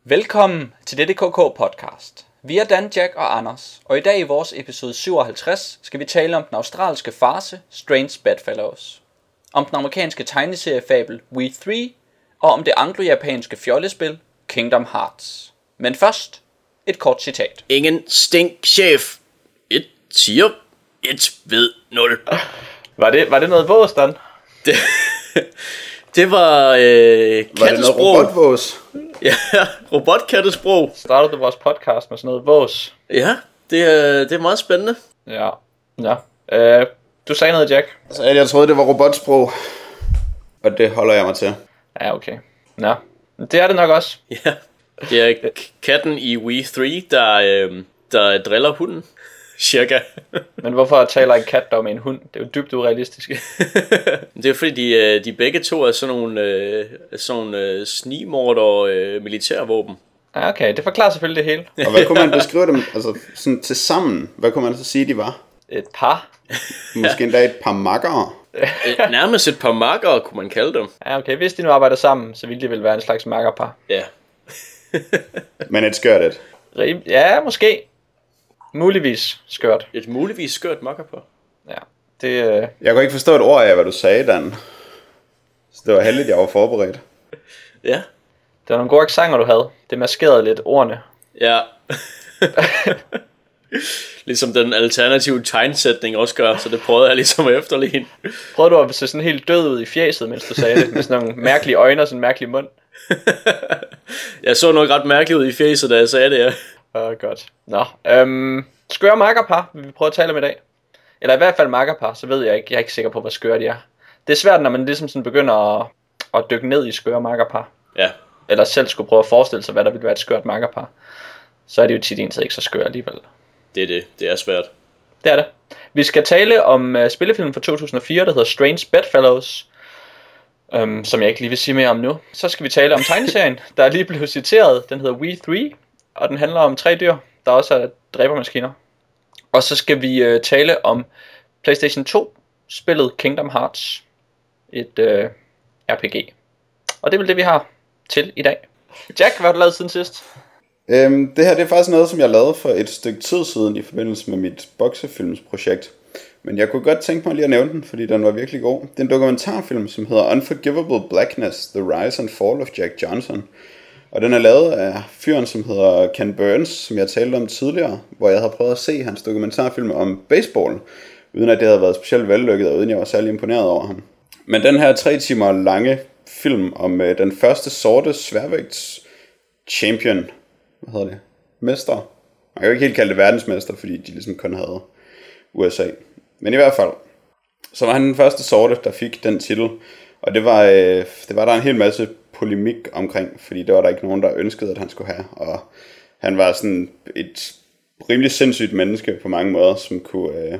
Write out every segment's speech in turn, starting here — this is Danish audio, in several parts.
Velkommen til dette KK podcast. Vi er Dan, Jack og Anders, og i dag i vores episode 57 skal vi tale om den australske farce Strange Bedfellows, om den amerikanske tegneseriefabel We Three, og om det anglo-japanske fjollespil Kingdom Hearts. Men først, et kort citat. Ingen stink, chef. Et siger, et ved 0. Var det noget vås, Dan? Det var kattesprog. Var det noget robotvås? Ja, robotkattesprog. Startede du vores podcast med sådan noget vås? Ja, det er meget spændende. Ja. Du sagde noget, Jack? Altså, jeg troede, det var robotsprog. Og det holder jeg mig til. Ja, okay. Nå, det er det nok også. Ja, det er katten i We Three, der driller hunden. Cirka. Men hvorfor taler en kat dog med en hund? Det er jo dybt urealistisk. Det er fordi de begge to er sådan nogle snigmord og militærvåben. Ja, okay, det forklarer selvfølgelig det hele. Og hvad kunne man beskrive dem altså, sådan til sammen? Hvad kunne man så sige, de var? Et par. Måske endda et par makkere. Nærmest et par makkere, kunne man kalde dem. Ja, okay, hvis de nu arbejder sammen, så ville de vel være en slags makkerpar. Ja. Men et skørt et. Ja, måske. Muligvis skørt. Et muligvis skørt makkerpar. Ja, det... Jeg kunne ikke forstå et ord af, hvad du sagde, Dan. Så det var heldigt, jeg var forberedt. Ja. Det var nogle gode accenter, du havde. Det maskerede lidt ordene. Ja. Ligesom den alternative tegnsætning også gør, så det prøvede jeg ligesom at efterligne. Prøvede du at se sådan helt død ud i fjeset, mens du sagde det? Med sådan nogle mærkelige øjne og sådan en mærkelig mund? Jeg så nok ret mærkeligt ud i fjeset, da jeg sagde det, ja. Godt. Nå, skøre makkerpar vil vi prøve at tale om i dag. Eller i hvert fald makkerpar, så ved jeg ikke. Jeg er ikke sikker på, hvor skøre de er. Det er svært, når man ligesom sådan begynder at dykke ned i skøre makkerpar. Ja. Eller selv skulle prøve at forestille sig, hvad der ville være et skørt makkerpar. Så er det jo tit egentlig ikke så skøre alligevel. Det er det. Det er svært. Det er det. Vi skal tale om spillefilmen fra 2004, der hedder Strange Bedfellows. Som jeg ikke lige vil sige mere om nu. Så skal vi tale om tegneserien, der er lige blevet citeret. Den hedder We Three. Og den handler om 3 dyr, der også er dræbermaskiner. Og så skal vi tale om PlayStation 2 spillet Kingdom Hearts. Et RPG. Og det er vel det vi har til i dag. Jack, hvad har du lavet siden sidst? Det her det er faktisk noget, som jeg lavede for et stykke tid siden i forbindelse med mit boksefilmsprojekt. Men jeg kunne godt tænke mig lige at nævne den, fordi den var virkelig god. Det er en dokumentarfilm, som hedder Unforgivable Blackness, The Rise and Fall of Jack Johnson. Og den er lavet af fyren, som hedder Ken Burns, som jeg talte om tidligere, hvor jeg havde prøvet at se hans dokumentarfilm om baseball, uden at det havde været specielt vellykket, og uden jeg var særlig imponeret over ham. Men den her 3 timer lange film om den første sorte sværvægts champion, hvad hedder det? Mester. Man kan jo ikke helt kalde det verdensmester, fordi de ligesom kun havde USA. Men i hvert fald, så var han den første sorte, der fik den titel. Og det var der en hel masse polemik omkring, fordi det var der ikke nogen, der ønskede, at han skulle have. Og han var sådan et rimelig sindssygt menneske på mange måder, som kunne,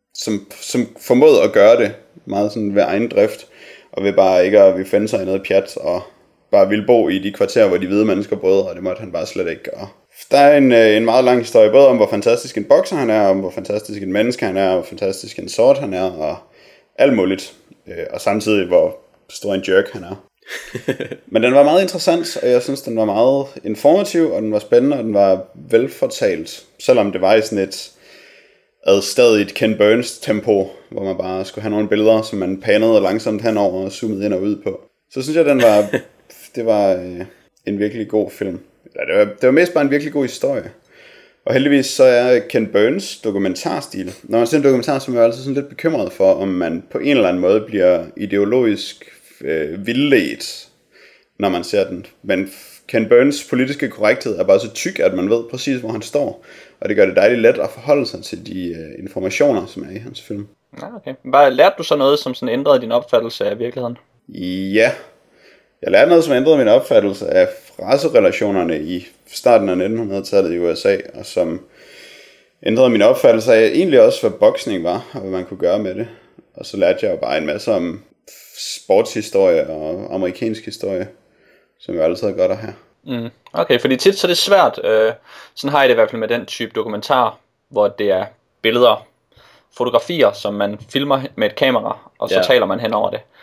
som formåede at gøre det meget sådan ved egen drift, og ved bare ikke at finde sig i noget pjat, og bare ville bo i de kvarterer, hvor de hvide mennesker boede, og det måtte han bare slet ikke gøre. Der er en meget lang historie, både om hvor fantastisk en bokser han er, om hvor fantastisk en menneske han er, og hvor fantastisk en sort han er, og alt muligt. Og samtidig hvor stor en jerk han er. Men den var meget interessant, og jeg synes den var meget informativ, og den var spændende, og den var velfortalt. Selvom det var i sådan et adstadigt Ken Burns tempo, hvor man bare skulle have nogle billeder, som man panede langsomt henover og zoomede ind og ud på. Så synes jeg det var en virkelig god film. Det var mest bare en virkelig god historie. Og heldigvis så er Ken Burns dokumentarstil. Når man ser en dokumentar, så er man altid sådan lidt bekymret for, om man på en eller anden måde bliver ideologisk vildledt, når man ser den. Men Ken Burns politiske korrekthed er bare så tyk, at man ved præcis, hvor han står. Og det gør det dejligt let at forholde sig til de informationer, som er i hans film. Ja, okay. Bare lærte du så noget, som sådan ændrede din opfattelse af virkeligheden? Ja. Jeg lærte noget, som ændrede min opfattelse af racerelationerne i starten af 1900-tallet i USA, og som ændrede min opfattelse af egentlig også, hvad boksning var, og hvad man kunne gøre med det. Og så lærte jeg jo bare en masse om sportshistorie og amerikansk historie, som jo altid er godt at have. Okay, fordi tit så er det svært, sådan har jeg det i hvert fald med den type dokumentar, hvor det er billeder, fotografier, som man filmer med et kamera, og så taler man hen over det.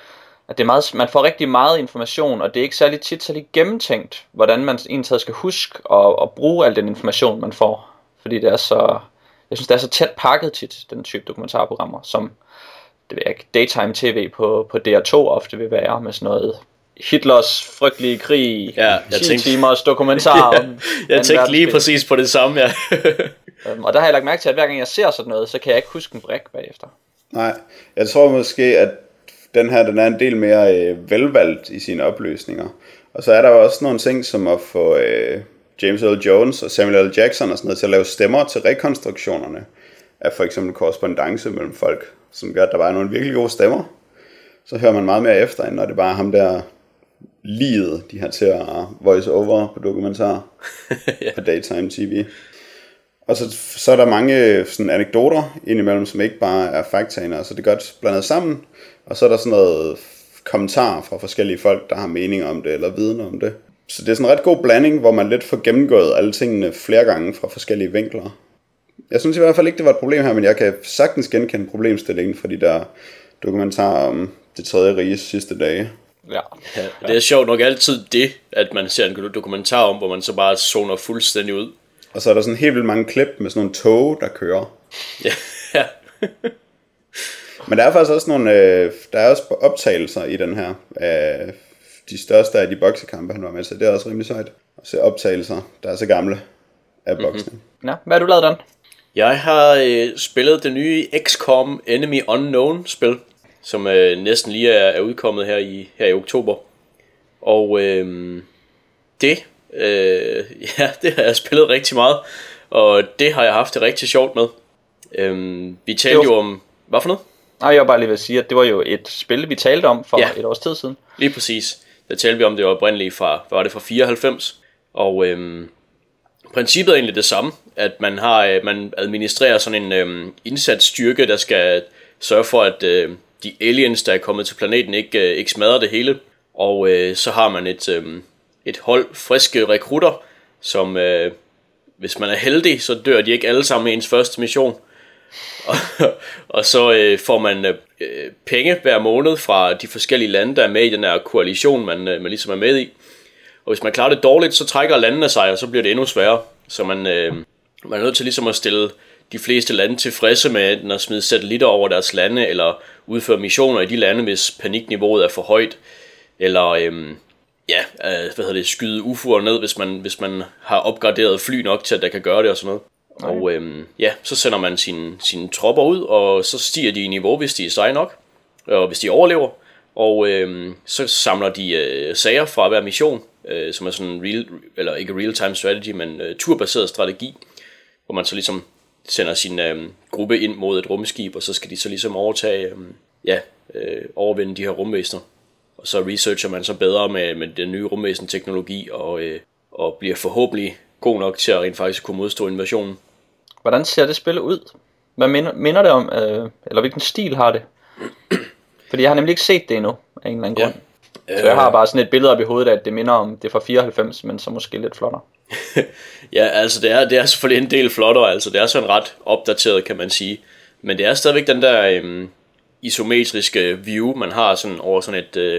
at det er meget, man får rigtig meget information, og det er ikke særlig tit særlig gennemtænkt, hvordan man egentlig skal huske at bruge al den information, man får. Fordi det er så, jeg synes, det er så tæt pakket tit, den type dokumentarprogrammer, som det ved jeg ikke, daytime tv på DR2 ofte vil være, med sådan noget Hitlers frygtelige krig, 10 timers dokumentar om jeg tænkte lige præcis på det samme, ja. Og der har jeg lagt mærke til, at hver gang jeg ser sådan noget, så kan jeg ikke huske en brik bagefter. Nej, jeg tror måske, at den er en del mere velvalgt i sine opløsninger. Og så er der jo også nogle ting, som at få James Earl Jones og Samuel L. Jackson og sådan noget til at lave stemmer til rekonstruktionerne af for eksempel korrespondance mellem folk, som gør, at der var nogle virkelig gode stemmer. Så hører man meget mere efter, end når det bare er ham der liget, de har til at voice over på dokumentar på daytime tv. Og så er der mange sådan anekdoter indimellem, som ikke bare er faktaene, så det er godt blandet sammen. Og så er der sådan noget kommentarer fra forskellige folk, der har mening om det, eller viden om det. Så det er sådan en ret god blanding, hvor man lidt får gennemgået alle tingene flere gange fra forskellige vinkler. Jeg synes i hvert fald ikke, det var et problem her, men jeg kan sagtens genkende problemstillingen for de der dokumentarer om det tredje riges sidste dage. Ja, det er sjovt nok altid det, at man ser en dokumentar om, hvor man så bare zoner fuldstændig ud. Og så er der sådan helt vildt mange klip med sådan nogle tog, der kører. Ja. Men der er faktisk også nogle, der er også optagelser i den her, de største af de boksekampe, han var med til. Det er også rimelig sejt at se optagelser, der er så gamle af boksning. Ja, hvad har du lavet, Dan? Jeg har spillet det nye XCOM Enemy Unknown spil, som næsten lige er udkommet her i oktober. Og det har jeg spillet rigtig meget, og det har jeg haft det rigtig sjovt med. Vi talte jo om... Hvad for noget? Nej, jeg var bare lige ved at sige, at det var jo et spil, vi talte om for et års tid siden. Lige præcis. Der talte vi om det oprindeligt fra 94. Og princippet er egentlig det samme, at man administrerer sådan en indsatsstyrke, der skal sørge for, at de aliens, der er kommet til planeten, ikke smadrer det hele. Og så har man et hold friske rekrutter, som hvis man er heldig, så dør de ikke alle sammen i ens første mission. Og så får man penge hver måned fra de forskellige lande, der er med i den her koalition, man ligesom er med i. Og hvis man klarer det dårligt, så trækker landene sig, og så bliver det endnu sværere. Så man er nødt til ligesom at stille de fleste lande tilfredse med at smide satellitter over deres lande, eller udføre missioner i de lande, hvis panikniveauet er for højt. Eller skyde UFO'er ned, hvis man har opgraderet fly nok til, at der kan gøre det og sådan noget. Og så sender man sine tropper ud, og så stiger de i niveau, hvis de er seje nok, og hvis de overlever. Og så samler de sager fra hver mission, som er sådan ikke real-time strategy, men turbaseret strategi, hvor man så ligesom sender sin gruppe ind mod et rumskib, og så skal de så ligesom overvinde de her rumvæsener. Og så researcher man så bedre med den nye rumvæsen-teknologi, og bliver forhåbentlig god nok til at rent faktisk kunne modstå invasionen. Hvordan ser det spil ud? Hvad minder det om, eller hvilken stil har det? Fordi jeg har nemlig ikke set det endnu, af en eller anden grund. Så jeg har bare sådan et billede op i hovedet af, at det minder om det fra 94, men så måske lidt flottere. Ja, altså det er selvfølgelig en del flottere, altså det er sådan ret opdateret, kan man sige. Men det er stadigvæk den der isometriske view, man har sådan over sådan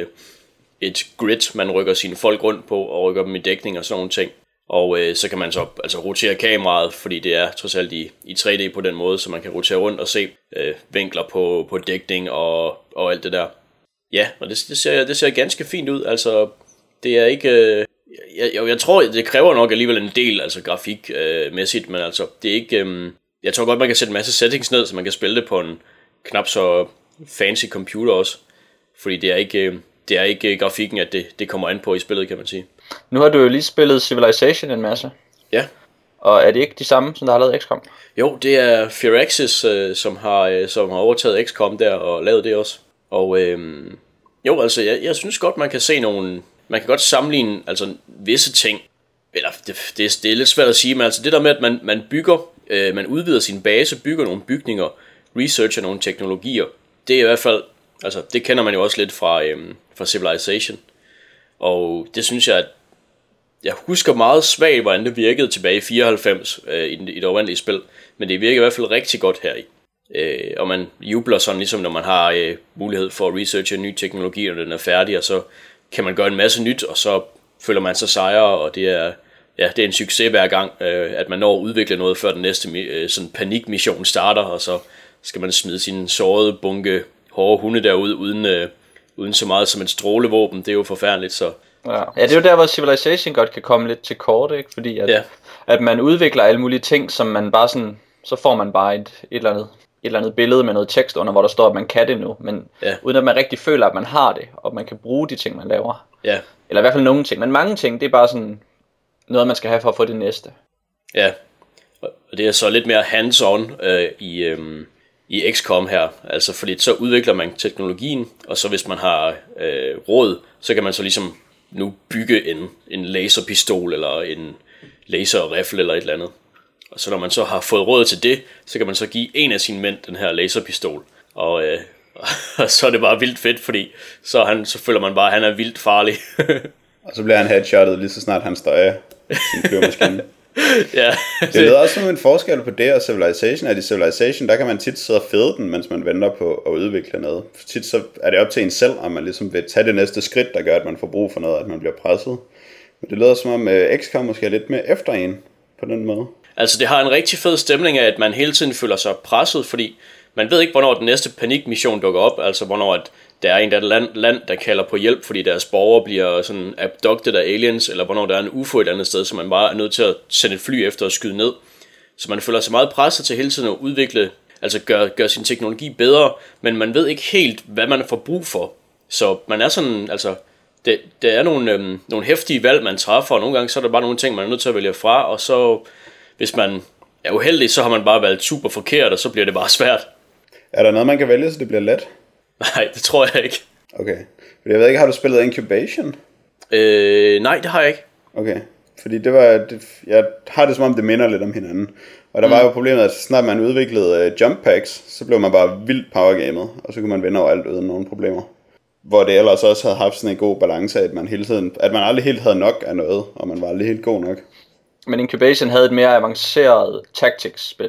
et grid, man rykker sine folk rundt på, og rykker dem i dækning og sådan nogle ting. Og så kan man så altså rotere kameraet, fordi det er trods alt i 3D på den måde, så man kan rotere rundt og se vinkler på dækning og alt det der. Ja, og det ser ganske fint ud. Altså, det er ikke... Jeg tror, det kræver nok alligevel en del, altså grafikmæssigt, men altså, det er ikke... jeg tror godt, man kan sætte en masse settings ned, så man kan spille det på en knap så fancy computer også. Fordi det er ikke grafikken, at det kommer an på i spillet, kan man sige. Nu har du jo lige spillet Civilization en masse. Ja. Og er det ikke de samme, som der har lavet XCOM? Jo, det er Firaxis, som har overtaget XCOM der og lavet det også. Og altså, jeg synes godt, man kan se man kan godt sammenligne altså visse ting. Eller det er lidt svært at sige, men altså det der med, at man bygger, man udvider sin base, bygger nogle bygninger, researcher nogle teknologier. Det er i hvert fald, altså det kender man jo også lidt fra Civilization. Og det synes jeg husker meget svagt, hvordan det virkede tilbage i 94 i det oprindelige spil. Men det virker i hvert fald rigtig godt her i. Og man jubler sådan, ligesom når man har mulighed for at researche ny teknologi, når den er færdig, og så kan man gøre en masse nyt, og så føler man sig sejre, og det er en succes hver gang, at man når at udvikle noget, før den næste sådan panikmission starter, og så skal man smide sin sårede bunke hårde hunde derud, uden så meget som et strålevåben. Det er jo forfærdeligt, så... Ja, det er jo der, hvor Civilization godt kan komme lidt til kort, ikke? Fordi at man udvikler alle mulige ting, som man bare sådan... Så får man bare et eller andet billede med noget tekst under, hvor der står, at man kan det nu, men uden at man rigtig føler, at man har det, og man kan bruge de ting, man laver. Ja. Eller i hvert fald nogle ting, men mange ting, det er bare sådan noget, man skal have for at få det næste. Ja, og det er så lidt mere hands-on i XCOM her, altså fordi så udvikler man teknologien, og så hvis man har råd, så kan man så ligesom nu bygge en laserpistol, eller en laserrifle, eller et eller andet. Og så når man så har fået råd til det, så kan man så give en af sine mænd den her laserpistol. Og så er det bare vildt fedt, fordi så føler man bare, at han er vildt farlig. Og så bliver han headshottet lige så snart han står af sin flyvemaskine. Ja. Det er også som en forskel på det og Civilization, at i Civilization, der kan man tit sidde og fede den, mens man venter på at udvikle noget. Tit så er det op til en selv, om man ligesom vil tage det næste skridt, der gør, at man får brug for noget, at man bliver presset. Men det lyder som om XCOM måske er lidt mere efter en på den måde. Altså det har en rigtig fed stemning af, at man hele tiden føler sig presset, fordi man ved ikke, hvornår den næste panikmission dukker op, altså hvornår at der er en der land, der kalder på hjælp, fordi deres borgere bliver sådan abducted af aliens, eller hvornår der er en UFO et andet sted, så man bare er nødt til at sende et fly efter at skyde ned. Så man føler sig meget presset til hele tiden at udvikle, altså gøre sin teknologi bedre, men man ved ikke helt, hvad man får brug for. Så man er sådan, altså, der er nogle heftige valg, man træffer, og nogle gange så er der bare nogle ting, man er nødt til at vælge fra, og så hvis man er uheldig, så har man bare valgt super forkert, og så bliver det bare svært. Er der noget, man kan vælge, så det bliver let? Nej, det tror jeg ikke. Okay. Fordi jeg ved ikke, har du spillet Incubation? Nej, det har jeg ikke. Okay. Fordi jeg har det som om, det minder lidt om hinanden. Og der var jo problemet, at snart man udviklede jump packs, så blev man bare vildt powergamet, og så kunne man vinde over alt uden nogen problemer. Hvor det ellers også havde haft sådan en god balance af, at man aldrig helt havde nok af noget, og man var aldrig helt god nok. Men Incubation havde et mere avanceret tactics-spil.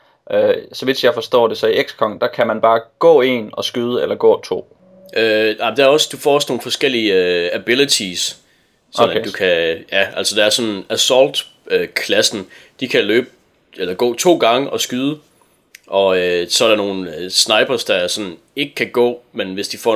Så vidt jeg forstår det, så i XCOM, der kan man bare gå en og skyde, eller gå to. Der er også, du får også nogle forskellige abilities, så okay. At du kan, altså der er sådan assault-klassen, de kan løbe, eller gå 2 gange og skyde, og så er der nogle snipers, der sådan ikke kan gå, men hvis de får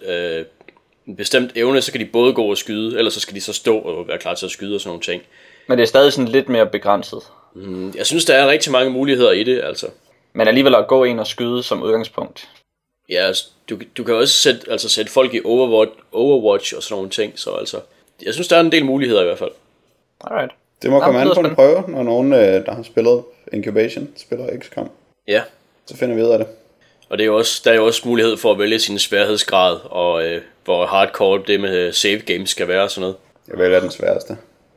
en bestemt evne, så kan de både gå og skyde, eller så skal de så stå og være klar til at skyde og sådan nogle ting. Men det er stadig sådan lidt mere begrænset. Jeg synes, der er rigtig mange muligheder i det, altså. Men alligevel at gå ind og skyde som udgangspunkt. Ja, altså, du kan også sætte folk i Overwatch og sådan nogle ting, så altså, jeg synes, der er en del muligheder i hvert fald. Alright. Det må komme an på en prøve, når nogen, der har spillet Incubation, spiller XCOM. Ja. Så finder vi ud af det. Og det er jo også, der er jo også mulighed for at vælge sin sværhedsgrad, og hvor hardcore det med save games skal være og sådan noget. Jeg vælger den sværeste.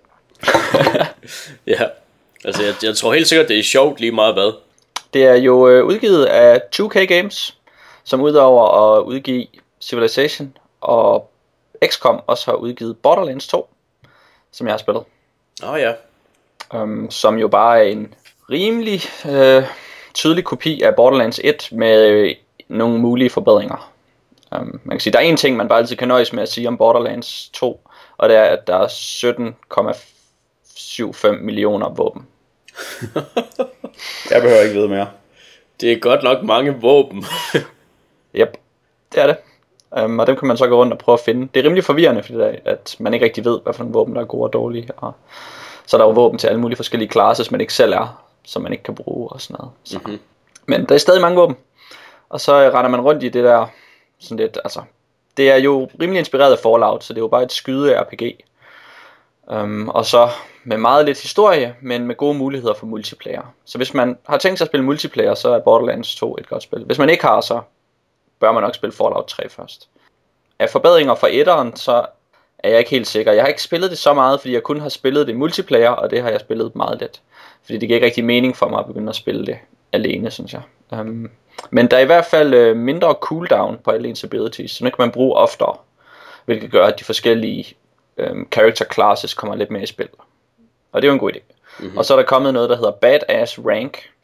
Ja, altså jeg tror helt sikkert, det er sjovt lige meget hvad. Det er jo udgivet af 2K Games, som udover at udgive Civilization og XCOM også har udgivet Borderlands 2, som jeg har spillet. Ja. Som jo bare er en rimelig tydelig kopi af Borderlands 1 med nogle mulige forbedringer. Man kan sige, der er en ting, man bare altid kan nøjes med at sige om Borderlands 2, og det er, at der er 17,75 millioner våben. Jeg behøver ikke vide mere. Det er godt nok mange våben. Yep, det er det. Og dem kan man så gå rundt og prøve at finde. Det er rimelig forvirrende, fordi at man ikke rigtig ved, hvad for en våben der er gode og dårlige. Og så er der jo våben til alle mulige forskellige classes, man ikke selv er, som man ikke kan bruge og sådan noget. Så. Mm-hmm. Men der er stadig mange våben. Og så render man rundt i det der sådan lidt, altså. Det er jo rimelig inspireret af Fallout, så det er jo bare et skyde-RPG. Og så med meget lidt historie, men med gode muligheder for multiplayer. Så hvis man har tænkt sig at spille multiplayer, så er Borderlands 2 et godt spil. Hvis man ikke har, så bør man nok spille Fallout 3 først. Af forbedringer fra etteren, så er jeg ikke helt sikker. Jeg har ikke spillet det så meget, fordi jeg kun har spillet det multiplayer, og det har jeg spillet meget lidt. Fordi det giver ikke rigtig mening for mig at begynde at spille det alene, synes jeg. Men der er i hvert fald mindre cooldown på alle ens abilities, så nu kan man bruge oftere, hvilket gør, at de forskellige character classes kommer lidt mere i spil. Og det er jo en god idé. Mm-hmm. Og så er der kommet noget, der hedder Badass Rank,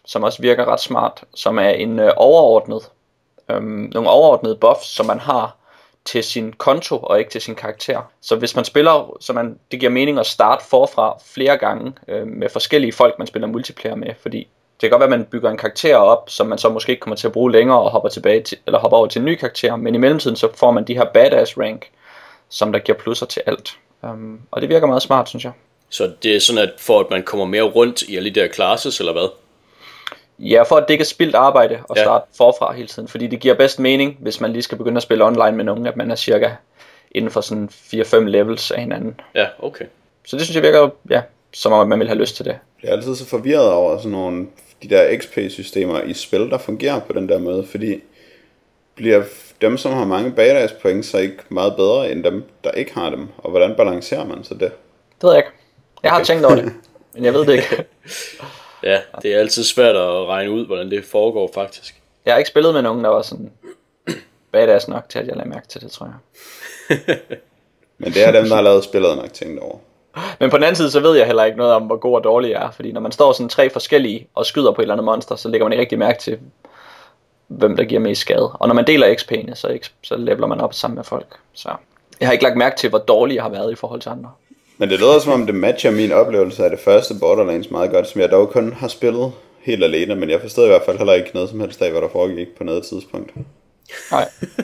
som også virker ret smart, som er en nogle overordnede buffs, som man har til sin konto og ikke til sin karakter. Så hvis man spiller, det giver mening at starte forfra flere gange med forskellige folk, man spiller multiplayer med, fordi det kan godt være, at man bygger en karakter op, som man så måske ikke kommer til at bruge længere og hopper over til en ny karakter, men i mellemtiden så får man de her badass rank, som der giver plusser til alt. Og det virker meget smart, synes jeg. Så det er sådan, at for at man kommer mere rundt i alle de der classes, eller hvad? Ja, for at det ikke er spildt arbejde og starte forfra hele tiden. Fordi det giver bedst mening, hvis man lige skal begynde at spille online med nogen, at man er cirka inden for sådan 4-5 levels af hinanden. Ja, okay. Så det synes jeg virker, som om man vil have lyst til det. Jeg er altid så forvirret over sådan nogle, de der XP-systemer i spil, der fungerer på den der måde, fordi bliver dem, som har mange badass point, så ikke meget bedre end dem, der ikke har dem? Og hvordan balancerer man så det? Det ved jeg ikke. Jeg har tænkt over det, men jeg ved det ikke. Ja, det er altid svært at regne ud, hvordan det foregår faktisk. Jeg har ikke spillet med nogen, der var sådan badass nok til, at jeg lagde mærke til det, tror jeg. Men det er dem, der har lavet spillet nok tænkt over. Men på den anden side, så ved jeg heller ikke noget om, hvor god og dårlig jeg er. Fordi når man står sådan 3 forskellige og skyder på et eller andet monster, så lægger man ikke rigtig mærke til, hvem der giver mest skade. Og når man deler XP'ene, så leveler man op sammen med folk. Så jeg har ikke lagt mærke til, hvor dårlig jeg har været i forhold til andre. Men det lyder som om det matcher min oplevelse af det første Borderlands meget godt, som jeg dog kun har spillet helt alene, men jeg forstod i hvert fald heller ikke noget som helst af, hvad der foregik på noget tidspunkt. Nej.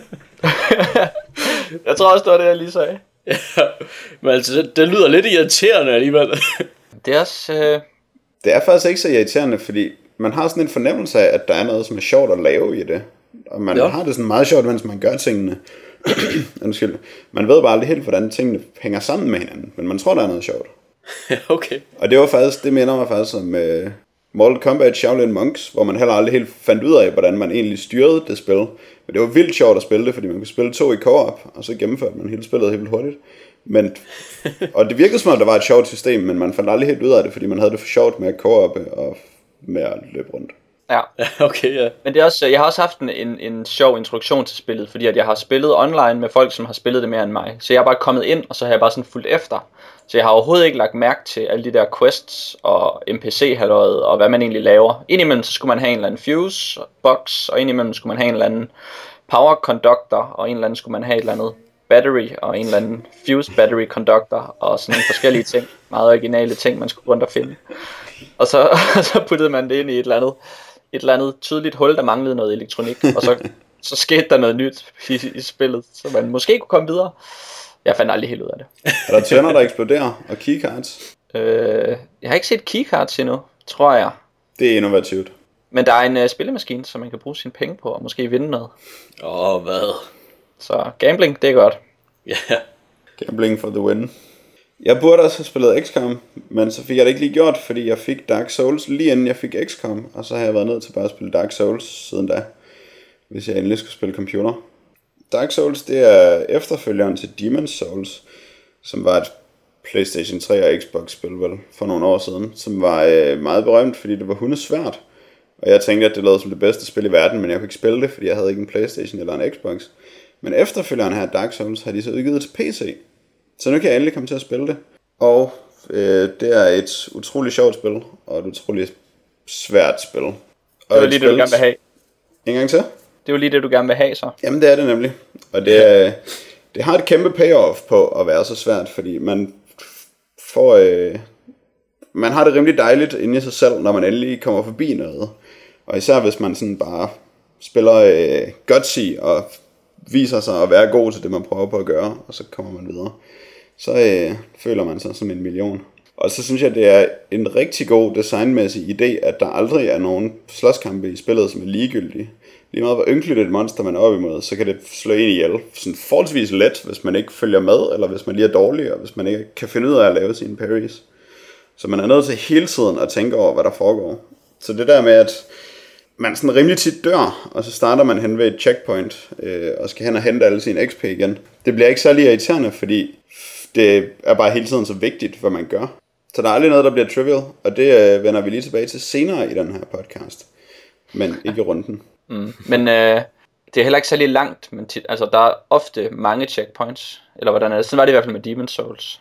Jeg tror også, det var det, jeg lige sagde. Ja, men altså, det lyder lidt irriterende alligevel. Det er også... Det er faktisk ikke så irriterende, fordi man har sådan en fornemmelse af, at der er noget, som er sjovt at lave i det. Og man har det sådan meget sjovt, mens man gør tingene. Undskyld. Man ved bare aldrig helt, hvordan tingene hænger sammen med hinanden, men man tror, der er noget sjovt. Okay. Og det minder mig faktisk om Mortal Kombat Shaolin Monks, hvor man heller aldrig helt fandt ud af, hvordan man egentlig styrede det spil. Men det var vildt sjovt at spille det, fordi man kunne spille 2 i co-op, og så gennemførte man hele spillet helt hurtigt. Og det virkede som om, der var et sjovt system, men man fandt aldrig helt ud af det, fordi man havde det for sjovt med co-op og med at løbe rundt. Ja, okay, ja. Men det er også, jeg har også haft en sjov introduktion til spillet, fordi at jeg har spillet online med folk, som har spillet det mere end mig. Så jeg er bare kommet ind, og så har jeg bare sådan fulgt efter. Så jeg har overhovedet ikke lagt mærke til alle de der quests og NPC-halløjet og hvad man egentlig laver. Indimellem så skulle man have en eller anden fuse box, og indimellem skulle man have en eller anden power conductor, og en eller anden skulle man have et eller andet battery, og en eller anden fuse battery conductor, og sådan nogle forskellige ting. Meget originale ting, man skulle rundt og finde. Og så puttede man det ind i et eller andet tydeligt hul, der manglede noget elektronik, og så skete der noget nyt i spillet, så man måske kunne komme videre. Jeg fandt aldrig helt ud af det. Er der tænder, der eksploderer, og keycards? Jeg har ikke set keycards endnu, tror jeg. Det er innovativt. Men der er en spillemaskine, som man kan bruge sine penge på, og måske vinde noget. Hvad? Så gambling, det er godt. Ja. Yeah. Gambling for the win. Jeg burde også have spillet XCOM, men så fik jeg det ikke lige gjort, fordi jeg fik Dark Souls lige inden jeg fik XCOM, og så har jeg været nødt til bare at spille Dark Souls siden da, hvis jeg endelig skulle spille computer. Dark Souls, det er efterfølgeren til Demon's Souls, som var et PlayStation 3 og Xbox spil vel for nogle år siden, som var meget berømt, fordi det var hundesvært. Og jeg tænkte, at det lød som det bedste spil i verden, men jeg kunne ikke spille det, fordi jeg havde ikke en PlayStation eller en Xbox. Men efterfølgeren her, Dark Souls, har de så udgivet til PC. Så nu kan jeg endelig komme til at spille det. Og det er et utroligt sjovt spil, og et utroligt svært spil. Og det var lige det, du gerne vil have. En gang til? Det var lige det, du gerne vil have, så. Jamen, det er det nemlig. Og det har et kæmpe payoff på at være så svært, fordi man får... man har det rimelig dejligt inde i sig selv, når man endelig kommer forbi noget. Og især hvis man sådan bare spiller gutsy og viser sig at være god til det, man prøver på at gøre, og så kommer man videre. Så føler man sig som en million. Og så synes jeg, det er en rigtig god designmæssig idé, at der aldrig er nogen slåskampe i spillet, som er ligegyldige. Lige meget hvor ynkeligt et monster man er op imod, så kan det slå en ihjel. Sådan forholdsvis let, hvis man ikke følger med, eller hvis man lige er dårlig, og hvis man ikke kan finde ud af at lave sine parries. Så man er nødt til hele tiden at tænke over, hvad der foregår. Så det der med, at man sådan rimelig tit dør, og så starter man hen ved et checkpoint, og skal hen og hente alle sine XP igen. Det bliver ikke særlig irriterende, fordi det er bare hele tiden så vigtigt, hvad man gør. Så der er aldrig noget, der bliver trivial, og det vender vi lige tilbage til senere i den her podcast. Men ikke runden. Men det er heller ikke særlig langt, men altså der er ofte mange checkpoints, eller hvordan er det? Sådan var det i hvert fald med Demon's Souls.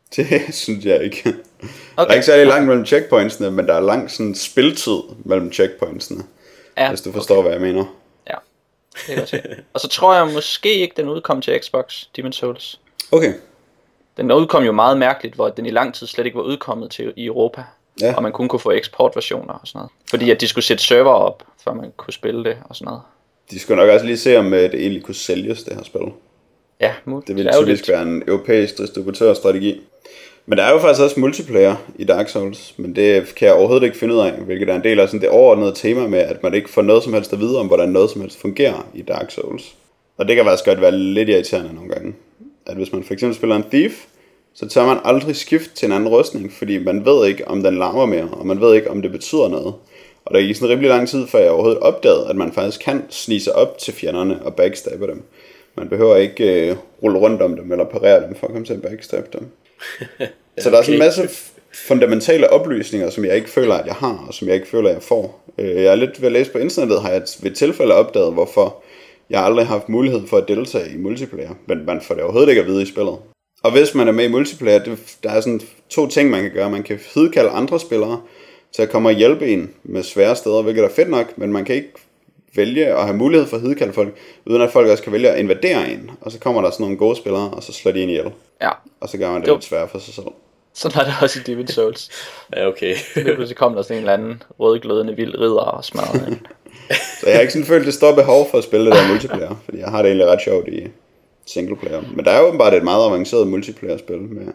Det synes jeg ikke. Okay. Der Okay. er ikke særlig langt mellem checkpointsene, men der er lang sådan spiltid mellem checkpointsene. Ja, Hvis du forstår, hvad jeg mener. ja. Det kan jeg godt se. Og så tror jeg måske ikke, den udkom til Xbox, Demon's Souls. Okay. Den udkom jo meget mærkeligt, hvor den i lang tid slet ikke var udkommet til i Europa. Ja. Og man kun kunne få eksportversioner og sådan noget. Fordi at de skulle sætte server op, før man kunne spille det og sådan noget. De skulle nok også lige se, om det egentlig kunne sælges, det her spil. Ja, Det ville typisk være en europæisk distributørstrategi. Men der er jo faktisk også multiplayer i Dark Souls, men det kan jeg overhovedet ikke finde ud af, hvilket er en del af sådan det overordnede tema med, at man ikke får noget som helst at vide om, hvordan noget som helst fungerer i Dark Souls. Og det kan faktisk godt være lidt irriterende nogle gange. At hvis man for eksempel spiller en thief, så tager man aldrig skift til en anden rustning, fordi man ved ikke, om den larmer mere, og man ved ikke, om det betyder noget. Og der gik sådan rimelig lang tid, før jeg overhovedet opdagede, at man faktisk kan snige sig op til fjenderne og backstabbe dem. Man behøver ikke rulle rundt om dem eller parere dem for at komme til at backstabbe dem. Så der er sådan en masse fundamentale oplysninger, som jeg ikke føler, at jeg har, og som jeg ikke føler, at jeg får. Jeg er lidt ved at læse på internettet, har jeg ved tilfælde opdaget, hvorfor jeg aldrig har haft mulighed for at deltage i multiplayer, men man får det overhovedet ikke at vide i spillet. Og hvis man er med i multiplayer, der er sådan 2 ting, man kan gøre. Man kan hidkalde andre spillere til at komme og hjælpe en med svære steder, hvilket er fedt nok, men man kan ikke vælge at have mulighed for at hidkalde folk, uden at folk også kan vælge at invadere en. Og så kommer der sådan nogle gode spillere, og så slår de en ihjel. Ja, Og så gør man det lidt sværere for sig selv. sådan er det også i Demon's Souls. Ja, okay. Så lige pludselig kom der sådan en eller anden rødglødende vild ridder og smadrede en. Så jeg har ikke sådan følt det store behov for at spille det der multiplayer, fordi jeg har det egentlig ret sjovt i singleplayer. Men der er jo åbenbart et meget avanceret multiplayer-spil med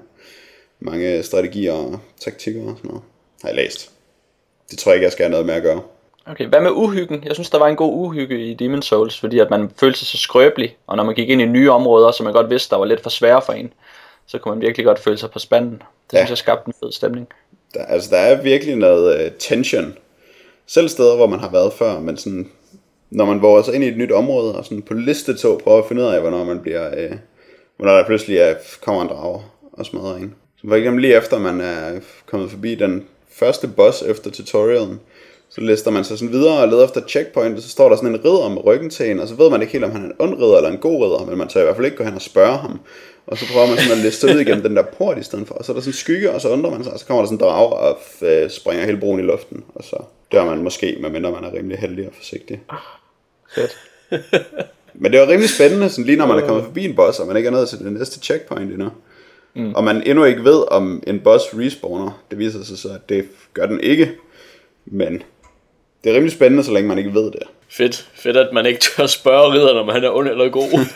mange strategier og taktikker og sådan noget. Har jeg læst. Det tror jeg ikke, jeg skal have noget med at gøre. Okay, hvad med uhyggen? Jeg synes, der var en god uhygge i Demon's Souls, fordi at man følte sig så skrøbelig, og når man gik ind i nye områder, som man godt vidste, der var lidt for svære for en, så kunne man virkelig godt føle sig på spanden. Det synes jeg skabte en fed stemning. Der er virkelig noget tension. Selv steder, hvor man har været før, men sådan, når man våger sig ind i et nyt område, og sådan på listetog prøver at finde ud af, hvornår man bliver, hvornår der pludselig kommer en drager og smadrer en. Så for eksempel lige efter man er kommet forbi den første boss efter tutorialen, så lister man sig sådan videre og leder efter checkpoint, og så står der sådan en ridder med ryggen til en, og så ved man ikke helt, om han er en ond ridder eller en god ridder, men man tager i hvert fald ikke gå hen og spørge ham. Og så prøver man sådan at liste ud igennem den der port i stedet for, og så er der sådan en skygge, og så undrer man sig, og så kommer der sådan en drage og springer hele broen i luften, og så dør man måske, medmindre man er rimelig heldig og forsigtig. Fedt. Men det var rimelig spændende, sådan lige når man er kommet forbi en boss, og man ikke er nået til det næste checkpoint endnu. Og man endnu ikke ved, om en boss respawner. Det viser sig så, at det gør den ikke. Men det er rimelig spændende, så længe man ikke ved det. Fedt, at man ikke tør spørge ridderen, om han er ond eller god.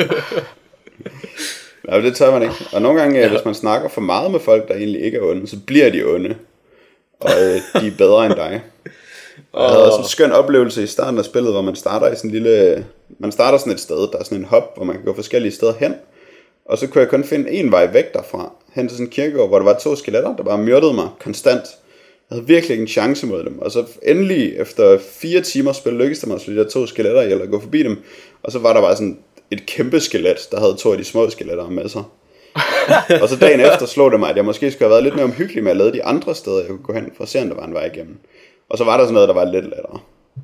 Nej, det tør man ikke. Og nogle gange, hvis man snakker for meget med folk, der egentlig ikke er onde, så bliver de onde. Og de er bedre end dig. Og jeg havde sådan en skøn oplevelse i starten af spillet, hvor man starter i sådan en lille... Man starter sådan et sted, der er sådan en hop, hvor man kan gå forskellige steder hen. Og så kunne jeg kun finde en vej væk derfra, hen til sådan en kirkegård, hvor der var 2 skeletter, der bare myrdede mig konstant. Jeg havde virkelig ikke en chance mod dem. Og så endelig, efter 4 timer spil, lykkedes det mig at slå de der 2 skeletter ihjel og gå forbi dem. Og så var der bare sådan et kæmpe skelet, der havde 2 af de små skeletter med sig. Og så dagen efter slog det mig, at jeg måske skulle have været lidt mere omhyggelig med at lede de andre steder, jeg kunne gå hen, for at se, om der var en vej igennem. Og så var der sådan noget, der var lidt lettere.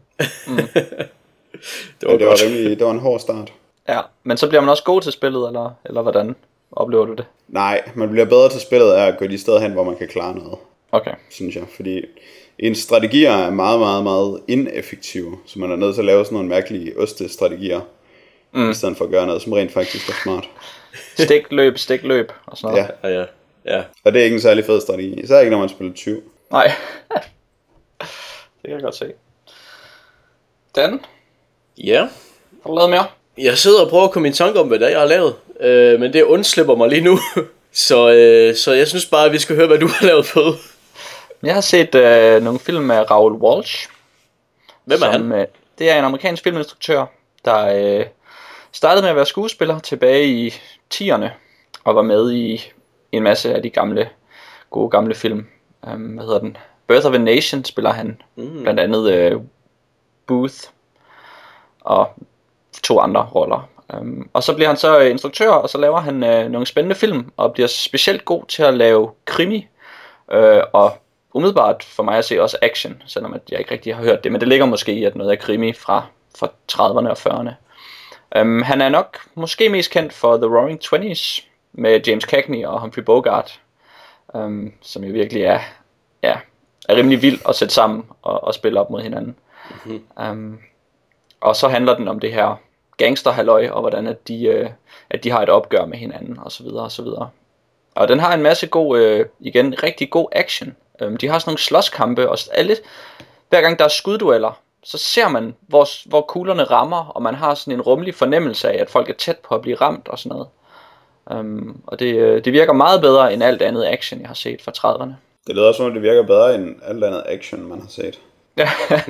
Det var en hård start. Ja, men så bliver man også god til spillet, eller hvordan oplever du det? Nej, man bliver bedre til spillet af at gå de steder hen, hvor man kan klare noget. Okay. Synes jeg, fordi en strategier er meget, meget, meget ineffektive, så man er nødt til at lave sådan nogle mærkelige ostestrategier, i stedet for at gøre noget, som rent faktisk er smart. Stik løb og sådan noget. Ja. Og det er ikke en særlig fed strategi, især ikke når man spiller 20. Nej. Det kan jeg godt se. Dan, Ja. har du lavet mere? Jeg sidder og prøver at komme i tanke om, hvad det er, jeg har lavet. Men det undslipper mig lige nu. Så jeg synes bare, at vi skal høre, hvad du har lavet på. Jeg har set nogle film med Raoul Walsh. Hvem er han? Det er en amerikansk filminstruktør, der startede med at være skuespiller tilbage i 10'erne. Og var med i en masse af de gode gamle film. Hvad hedder den? Birth of a Nation spiller han. Blandt andet Booth. Og 2 andre roller. Og så bliver han så instruktør, og så laver han nogle spændende film, og bliver specielt god til at lave krimi, og umiddelbart for mig at se også action, selvom at jeg ikke rigtig har hørt det, men det ligger måske i, at noget er krimi fra 30'erne og 40'erne. Han er nok måske mest kendt for The Roaring Twenties, med James Cagney og Humphrey Bogart, som jo virkelig er rimelig vild at sætte sammen og spille op mod hinanden. Og så handler den om det her gangsterhalløj, og hvordan at de har et opgør med hinanden, og så videre, og så videre. Og den har en masse god, rigtig god action. De har sådan nogle slåskampe, og hver gang der er skuddueller, så ser man, hvor kuglerne rammer, og man har sådan en rummelig fornemmelse af, at folk er tæt på at blive ramt, og sådan noget. Og det virker meget bedre end alt andet action, jeg har set fra 30'erne. Det lyder som om det virker bedre end alt andet action, man har set. Ja.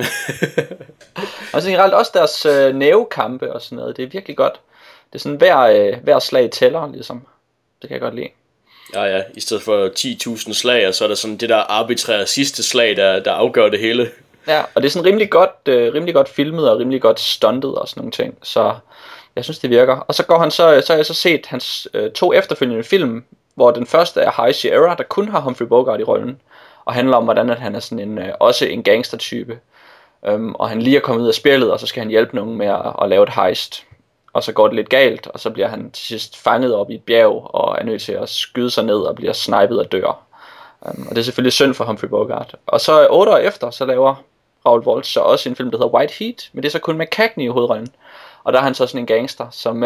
Og så generelt også deres nævekampe og sådan noget. Det er virkelig godt. Det er sådan hver slag tæller ligesom. Det kan jeg godt lide. Ja, i stedet for 10.000 slag, så er der sådan det der arbitrære sidste slag, der afgør det hele. Ja, og det er sådan rimelig godt filmet og rimelig godt stuntet og sådan nogle ting. Så jeg synes det virker. Og så har jeg så set hans 2 efterfølgende film, hvor den første er High Sierra, der kun har Humphrey Bogart i rollen, og handler om hvordan at han er sådan også en gangstertype. Og han lige er kommet ud af spillet, og så skal han hjælpe nogen med at lave et heist. Og så går det lidt galt, og så bliver han til sidst fanget op i et bjerg, og er nødt til at skyde sig ned og bliver snipet og dør. Og det er selvfølgelig synd for Humphrey Bogart. Og så 8 år efter, så laver Raoul Walsh så også en film, der hedder White Heat, men det er så kun McCagney i hovedrollen. Og der er han så sådan en gangster, som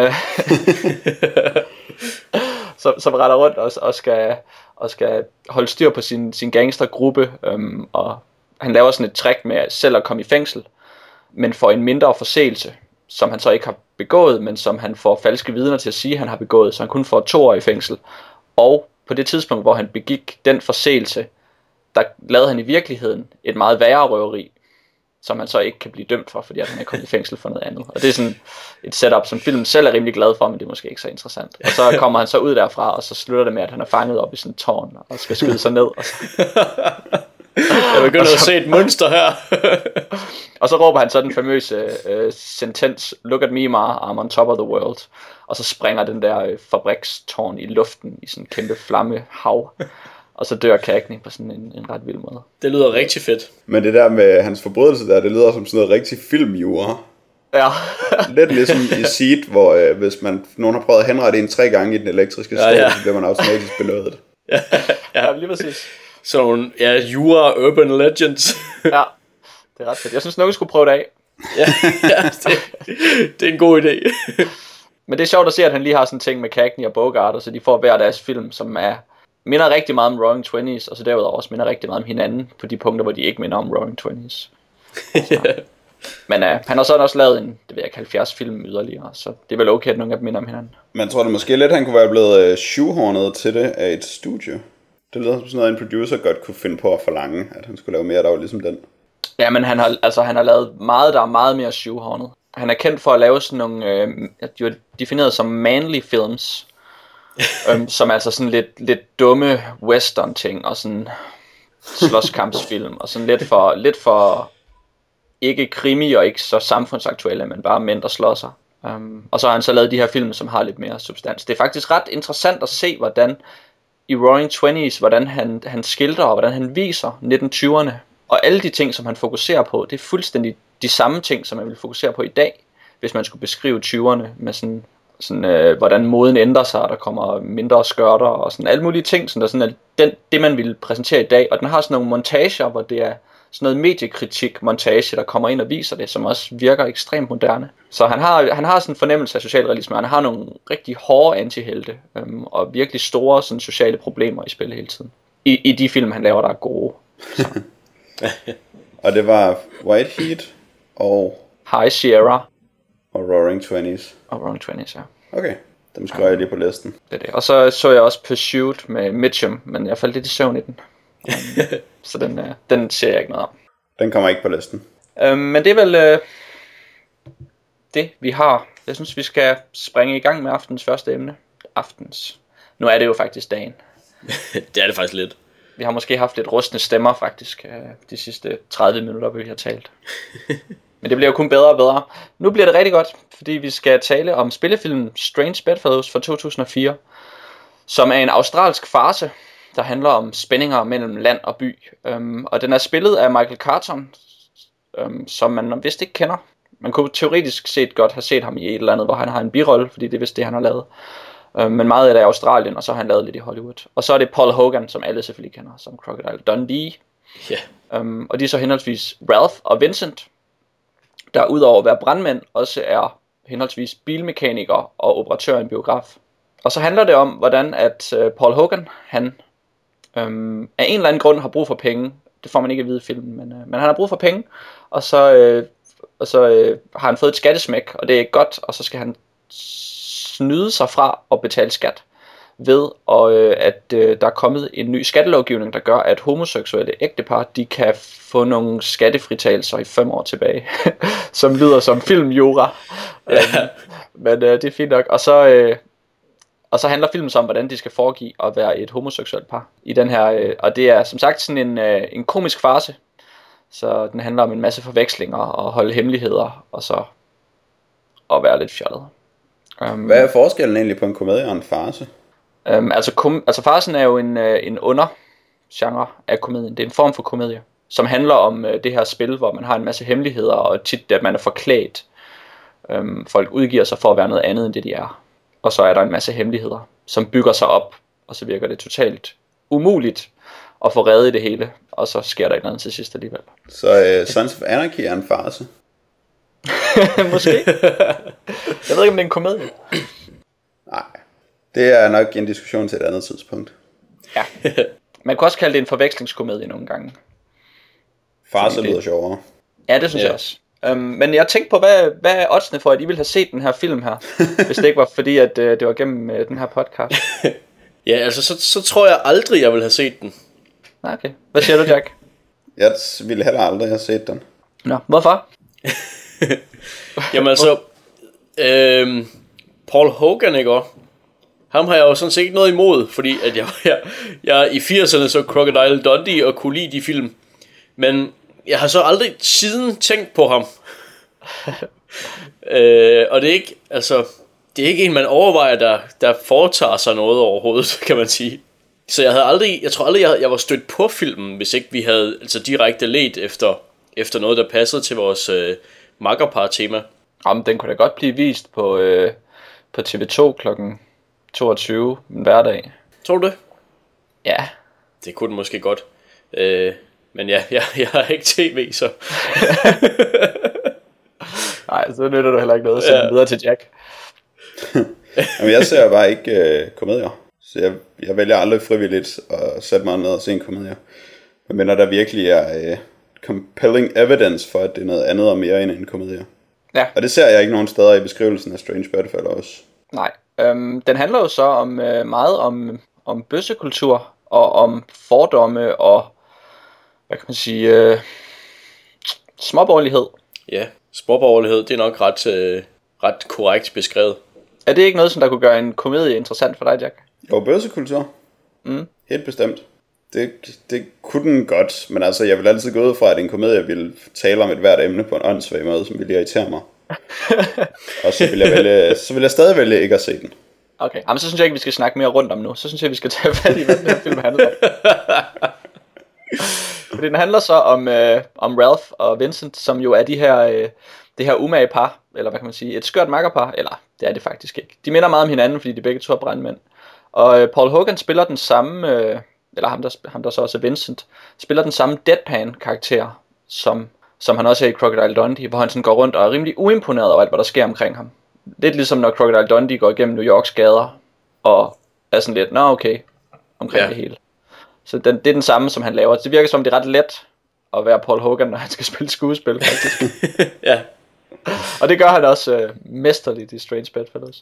som retter rundt og skal holde styr på sin gangstergruppe, og han laver sådan et trick med selv at komme i fængsel, men for en mindre forseelse, som han så ikke har begået, men som han får falske vidner til at sige, at han har begået, så han kun får 2 år i fængsel. Og på det tidspunkt, hvor han begik den forseelse, der lavede han i virkeligheden et meget værre røveri, som han så ikke kan blive dømt for, fordi han er kommet i fængsel for noget andet. Og det er sådan et setup, som filmen selv er rimelig glad for, men det er måske ikke så interessant. Og så kommer han så ud derfra, og så slutter det med, at han er fanget op i sådan et tårn, og skal skyde sig ned. Og så jeg begynder at se et monster her. Og så råber han så den famøse sentens, "Look at me, Ma, I'm on top of the world." Og så springer den der fabrikstårn i luften i sådan en kæmpe flammehav. Og så dør Cagney på sådan en ret vild måde. Det lyder rigtig fedt. Men det der med hans forbrydelse der, det lyder som sådan noget rigtig filmjura. Ja. Lidt ligesom i Seed, hvor hvis nogen har prøvet at henrette en 3 gange i den elektriske stol, så bliver man automatisk benådet. Ja, lige præcis. Sådan nogle jura urban legends. Ja, det er ret fedt. Jeg synes nogen skulle prøve det af. Det er en god idé. Men det er sjovt at se, at han lige har sådan en ting med Cagney og Bogart, og så de får hver deres film, som minder rigtig meget om Roaring Twenties, og så derudover også minder rigtig meget om hinanden på de punkter, hvor de ikke minder om Roaring Twenties. Men han har sådan også lavet en, 70 film yderligere, så det er vel okay, at nogle af dem minder om hinanden. Man tror det måske lidt, at han kunne være blevet shoehornet til det af et studie. Det lyder som sådan noget, en producer godt kunne finde på at forlange, at han skulle lave mere, der var ligesom den. Ja, men han har lavet meget, der er meget mere shoehornet. Han er kendt for at lave sådan nogle, de var defineret som manly films, som altså sådan lidt dumme western ting, og sådan slåskampsfilm, og sådan lidt for ikke krimi og ikke så samfundsaktuelle, men bare mænd, der slår sig. Og så har han så lavet de her film, som har lidt mere substans. Det er faktisk ret interessant at se, hvordan i Roaring Twenties, hvordan han skildrer, og hvordan han viser 1920'erne. Og alle de ting, som han fokuserer på, det er fuldstændig de samme ting, som man vil fokusere på i dag, hvis man skulle beskrive 20'erne med sådan hvordan moden ændrer sig, der kommer mindre skørter og sådan alle mulige ting, sådan der sådan det man ville præsentere i dag. Og den har sådan nogle montager, hvor det er sådan noget mediekritik montage, der kommer ind og viser det, som også virker ekstremt moderne. Så han har sådan en fornemmelse af socialrealisme, han har nogle rigtig hårde antihelte og virkelig store sådan sociale problemer i spil hele tiden. I de film han laver, der er gode. Og det var White Heat og High Sierra og Roaring Twenties. Og Roaring Twenties, ja. Okay, dem skriver jeg lige på listen. Det er det. Og så jeg også Pursuit med Mitchum, men jeg faldt lidt i søvn i den. Så den ser jeg ikke noget om. Den kommer ikke på listen. Men det er vel det vi har. Jeg synes vi skal springe i gang med aftens første emne. Nu er det jo faktisk dagen. Det er det faktisk lidt. Vi har måske haft lidt rustne stemmer faktisk de sidste 30 minutter, hvor vi har talt. Men det bliver jo kun bedre og bedre. Nu bliver det rigtig godt, fordi vi skal tale om spillefilmen Strange Bedfellows fra 2004, som er en australsk farce, der handler om spændinger mellem land og by. Og den er spillet af Michael Carton, som man vist ikke kender. Man kunne teoretisk set godt have set ham i et eller andet, hvor han har en birolle, fordi det er vist det, han har lavet. Men meget af det er Australien, og så har han lavet lidt i Hollywood. Og så er det Paul Hogan, som alle selvfølgelig kender, som Crocodile Dundee. Og de er så henholdsvis Ralph og Vincent, der udover at være brandmænd, også er henholdsvis bilmekaniker og operatør i en biograf. Og så handler det om, hvordan at Paul Hogan, han af en eller anden grund har brug for penge. Det får man ikke at vide i filmen, men han har brug for penge, og så har han fået et skattesmæk, og det er ikke godt, og så skal han snyde sig fra at betale skat ved, at der er kommet en ny skattelovgivning, der gør, at homoseksuelle ægtepar, de kan få nogle skattefritagelser i 5 år tilbage, som lyder som filmjura. Men det er fint nok. Og så handler filmen om, hvordan de skal foregive at være et homoseksuelt par i den her, og det er som sagt sådan en komisk farce. Så den handler om en masse forvekslinger og holde hemmeligheder, og så at være lidt fjollet. Hvad er forskellen egentlig på en komedie og en farce? Altså farcen er jo en undergenre af komedien. Det er en form for komedie, som handler om det her spil, hvor man har en masse hemmeligheder, og tit at man er forklædt. Folk udgiver sig for at være noget andet end det de er. Og så er der en masse hemmeligheder, som bygger sig op, og så virker det totalt umuligt at få reddet i det hele, og så sker der et eller andet til sidst alligevel. Så Sons of Anarchy er en farce? Måske. Jeg ved ikke, om det er en komedie. Nej, det er nok en diskussion til et andet tidspunkt. Ja, man kan også kalde det en forvekslingskomedie nogle gange. Farce lyder sjovere. Ja, det synes jeg også. Men jeg tænkte på, hvad er oddsene for, at I ville have set den her film her, hvis det ikke var fordi, at det var gennem den her podcast? Ja, altså så tror jeg aldrig, jeg vil have set den. Nej, okay. Hvad siger du, Jack? Jeg ville heller aldrig have set den. Nå, hvorfor? Jamen altså, Paul Hogan, ikke også? Ham har jeg jo sådan set ikke noget imod, fordi at jeg i 80'erne så Crocodile Dundee og kunne lide de film. Men jeg har så aldrig siden tænkt på ham. Og det er ikke, altså, det er ikke en, man overvejer, der foretager sig noget overhovedet, kan man sige. Så jeg tror aldrig, jeg var stødt på filmen, hvis ikke vi havde altså direkte ledt efter noget, der passede til vores makkerpar-tema. Jamen, den kunne da godt blive vist på TV2 kl. 22 en hverdag. Tror du det? Ja. Det kunne den måske godt. Men ja, jeg har ikke tv, så... Nej, så nytter du heller ikke noget at sende videre til Jack. Jamen, jeg ser bare ikke komedier. Så jeg vælger aldrig frivilligt at sætte mig ned og se en komedie. Men der virkelig er compelling evidence for, at det er noget andet og mere end en komedie. Ja. Og det ser jeg ikke nogen steder i beskrivelsen af Strange Bedfellows. Nej. Den handler jo så meget om bøssekultur og om fordomme og, hvad kan man sige, småborgerlighed. Ja, småborgerlighed, det er nok ret korrekt beskrevet. Er det ikke noget, som der kunne gøre en komedie interessant for dig, Jack? Jo, bøssekultur. Helt bestemt. Det kunne den godt, men altså jeg vil altid gå ud fra, at en komedie ville tale om et hvert emne på en åndssvag måde, som ville irritere mig. Og så vil jeg stadig vælge ikke at se den. Okay, jamen, så synes jeg ikke, vi skal snakke mere rundt om nu. Så synes jeg, vi skal tage fat i, hvad den her film handler om. Fordi den handler så om Ralph og Vincent, som jo er det her umage par, eller hvad kan man sige, et skørt makkerpar, eller det er det faktisk ikke. De minder meget om hinanden, fordi de begge to er brandmænd. Og Paul Hogan spiller den samme, eller ham der så også er Vincent, spiller den samme deadpan karakter, som han også er i Crocodile Dundee, hvor han sådan går rundt og er rimelig uimponeret over alt, hvad der sker omkring ham. Lidt ligesom når Crocodile Dundee går igennem New Yorks gader, og er sådan lidt, okay, omkring det hele. Så det er den samme, som han laver. Det virker som, det er ret let at være Paul Hogan, når han skal spille skuespil, faktisk. Ja. Og det gør han også mesterligt i Strange Bedfellows.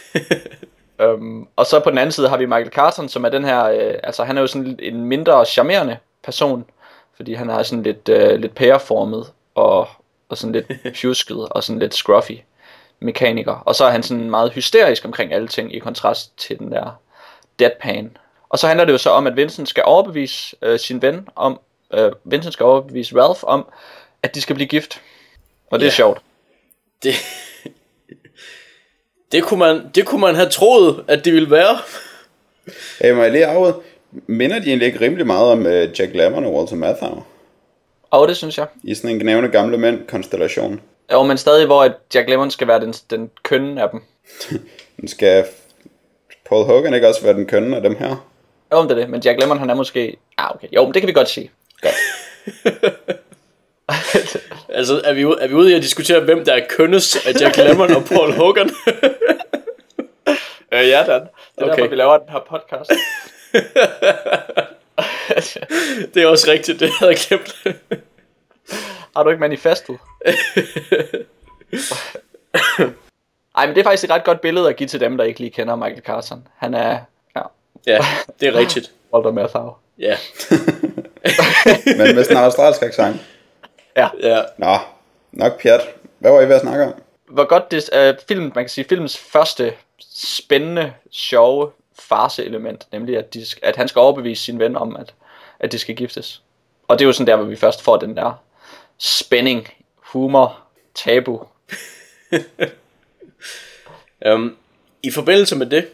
Og så på den anden side har vi Michael Carton, som er den her, altså han er jo sådan en mindre charmerende person, fordi han er sådan lidt pæreformet, og sådan lidt pjusket, og sådan lidt scruffy mekaniker. Og så er han sådan meget hysterisk omkring alle ting, i kontrast til den der deadpan. Og så handler det jo så om, at Vincent skal overbevise sin ven om, Vincent skal overbevise Ralph om, at de skal blive gift. Og det er sjovt. Det kunne man have troet, at det ville være. Hey, må jeg lige afrede? Minder de egentlig ikke rimelig meget om Jack Lemmon og Walter Matthau? Det synes jeg. I sådan en gnævende gamle mænd-konstellation. Jo, men stadig hvor at Jack Lemmon skal være den kønne af dem. Den skal Paul Hogan ikke også være den kønne af dem her? Jo, det er det, men Jack Lemmon, han er måske... okay. Jo, men det kan vi godt sige. Godt. Altså, er vi ude i at diskutere, hvem der er kønnest af Jack Lemmon og Paul Hogan? Ja, Dan. Det er okay. Derfor, vi laver den her podcast. Det er også rigtigt, det havde jeg glemt. Har du ikke manifestet? Ej, men det er faktisk et ret godt billede at give til dem, der ikke lige kender Michael Carson. Han er... Ja, det er rigtigt. Walter Matthau. Ja. Men med sådan en australsk accent. Ja. Nå, nok pjat. Hvad var I ved at snakke om? Hvor godt det er man kan sige, filmens første spændende, sjove farse-element, nemlig at han skal overbevise sin ven om, at de skal giftes. Og det er jo sådan der, hvor vi først får den der spænding, humor, tabu. I forbindelse med det,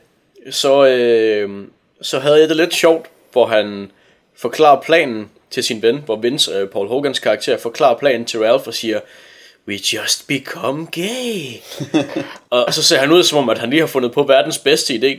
så havde jeg det lidt sjovt, hvor han forklarer planen til sin ven, hvor Vince, Paul Hogans karakter, forklarer planen til Ralph og siger, "We just become gay." Og så ser han ud som om, at han lige har fundet på verdens bedste idé.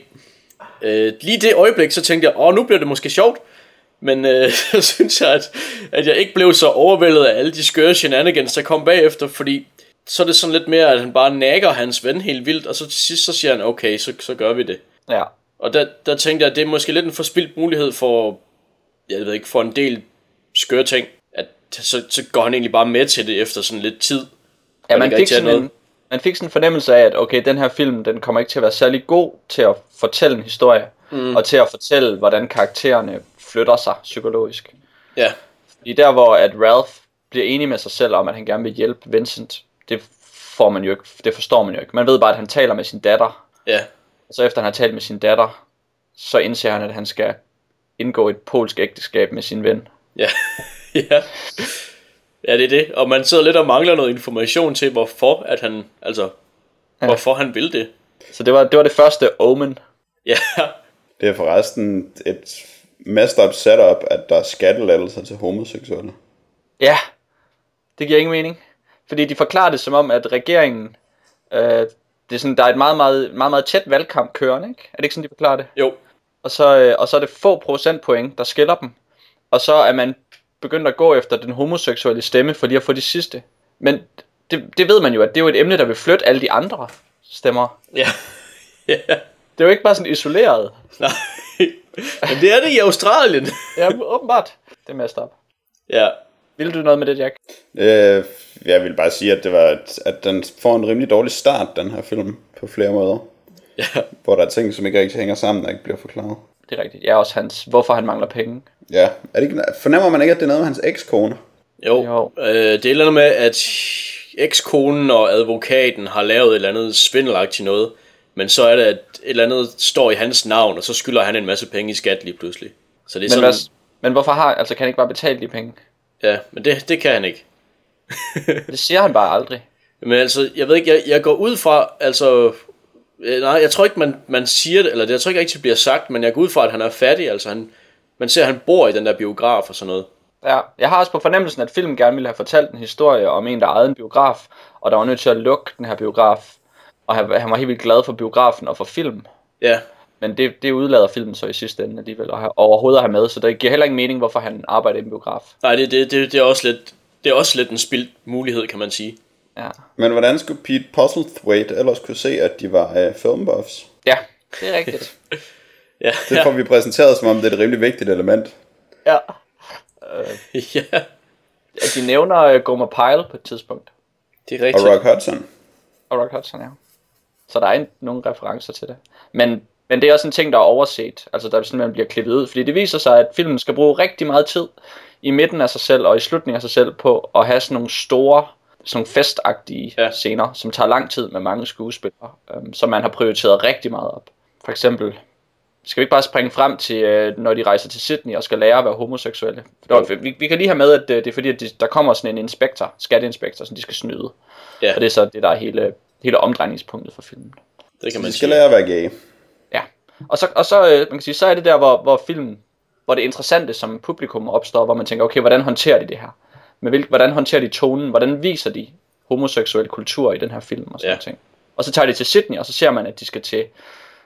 Lige det øjeblik, så tænkte jeg, nu bliver det måske sjovt. Men så synes jeg, at jeg ikke blev så overvældet af alle de skøre shenanigans, der kom bagefter, fordi så er det sådan lidt mere, at han bare nakker hans ven helt vildt, og så til sidst så siger han, okay, så gør vi det. Ja. Og der tænkte jeg, at det er måske lidt en forspildt mulighed for, jeg ved ikke, for en del skøre ting, at så går han egentlig bare med til det efter sådan lidt tid. Ja, man fik sådan en fornemmelse af, at okay, den her film, den kommer ikke til at være særlig god til at fortælle en historie, og til at fortælle, hvordan karaktererne flytter sig psykologisk. Ja. I der, hvor at Ralph bliver enig med sig selv om, at han gerne vil hjælpe Vincent, det forstår man jo ikke. Man ved bare, at han taler med sin datter. Ja. Og så efter han har talt med sin datter, så indser han, at han skal indgå et polsk ægteskab med sin ven. Ja. Ja. Ja, det er det. Og man sidder lidt og mangler noget information til, hvorfor at han, hvorfor han vil det. Så det var det første Omen. Ja. Det er forresten et messed up setup, at der er skattelettelser til homoseksuelle. Ja, det giver ingen mening. Fordi de forklarer det som om, at regeringen, det er sådan, der er et meget tæt valgkamp kørende, ikke? Er det ikke sådan, de forklarer det? Jo. Og så er det få procentpoint, der skiller dem. Og så er man begyndt at gå efter den homoseksuelle stemme, for lige at få de sidste. Men det ved man jo, at det er jo et emne, der vil flytte alle de andre stemmer. Ja. Ja. Det er jo ikke bare sådan isoleret. Nej. Men det er det i Australien. Ja, åbenbart. Det er messed up. Ja. Vil du noget med det, Jack? Jeg vil bare sige, at den får en rimelig dårlig start, den her film, på flere måder. Ja. Hvor der er ting, som ikke rigtig hænger sammen, der ikke bliver forklaret. Det er rigtigt. Ja, også hvorfor han mangler penge. Ja, fornemmer man ikke, at det er noget med hans ekskone? Jo. Det er et eller andet med, at ekskonen og advokaten har lavet et eller andet svindelagtigt noget. Men så er det, at et eller andet står i hans navn, og så skylder han en masse penge i skat lige pludselig. Så det er men hvorfor kan han ikke bare betale de penge? Ja, men det kan han ikke. Det siger han bare aldrig. Men altså, jeg ved ikke, jeg går ud fra, nej, jeg tror ikke, man siger det, eller jeg tror ikke rigtig, det bliver sagt, men jeg går ud fra, at han er fattig, man ser, at han bor i den der biograf og sådan noget. Ja, jeg har også på fornemmelsen, at filmen gerne ville have fortalt en historie om en, der ejede en biograf, og der var nødt til at lukke den her biograf, og han var helt vildt glad for biografen og for film. Ja. Men det udlader filmen så i sidste ende alligevel, og overhovedet at have med, så det giver heller ingen mening, hvorfor han arbejder i en biograf. Nej, det er også lidt en spildt mulighed, kan man sige. Ja. Men hvordan skulle Pete Postlethwaite ellers kunne se, at de var filmbuffs? Ja, det er rigtigt. Ja. Det får vi præsenteret, som om det er et rimelig vigtigt element. Ja. Ja. De nævner Gomer Pyle på et tidspunkt. Det er rigtigt. Og Rock Hudson. Ja. Så der er nogle referencer til det. Men det er også en ting, der er overset. Altså der simpelthen bliver klippet ud. Fordi det viser sig, at filmen skal bruge rigtig meget tid i midten af sig selv og i slutningen af sig selv på at have sådan nogle store, sådan nogle festagtige scener, som tager lang tid med mange skuespillere, som man har prioriteret rigtig meget op. For eksempel, skal vi ikke bare springe frem til, når de rejser til Sydney og skal lære at være homoseksuelle? Vi kan lige have med, at det er fordi, at der kommer sådan en skatteinspektor, som de skal snyde. Ja. Og det er så det, der er hele omdrejningspunktet for filmen. Det kan man de skal lære at være gay. Ja, og så man kan sige, så er det der, hvor filmen, hvor det interessante som publikum opstår, hvor man tænker, okay, hvordan håndterer de det her? Hvordan håndterer de tonen? Hvordan viser de homoseksuel kultur i den her film og sådan ting? Og så tager de til Sydney, og så ser man, at de skal til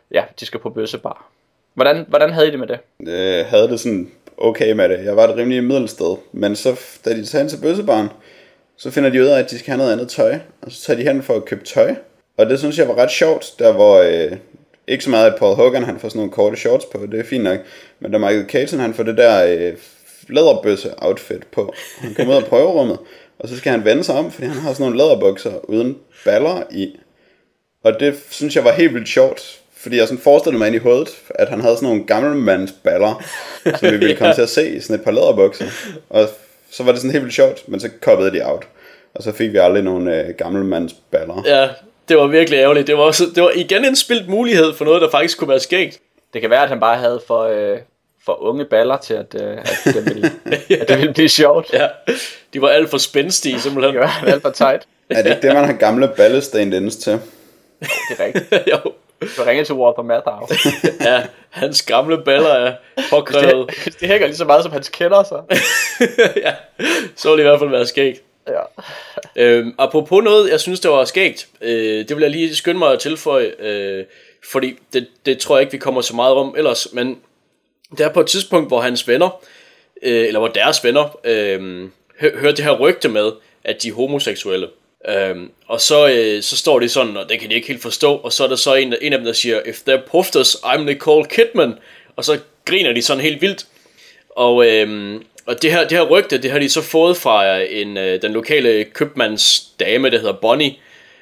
ja, de skal på bøssebar. Hvordan havde I det med det? Jeg havde det sådan okay med det. Jeg var et rimelig middelsted. Men så, da de tager hen til bøssebaren, så finder de ud af, at de skal have noget andet tøj. Og så tager de hen for at købe tøj. Og det synes jeg var ret sjovt, der hvor... ikke så meget, at Paul Hogan han får sådan nogle korte shorts på, det er fint nok. Men da Michael Keaton han får det der læderbøsse-outfit på. Han kommer ud af prøverummet, og så skal han vende sig om, fordi han har sådan nogle læderbukser uden baller i. Og det synes jeg var helt vildt sjovt, fordi jeg sådan forestillede mig ind i hovedet, at han havde sådan nogle gammelmandsballer, som vi ville komme til at se i sådan et par læderbukser. Og så var det sådan helt vildt sjovt, men så koppede de out. Og så fik vi aldrig nogle gammelmandsballer. Ja, det var virkelig ærgerligt. Det var igen en spildt mulighed for noget, der faktisk kunne være skægt. Det kan være, at han bare havde for unge baller til, at det ville blive sjovt. Ja, de var alt for spændstige, simpelthen. Det var alt for tight. Er det ikke det, man har gamle ballestand-ins til? Jo, det er rigtigt. Jo. Du ringer til Walter Matthau. Ja, hans gamle baller er påkrævet. Det hænger lige så meget, som hans kender sig. Ja, så ville det i hvert fald være skægt. Ja. Apropos noget, jeg synes, det var skægt. Det vil jeg lige skynde mig at tilføje. Fordi det tror jeg ikke, vi kommer så meget om ellers. Men det er på et tidspunkt, hvor hans venner, eller hvor deres venner, hørte det her rygte med, at de er homoseksuelle. Og så står det sådan, og det kan de ikke helt forstå. Og så er der så en af dem, der siger, if they're pufters, I'm Nicole Kidman. Og så griner de sådan helt vildt. Og det her rygte, det har de så fået fra den lokale købmands dame, der hedder Bonnie.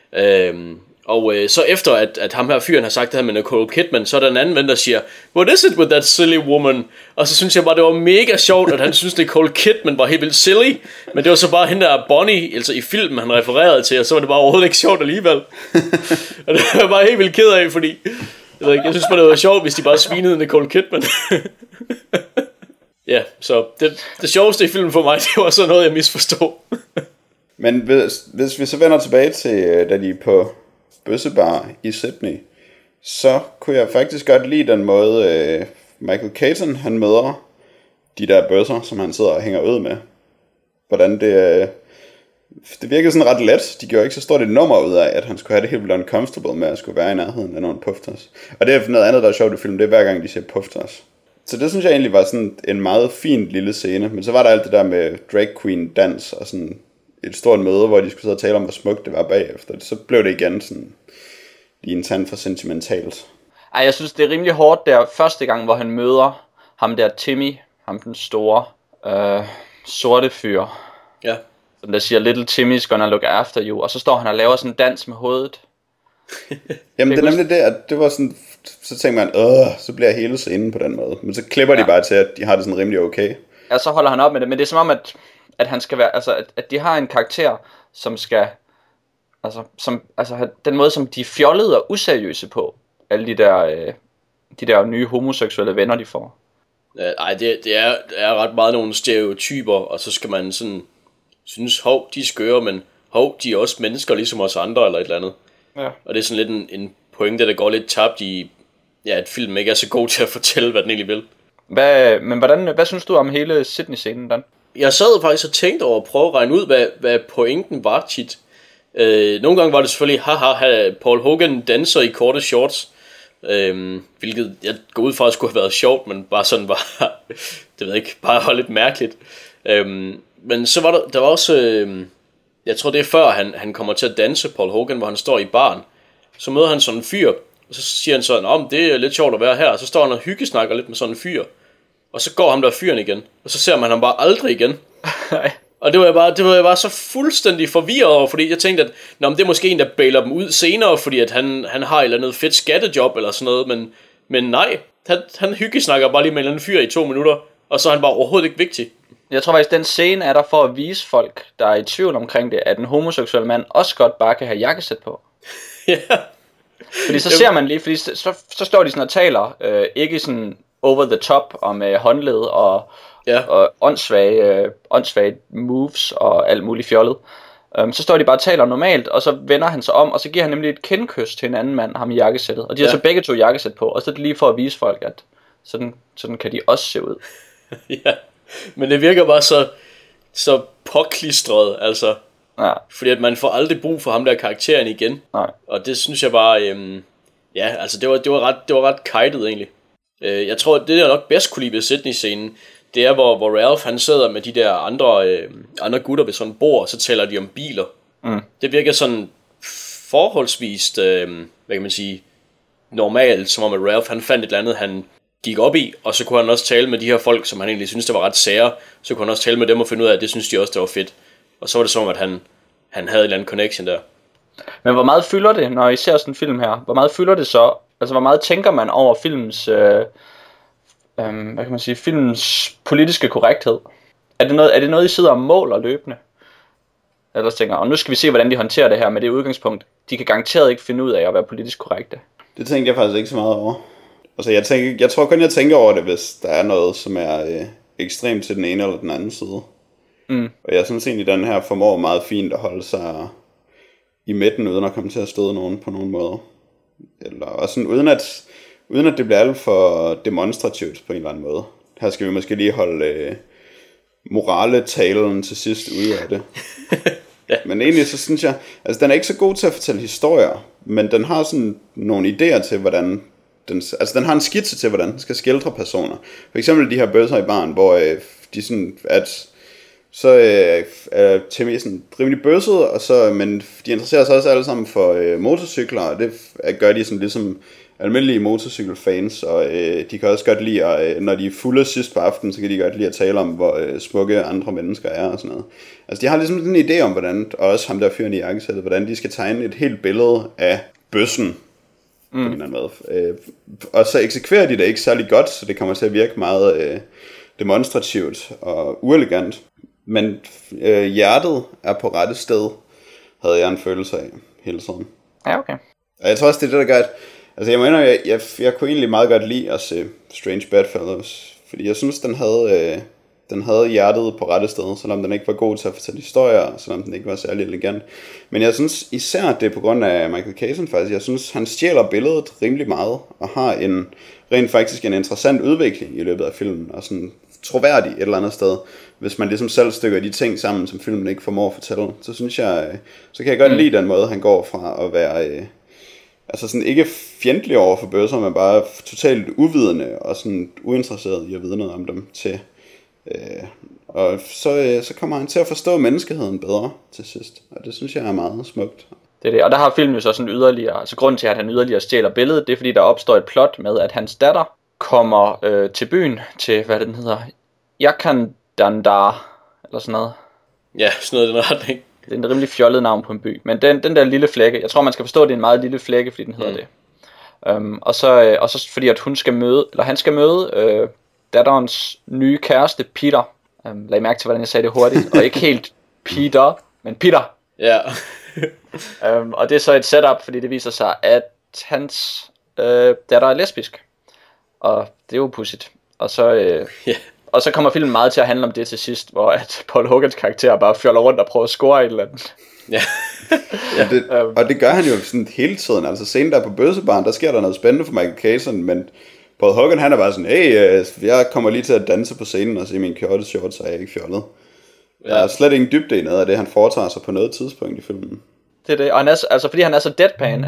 Så efter at ham her fyren har sagt det her med Nicole Kidman, så er der en anden ven, der siger, what is it with that silly woman? Og så synes jeg bare, det var mega sjovt, at han synes Nicole Kidman var helt vildt silly. Men det var så bare hende der Bonnie, altså i filmen han refererede til, og så var det bare overhovedet ikke sjovt alligevel. Og det var jeg bare helt vildt ked af, fordi jeg synes bare, det var sjovt, hvis de bare svinede Nicole Kidman. Ja, så det sjoveste i filmen for mig, det var så noget, jeg misforstod. Men hvis vi så vender tilbage til, da de er på bøssebar i Sydney, så kunne jeg faktisk godt lide den måde, Michael Keaton, han møder de der bøsser, som han sidder og hænger ud med. Hvordan det virkede sådan ret let. De gjorde ikke så stort et nummer ud af, at han skulle have det helt vildt uncomfortable med at skulle være i nærheden af nogle pufters. Og det er noget andet, der er sjovt i filmen, det er hver gang de siger pufters. Så det synes jeg egentlig var sådan en meget fin lille scene. Men så var der alt det der med drag queen dans og sådan et stort møde, hvor de skulle sidde og tale om, hvor smukt det var bagefter. Så blev det igen sådan lige en tand for sentimentalt. Ej, jeg synes det er rimelig hårdt der første gang, hvor han møder ham der Timmy, ham den store sorte fyr. Ja. Som der siger, little Timmy's gonna look after you. Og så står han og laver sådan en dans med hovedet. Jamen det er nemlig det, at det var sådan, så tænker man, så bliver hele scenen på den måde. Men så klipper de bare til, at de har det sådan rimelig okay. Ja, så holder han op med det, men det er som om, at han skal være, altså at de har en karakter, som skal, den måde, som de er fjollede og useriøse på, alle de der nye homoseksuelle venner, de får. Nej, det er ret meget nogle stereotyper, og så skal man sådan synes, hov, de er skøre, men hov, de er også mennesker, ligesom os andre, eller et eller andet. Ja. Og det er sådan lidt en pointe, der går lidt tabt i, at filmen ikke er så god til at fortælle, hvad den egentlig vil. Hvad synes du om hele Sydney-scenen, Dan? Jeg sad faktisk og tænkte over at prøve at regne ud, hvad pointen var tit. Nogle gange var det selvfølgelig, Paul Hogan danser i korte shorts, hvilket jeg går ud fra at skulle have været sjovt, men bare sådan var, det ved jeg ikke, bare lidt mærkeligt. Men så var der var også, jeg tror det er før han kommer til at danse, Paul Hogan, hvor han står i baren. Så møder han sådan en fyr, og så siger han sådan, det er lidt sjovt at være her. Og så står han og hyggesnakker lidt med sådan en fyr. Og så går ham der fyren igen. Og så ser man ham bare aldrig igen. Og det var jeg bare så fuldstændig forvirret over, fordi jeg tænkte, at det er måske en, der bailer dem ud senere, fordi at han har et eller andet fedt skattejob eller sådan noget. Men nej, han hyggesnakker bare lige med en eller anden fyr i 2 minutter, og så er han bare overhovedet ikke vigtig. Jeg tror faktisk, den scene er der for at vise folk, der er i tvivl omkring det, at en homoseksuel mand også godt bare kan have jakkesæt på. Ja. Fordi så ser man lige, fordi så står de sådan og taler, ikke sådan over the top om håndled og åndssvage moves og alt muligt fjollet. Så står de bare og taler normalt, og så vender han sig om, og så giver han nemlig et kindkys til en anden mand, ham i jakkesættet. Og de har så begge to jakkesæt på, og så er det lige for at vise folk, at sådan kan de også se ud. Ja, men det virker bare så påklistret, altså. Ja. Fordi at man får aldrig brug for ham der karakteren igen. Nej. Og det synes jeg bare, Ja, altså det var ret kajtet egentlig. Jeg tror, det jeg nok bedst kunne lide ved Sydney-scenen, det er, hvor Ralph han sidder med de der andre gutter ved sådan et bord, og så taler de om biler. Det virker sådan forholdsvist, hvad kan man sige, normalt, som om at Ralph han fandt et eller andet, han gik op i, og så kunne han også tale med de her folk, som han egentlig synes, der var ret sære, så kunne han også tale med dem og finde ud af, at det synes de også, der var fedt. Og så var det som, at han havde en eller anden connection der. Men hvor meget fylder det, når I ser sådan en film her? Hvor meget fylder det så? Altså, hvor meget tænker man over filmens, hvad kan man sige, filmens politiske korrekthed? Er det noget, I sidder og måler løbende? Eller tænker, og nu skal vi se, hvordan de håndterer det her med det udgangspunkt. De kan garanteret ikke finde ud af at være politisk korrekte. Det tænkte jeg faktisk ikke så meget over. Altså, jeg tror kun, jeg tænker over det, hvis der er noget, som er ekstremt til den ene eller den anden side. Og jeg synes egentlig, den her formår meget fint at holde sig i midten, uden at komme til at støde nogen på nogen måde. Eller også sådan, uden at det bliver alt for demonstrativt på en eller anden måde. Her skal vi måske lige holde morale-talen til sidst ude af det. Ja. Men egentlig så synes jeg, altså den er ikke så god til at fortælle historier, men den har sådan nogle idéer til, hvordan den har en skitse til, hvordan den skal skildre personer. For eksempel de her bøsser i baren, hvor de sådan, at så er Timmy sådan rimelig bøsset, og så, men de interesserer sig også alle sammen for motorcykler, og det gør de sådan ligesom almindelige motorcykelfans, og de kan også godt lide, når de er fulde sidst på aftenen, så kan de godt lide at tale om, hvor smukke andre mennesker er og sådan noget. Altså de har ligesom sådan en idé om, hvordan, og også ham der fyren i jakkesættet, hvordan de skal tegne et helt billede af bøssen på en eller anden måde. Og så eksekverer de det ikke særlig godt, så det kommer til at virke meget demonstrativt og uelegant. Men hjertet er på rette sted, havde jeg en følelse af hele tiden. Ja, okay. Og jeg tror også, det er det, der gør, at altså jeg mener, jeg kunne egentlig meget godt lide at se Strange Bedfellows, fordi jeg synes, den havde hjertet på rette sted, selvom den ikke var god til at fortælle historier, selvom den ikke var særlig elegant. Men jeg synes især, det er på grund af Michael Caton faktisk, jeg synes, han stjæler billedet rimelig meget, og har rent faktisk en interessant udvikling i løbet af filmen, og sådan troværdig et eller andet sted. Hvis man ligesom selv stykker de ting sammen, som filmen ikke formår at fortælle, så synes jeg, så kan jeg godt lide den måde, han går fra at være altså sådan ikke fjendtlig over for bøsser, men bare totalt uvidende og sådan uinteresseret i at vide noget om dem til. Og så kommer han til at forstå menneskeheden bedre til sidst, og det synes jeg er meget smukt. Det er det, og der har filmen jo så sådan yderligere, altså grunden til at han yderligere stjæler billedet, det er fordi der opstår et plot med, at hans datter kommer til byen, til hvad den hedder, Yakandandar, eller sådan noget. Ja, sådan noget i den retning. Det er en rimelig fjollet navn på en by, men den der lille flække, jeg tror man skal forstå, at det er en meget lille flække, fordi den hedder det. Og så fordi at han skal møde datterens nye kæreste, Peter. Lag mærke til, hvordan jeg sagde det hurtigt, og ikke helt Peter, men Peter. Ja. Og det er så et setup, fordi det viser sig, at hans datter er lesbisk. Og det er jo pudsigt. Og så kommer filmen meget til at handle om det til sidst, hvor at Paul Hogans karakter bare fjoller rundt og prøver at score et eller andet. Ja. Og det gør han jo sådan hele tiden. Altså scenen der på bøssebaren, der sker der noget spændende for Michael Caton, men Paul Hogan han er bare sådan, hey, jeg kommer lige til at danse på scenen og se min kjorteshorts, så er jeg ikke fjollet. Ja. Der er slet ingen dybde i noget af det, han foretager sig på noget tidspunkt i filmen. Det er det, og han er, altså fordi han er så deadpan,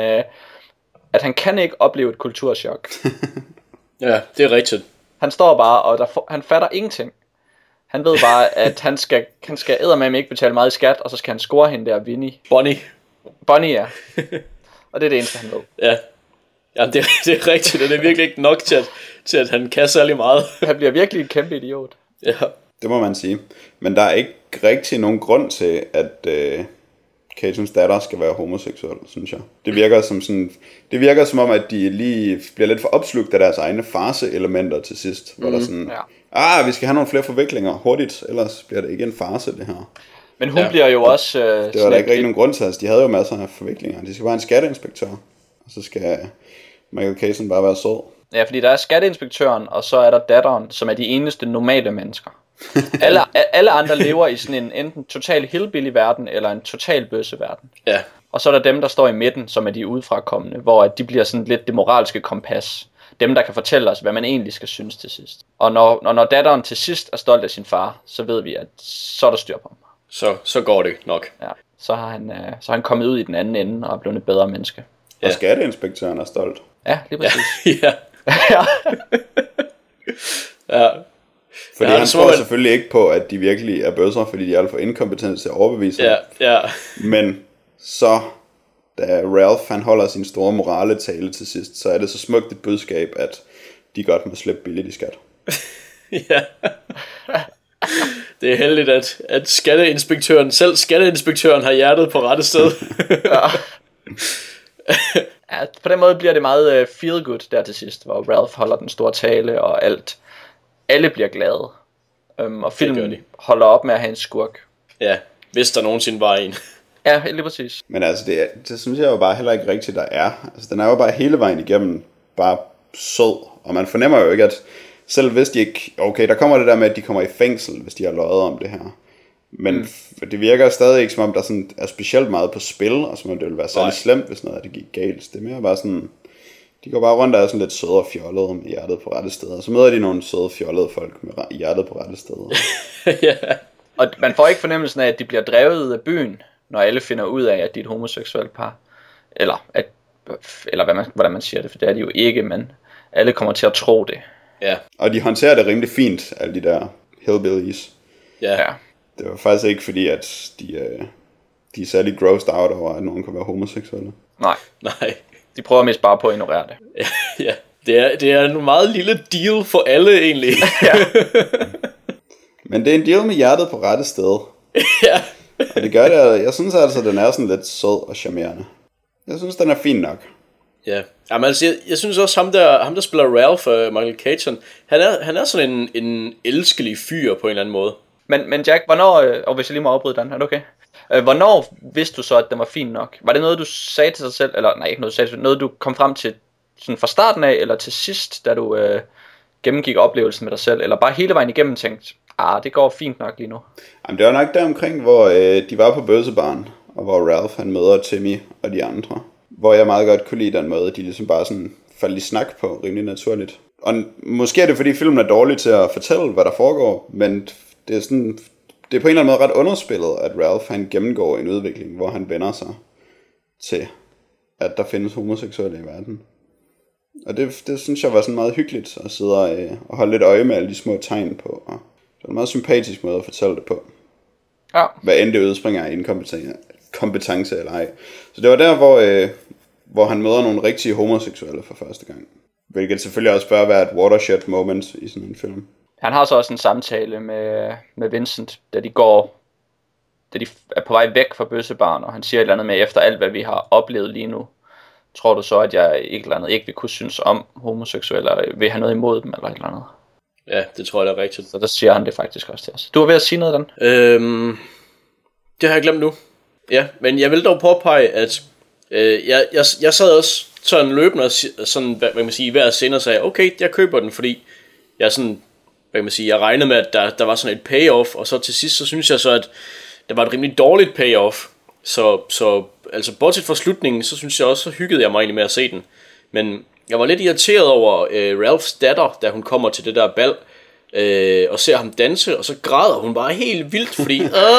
at han kan ikke opleve et kulturschok. Ja, det er rigtigt. Han står bare, og han fatter ingenting. Han ved bare, at han skal eddermame ikke betale meget i skat, og så skal han score hende der, Vinnie. Bonnie, ja. Og det er det eneste, han ved. Ja. Jamen, det er rigtigt, og det er virkelig ikke nok til at han kan særlig meget. Han bliver virkelig en kæmpe idiot. Ja. Det må man sige. Men der er ikke rigtig nogen grund til, at Catons datter skal være homoseksuel, synes jeg. Det virker som om, at de lige bliver lidt for opslugt af deres egne farse-elementer til sidst. Hvor der sådan, vi skal have nogle flere forviklinger hurtigt, ellers bliver det ikke en farse, det her. Men hun bliver jo også... det var der ikke rigtig nogen grund til, altså de havde jo masser af forviklinger. De skal bare en skatteinspektør, og så skal Michael Caton bare være sød. Ja, fordi der er skatteinspektøren, og så er der datteren, som er de eneste normale mennesker. Alle andre lever i sådan en enten total hillbilly verden eller en total bøsse verden. Ja. Og så er der dem, der står i midten, som er de udefrakommende, hvor de bliver sådan lidt det moralske kompas. Dem, der kan fortælle os, hvad man egentlig skal synes til sidst. Og når datteren til sidst er stolt af sin far, så ved vi, at så er der styr på ham. Så går det nok. Ja, så har han kommet ud i den anden ende og er blevet et bedre menneske. Og skatteinspektøren er stolt. Ja, lige præcis. Ja. Ja. Ja. Fordi han tror selvfølgelig ikke på, at de virkelig er bøsser, fordi de er alt for inkompetente til at overbevise ham. Ja. Men så, da Ralph han holder sin store morale tale til sidst, så er det så smukt et budskab, at de godt må slippe billigt i skat. Ja. Det er heldigt, at skatteinspektøren har hjertet på rette sted. Ja. Ja, på den måde bliver det meget feel good der til sidst, hvor Ralph holder den store tale, og alle bliver glade. Og filmen holder op med at have en skurk. Ja, hvis der nogensinde var en. Ja, lige præcis. Men altså, det synes jeg jo bare heller ikke rigtigt, der er. Altså, den er jo bare hele vejen igennem bare sød. Og man fornemmer jo ikke, at selv hvis de ikke... Okay, der kommer det der med, at de kommer i fængsel, hvis de har løjet om det her. Men det virker stadig ikke, som om der sådan er specielt meget på spil, og som om det ville være særlig slemt, hvis noget af det gik galt. Det er mere bare sådan... De går bare rundt og er sådan lidt søde og fjollede med hjertet på rette steder. Så møder de nogle søde fjollede folk med hjertet på rette steder. Ja. Og man får ikke fornemmelsen af, at de bliver drevet ud af byen, når alle finder ud af, at de er et homoseksuelt par. Eller hvordan man siger det, for det er de jo ikke, men alle kommer til at tro det. Ja. Og de håndterer det rimelig fint, alle de der hillbillies. Ja. Det var faktisk ikke fordi, at de er særlig grossed out over, at nogen kan være homoseksuelle. Nej. De prøver mest bare på at ignorere det. Ja. Det er en meget lille deal for alle egentlig. Ja. Men det er en deal med hjertet på rette sted. Ja. Og det gør det, jeg synes altså, at den er sådan lidt sød og charmerende. Jeg synes, den er fin nok. Ja. Jamen, altså, jeg synes også, ham der spiller Ralph, Michael Caton, han er sådan en elskelig fyr på en eller anden måde. Men Jack, hvornår, og hvis jeg lige må afbryde den, er det okay? Hvornår vidste du så, at den var fin nok? Var det noget, du sagde til dig selv, eller nej, ikke noget, du sagde til dig, noget du kom frem til sådan fra starten af, eller til sidst, da du gennemgik oplevelsen med dig selv, eller bare hele vejen igennem tænkte, det går fint nok lige nu? Jamen, det var nok der omkring, hvor de var på bøssebaren, og hvor Ralph han møder Timmy og de andre. Hvor jeg meget godt kunne lide den måde, de ligesom bare sådan faldt i snak på, rimelig naturligt. Og måske er det, fordi filmen er dårlig til at fortælle, hvad der foregår, men det er sådan... Det er på en eller anden måde ret underspillet, at Ralph han gennemgår en udvikling, hvor han vender sig til, at der findes homoseksuelle i verden. Og det synes jeg var sådan meget hyggeligt at sidde og holde lidt øje med alle de små tegn på. Og det var en meget sympatisk måde at fortælle det på. Ja. Hvad end det udspringer af inkompetence eller ej. Så det var der, hvor han møder nogle rigtige homoseksuelle for første gang. Hvilket selvfølgelig også bør være et watershed moment i sådan en film. Han har så også en samtale med Vincent, da de er på vej væk fra bøssebaren, og han siger et eller andet med, efter alt hvad vi har oplevet lige nu, tror du så, at jeg ikke vil kunne synes om homoseksuelle, eller vil have noget imod dem, eller et eller andet? Ja, det tror jeg, det er rigtigt. Så der siger han det faktisk også til os. Du var ved at sige noget, Dan? Det har jeg glemt nu. Ja, men jeg vil dog påpege, at jeg sad også sådan løbende og sådan, hvad man sige, hver scene og sagde, okay, jeg køber den, fordi jeg sådan, hvad man sige, jeg regnede med, at der var sådan et payoff, og så til sidst, så synes jeg så, at der var et rimelig dårligt payoff. Så altså bortset fra slutningen, så synes jeg også, så hyggede jeg mig egentlig med at se den. Men jeg var lidt irriteret over Ralphs datter, da hun kommer til det der bal, og ser ham danse, og så græder hun bare helt vildt, fordi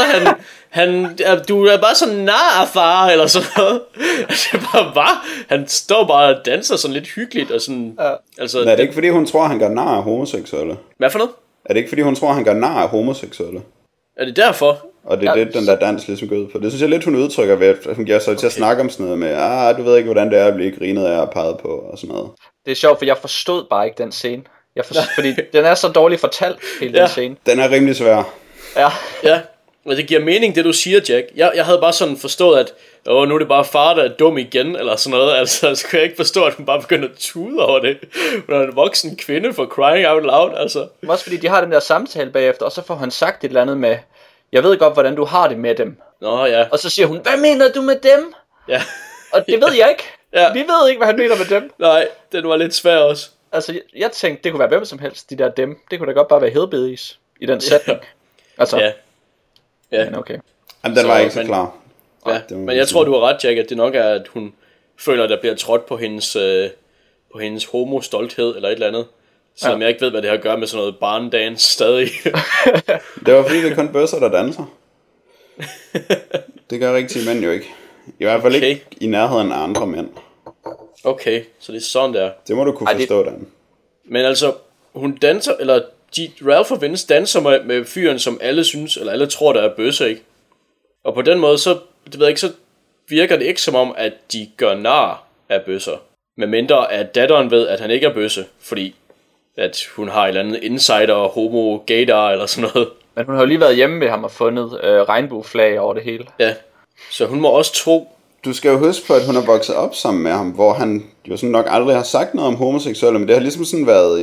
du er bare sådan nar, far, eller sådan noget. Det bare var. Han står bare og danser sådan lidt hyggeligt, og sådan... Altså, er det ikke fordi, hun tror, han gør nar af homoseksuelle? Hvad for noget? Er det ikke fordi, hun tror, han gør nar af homoseksuelle? Er det derfor? Og det er det, den der dans ligesom går ud på. Det synes jeg lidt, hun udtrykker ved, at hun giver sig til at snakke om sådan noget med, du ved ikke, hvordan det er at blive grinet af og peget på, og sådan noget. Det er sjovt, for jeg forstod bare ikke den scene. Fordi den er så dårligt fortalt, hele den scene. Den er rimelig svær. Ja, men det giver mening, det du siger, Jack. Jeg havde bare sådan forstået, at nu er det bare far, der er dum igen, eller sådan noget. Altså, så kan jeg ikke forstå, at hun bare begynder at tude over det. Hun er en voksen kvinde for crying out loud, altså. Også fordi de har den der samtale bagefter, og så får han sagt et eller andet med, jeg ved godt, hvordan du har det med dem. Nå, ja. Og så siger hun, hvad mener du med dem? Ja. Og det ved jeg ikke. Ja. Vi ved ikke, hvad han mener med dem. Nej, den var lidt svær også. Altså, jeg tænkte, det kunne være hvem som helst, de der dem. Det kunne da godt bare være hillbillies i den sætning. Altså. Ja. Men okay. Jamen, den var ikke så klar. Ja, men jeg tror, du har ret, Jack, at det nok er, at hun føler, at der bliver trådt på hendes homo-stolthed, eller et eller andet. Selvom jeg ikke ved, hvad det har at gøre med sådan noget barndans stadig. Det var fordi, det er kun bøsser, der danser. Det gør rigtige mænd jo ikke. I hvert fald ikke i nærheden af andre mænd. Okay, så det er sådan der. Det må du kunne forstå, Dan. Men altså, hun danser, eller Ralph og Vince danser med fyren, som alle synes, eller alle tror, der er bøsse, ikke? Og på den måde, så, det ved jeg ikke, så virker det ikke som om, at de gør nar af bøsser. Medmindre at datteren ved, at han ikke er bøsse, fordi at hun har et eller andet insider og homo-gaydar eller sådan noget. Men hun har jo lige været hjemme ved ham og fundet regnbueflag over det hele. Ja, så hun må også tro. Du skal jo huske på, at hun er vokset op sammen med ham, hvor han jo sådan nok aldrig har sagt noget om homoseksuelle, men det har ligesom sådan været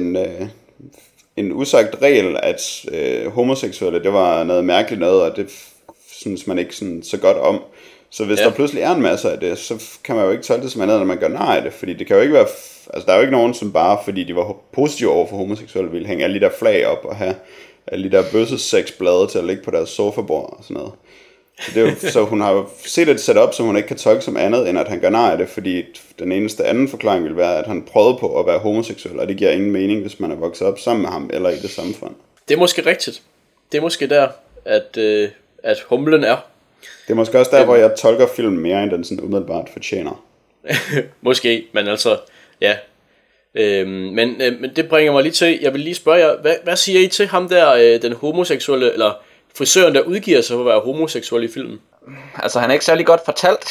en usagt regel, at homoseksuelle, det var noget mærkeligt noget, og det synes man ikke sådan så godt om. Så hvis der pludselig er en masse af det, så kan man jo ikke tolke det som andet, når man gør nej af det, fordi det kan jo ikke være, altså der er jo ikke nogen, som bare fordi de var positive over for homoseksuelle, ville hænge alle de der flag op og have alle de der bøssesexblade til at ligge på deres sofabord og sådan noget. Så, det er jo, så hun har jo set et setup, som hun ikke kan tolke som andet, end at han gør nej af det, fordi den eneste anden forklaring vil være, at han prøvede på at være homoseksuel, og det giver ingen mening, hvis man er vokset op sammen med ham, eller i det samfund. Det er måske rigtigt. Det er måske der, at humlen er. Det er måske også der, hvor jeg tolker filmen mere, end den sådan umiddelbart fortjener. Måske, men altså, ja. Men det bringer mig lige til, jeg vil lige spørge jer, hvad siger I til ham der, den homoseksuelle, eller frisøren, der udgiver sig for at være homoseksuel i filmen? Altså, han er ikke særlig godt fortalt.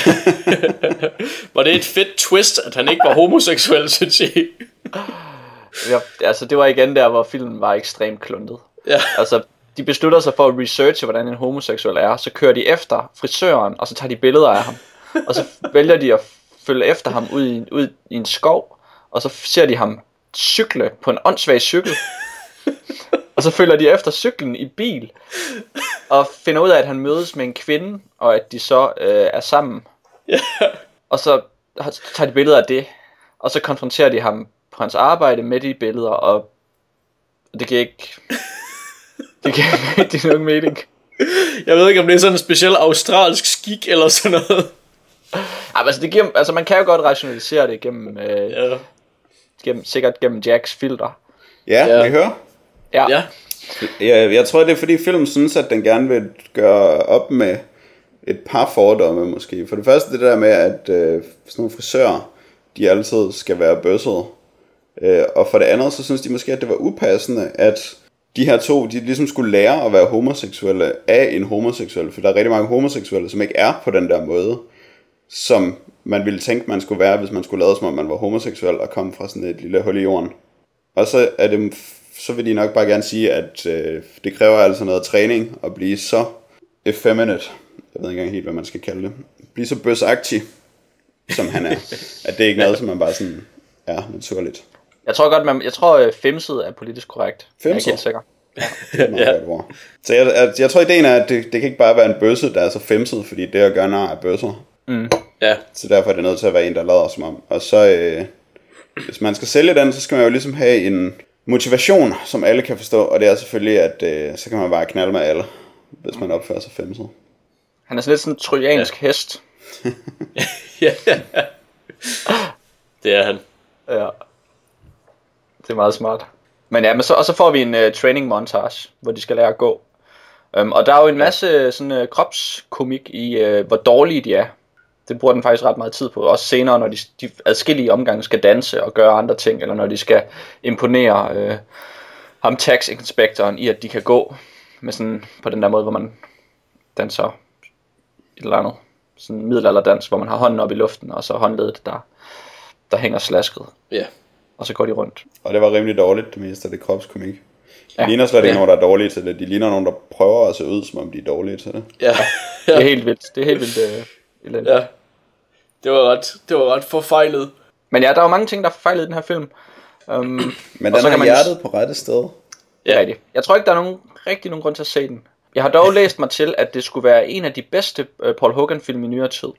Var det et fedt twist, at han ikke var homoseksuel, synes I? Ja, altså, det var igen der, hvor filmen var ekstremt kluntet. Ja. Altså, de beslutter sig for at researche, hvordan en homoseksuel er. Så kører de efter frisøren, og så tager de billeder af ham. Og så vælger de at følge efter ham ud i en skov. Og så ser de ham cykle på en åndssvag cykel. Og så følger de efter cyklen i bil. Og finder ud af, at han mødes med en kvinde, og at de så er sammen. Yeah. Og så tager de billeder af det. Og så konfronterer de ham på hans arbejde med de billeder. Og det giver ikke... Det giver ikke rigtig nogen mening. Jeg ved ikke, om det er sådan en speciel australsk skik eller sådan noget. Altså, man kan jo godt rationalisere det sikkert gennem Jacks filter. Ja, vi hører. Ja. Jeg tror, det er fordi filmen synes, at den gerne vil gøre op med et par fordomme måske. For det første det der med, at sådan nogle frisører, de altid skal være bøssede. Og for det andet, så synes de måske, at det var upassende, at de her to, de ligesom skulle lære at være homoseksuelle af en homoseksuel. For der er rigtig mange homoseksuelle, som ikke er på den der måde, som man ville tænke, man skulle være, hvis man skulle lade som om man var homoseksuel og kom fra sådan et lille hul i jorden. Og så vil de nok bare gerne sige, at det kræver altså noget træning at blive så effeminate. Jeg ved ikke engang helt, hvad man skal kalde det. Blive så bøsagtig, som han er. At det er ikke noget, som man bare sådan er naturligt. Jeg tror godt, jeg tror femset er politisk korrekt. Femset? Jeg er ikke helt sikker. Ja. Det er meget godt ord. Så jeg tror, ideen er, at det kan ikke bare være en bøsse, der er så femset, fordi det at gøre nar er bøsser. Mm. Ja. Så derfor er det nødt til at være en, der lader som om. Og så, hvis man skal sælge den, så skal man jo ligesom have en motivation, som alle kan forstå. Og det er selvfølgelig, at så kan man bare knalde med alle, hvis man opfører sig femset. Han er sådan lidt sådan en trojansk hest. Ja. Det er han. Ja. Det er meget smart. Men ja, så får vi en training montage, hvor de skal lære at gå. Og der er jo en masse sådan kropskomik i, hvor dårlige de er. Det bruger den faktisk ret meget tid på. Også senere, når de adskillige omgange skal danse og gøre andre ting, eller når de skal imponere ham tax-inspektoren i, at de kan gå med sådan, på den der måde, hvor man danser et eller andet. Sådan en middelalderdans, hvor man har hånden op i luften, og så håndledet, der hænger slasket. Ja. Yeah. Og så går de rundt. Og det var rimelig dårligt, det meste af det kropskomik. De ligner slet ikke nogen, der er dårlige til det. De ligner nogen, der prøver at se ud, som om de er dårlige til det. Ja. Det er helt vildt. Det er helt vildt elendigt. Ja. Det var ret forfejlet. Men ja, der er jo mange ting, der er forfejlet i den her film. Men den har hjertet på rette sted. Ja, rigtigt. Jeg tror ikke, der er nogen grund til at se den. Jeg har dog læst mig til, at det skulle være en af de bedste Paul Hogan-film i nyere tid.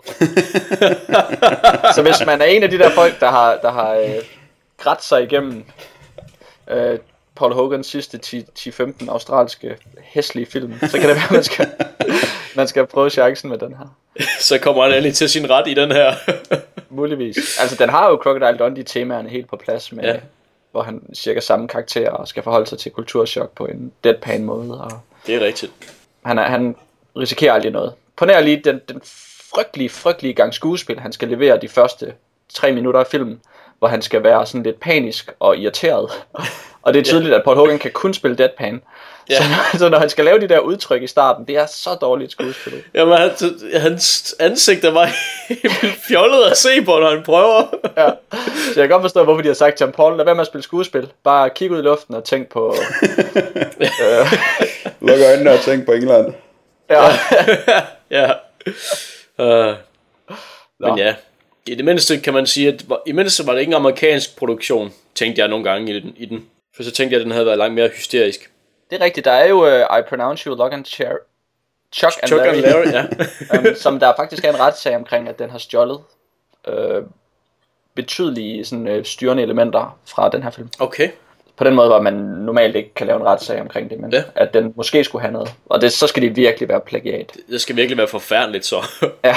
Så hvis man er en af de der folk, der har grædt sig igennem Paul Hogans sidste 10-15 australske hæslige film, så kan det være, man skal prøve chancen med den her. Så kommer han endelig til sin ret i den her. Muligvis. Altså den har jo Crocodile Dundee temaerne helt på plads med, hvor han cirka samme karakter og skal forholde sig til kulturschok på en deadpan måde. Og det er rigtigt. Han risikerer aldrig noget. På nær lige den frygtelige gang skuespil, han skal levere de første 3 minutter af filmen, hvor han skal være sådan lidt panisk og irriteret. Og det er tydeligt, at Paul Hogan kan kun spille deadpan. Ja. Så når han skal lave de der udtryk i starten, det er så dårligt skuespillet. Jamen, hans ansigt er bare helt fjollet at se på, når han prøver. Ja. Så jeg kan godt forstå, hvorfor de har sagt til ham, Paul, lad være med at spille skuespil. Bare kig ud i luften og tænk på... Luk øjnene og tænk på England. Ja. Ja. Men ja, i det mindste kan man sige, at i mindste var det ikke en amerikansk produktion, tænkte jeg nogle gange i den. For så tænkte jeg, at den havde været langt mere hysterisk. Det er rigtigt, der er jo I Pronounce You Chuck and Larry ja. som der faktisk er en retssag omkring, at den har stjålet betydelige sådan, styrende elementer fra den her film. Okay. På den måde, hvor man normalt ikke kan lave en retssag omkring det, men at den måske skulle have noget. Og det, så skal det virkelig være plagiat. Det skal virkelig være forfærdeligt så. Ja.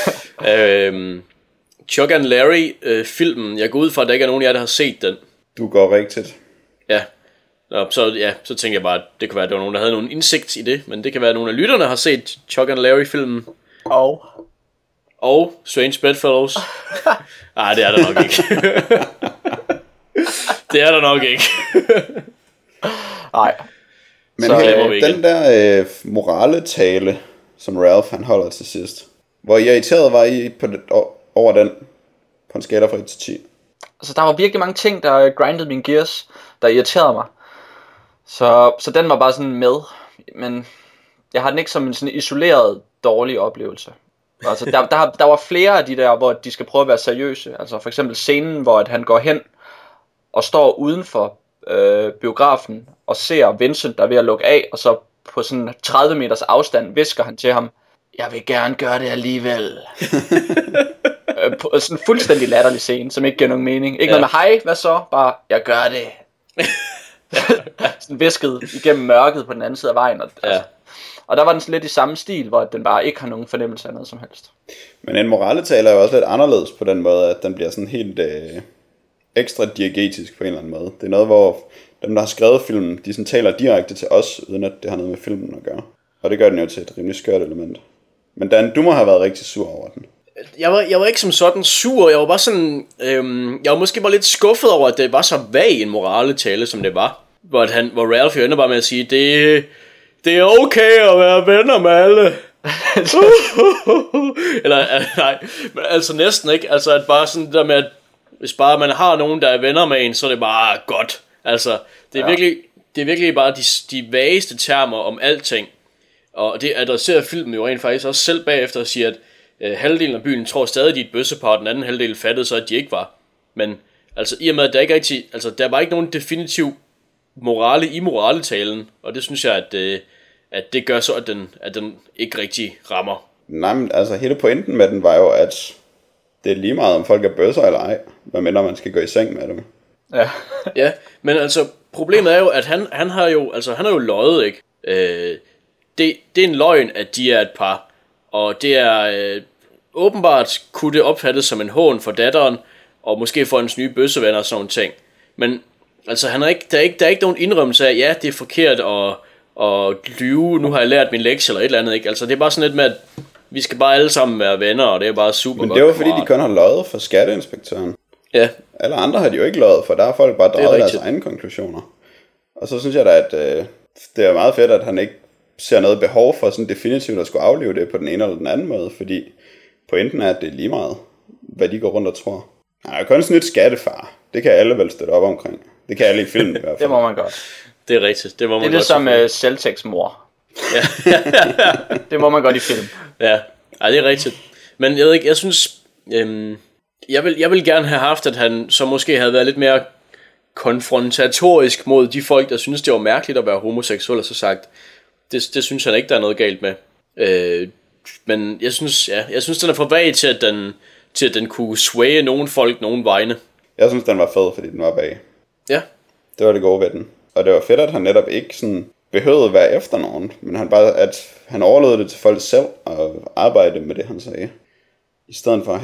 Chuck and Larry filmen, jeg går ud fra, at der ikke er nogen af jer, der har set den. Du går rigtigt. Ja. Så tænker jeg bare, at det kan være, at der var nogen, der havde nogen indsigt i det. Men det kan være, at nogle af lytterne har set Chuck and Larry filmen. Og Strange Bedfellows. Nej, det er der nok ikke. Det er der nok ikke. Nej. Men den der moraletale, som Ralph han holder til sidst, hvor irriteret var I over den på en skala fra 1 til 10? Altså, der var virkelig mange ting, der grindede mine gears, der irriterede mig. Så den var bare sådan med. Men jeg har den ikke som en sådan isoleret dårlig oplevelse. Altså, der var flere af de der, hvor de skal prøve at være seriøse. Altså for eksempel scenen, hvor at han går hen og står uden for biografen og ser Vincent, der er ved at lukke af, og så på sådan 30 meters afstand visker han til ham, jeg vil gerne gøre det alligevel. På sådan en fuldstændig latterlig scene, som ikke giver nogen mening. Ikke noget med hej, hvad så? Bare, jeg gør det. Sådan visket igennem mørket på den anden side af vejen. Og der var den sådan lidt i samme stil, hvor den bare ikke har nogen fornemmelse af noget som helst. Men en moraletale er jo også lidt anderledes på den måde, at den bliver sådan helt ekstra diegetisk på en eller anden måde. Det er noget, hvor dem, der har skrevet filmen, de sådan taler direkte til os, uden at det har noget med filmen at gøre. Og det gør den jo til et rimelig skørt element. Men Dan, du må have været rigtig sur over den. Jeg var ikke som sådan sur. Jeg var bare sådan jeg var måske bare lidt skuffet over, at det var så vag en moraletale, som det var. Hvor Ralph ender bare med at sige, det er okay at være venner med alle. Eller nej, men altså næsten ikke. Altså at bare sådan der med, at hvis bare man har nogen, der er venner med en, så er det bare godt. Altså det er virkelig bare de vageste termer om alting. Og det adresserer filmen jo rent faktisk også selv bagefter og siger, at halvdelen af byen tror stadig, de er et bøssepar, og den anden halvdel fattede så, at de ikke var. Men altså i og med, at der ikke rigtig, altså der var ikke nogen definitiv morale i moraletalen, og det synes jeg, at det gør så, at den ikke rigtig rammer. Nej, men altså hele pointen med den var jo, at det er lige meget, om folk er bøsser eller ej, hvad mindre man skal gå i seng med dem. Ja. Ja, men altså problemet er jo, at han har jo løjet, ikke? Det er en løgn, at de er et par, og det er åbenbart kunne det opfattes som en hån for datteren, og måske for hans nye bøssevenner og sådan nogle ting. Men altså der er ikke nogen indrømmelse af, ja, det er forkert at lyve, nu har jeg lært min lektie eller et eller andet, ikke? Altså det er bare sådan lidt med, at vi skal bare alle sammen være venner, og det er bare super godt. Men det var fordi, de kun har løjet for skatteinspektøren. Ja. Alle andre har de jo ikke løjet for, der har folk bare draget deres egne konklusioner. Og så synes jeg da, at det er meget fedt, at han ikke ser noget behov for sådan definitivt at skulle aflive det på den ene eller den anden måde, fordi pointen er, at det er lige meget, hvad de går rundt og tror. Nej, kun sådan et skattefar. Det kan alle vel støtte op omkring. Det kan alle i filmen i hvert fald. Det må man godt. Det er rigtigt. Det må man det er godt. Det som Celtics mor. Ja. Det må man godt i film. Ja, det er rigtigt. Men jeg ved ikke, jeg synes jeg vil gerne have haft, at han så måske havde været lidt mere konfrontatorisk mod de folk, der synes det var mærkeligt at være homoseksuel, og så sagt, det synes han ikke, der er noget galt med. Men jeg synes den er for vag til at den kunne swaye nogen folk nogen vegne. Jeg synes den var fed, fordi den var bag. Ja. Det var det gode ved den. Og det var fedt, at han netop ikke sådan behøvede at være efter nogen, men at han overlod det til folk selv og arbejde med det, han sagde. I stedet for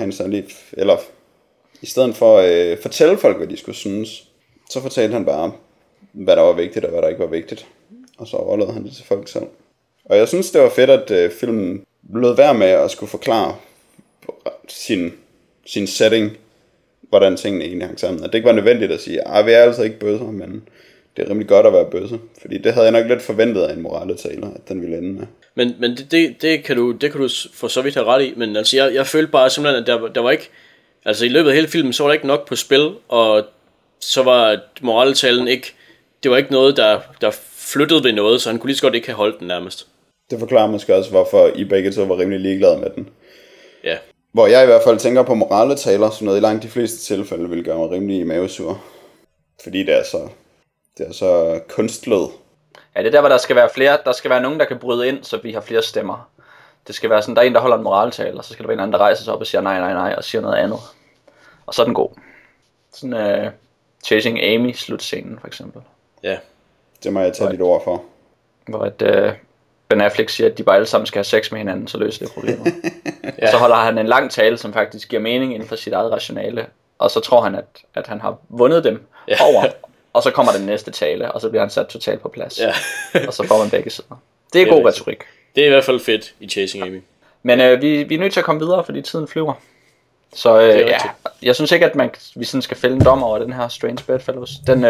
i stedet for at fortælle folk, hvad de skulle synes, så fortalte han bare, hvad der var vigtigt og hvad der ikke var vigtigt. Og så overlod han det til folk selv. Og jeg synes, det var fedt, at filmen lød værd med at skulle forklare sin setting hvordan tingene egentlig hang sammen. At det ikke var nødvendigt at sige, vi er altså ikke bøsser, men det er rimelig godt at være bøsse. Fordi det havde jeg nok lidt forventet af en moraletaler, at den ville ende med. Men det kan du for så vidt have ret i. Men altså, jeg følte bare simpelthen, at der var ikke... Altså i løbet af hele filmen, så var der ikke nok på spil, og så var moraletalen ikke... Det var ikke noget, der flyttede ved noget, så han kunne lige så godt ikke have holdt den nærmest. Det forklarer måske også, hvorfor I begge to var rimelig ligeglade med den. Ja. Hvor jeg i hvert fald tænker på moraletaler, som noget i langt de fleste tilfælde vil gøre mig rimelig mavesur. Fordi det er så kunstlød. Ja, det er der, hvor der skal være flere. Der skal være nogen, der kan bryde ind, så vi har flere stemmer. Det skal være sådan, der er en, der holder en moraltale, og så skal der være en anden, der rejser sig op og siger nej, og siger noget andet. Og så er den god. Sådan Chasing Amy slutscenen, for eksempel. Ja. Det må jeg tage dit ord for. Hvor Ben Affleck siger, at de bare alle sammen skal have sex med hinanden, så løser det problemet. Ja. Så holder han en lang tale, som faktisk giver mening inden for sit eget rationale. Og så tror han, at han har vundet dem over. Og så kommer den næste tale, og så bliver han sat totalt på plads. Ja. Og så får man begge sider. Det er god retorik. Det er i hvert fald fedt i Chasing Amy. Men vi er nødt til at komme videre, fordi tiden flyver. Så jeg synes ikke, at vi sådan skal fælde en dom over den her Strange Bedfellows.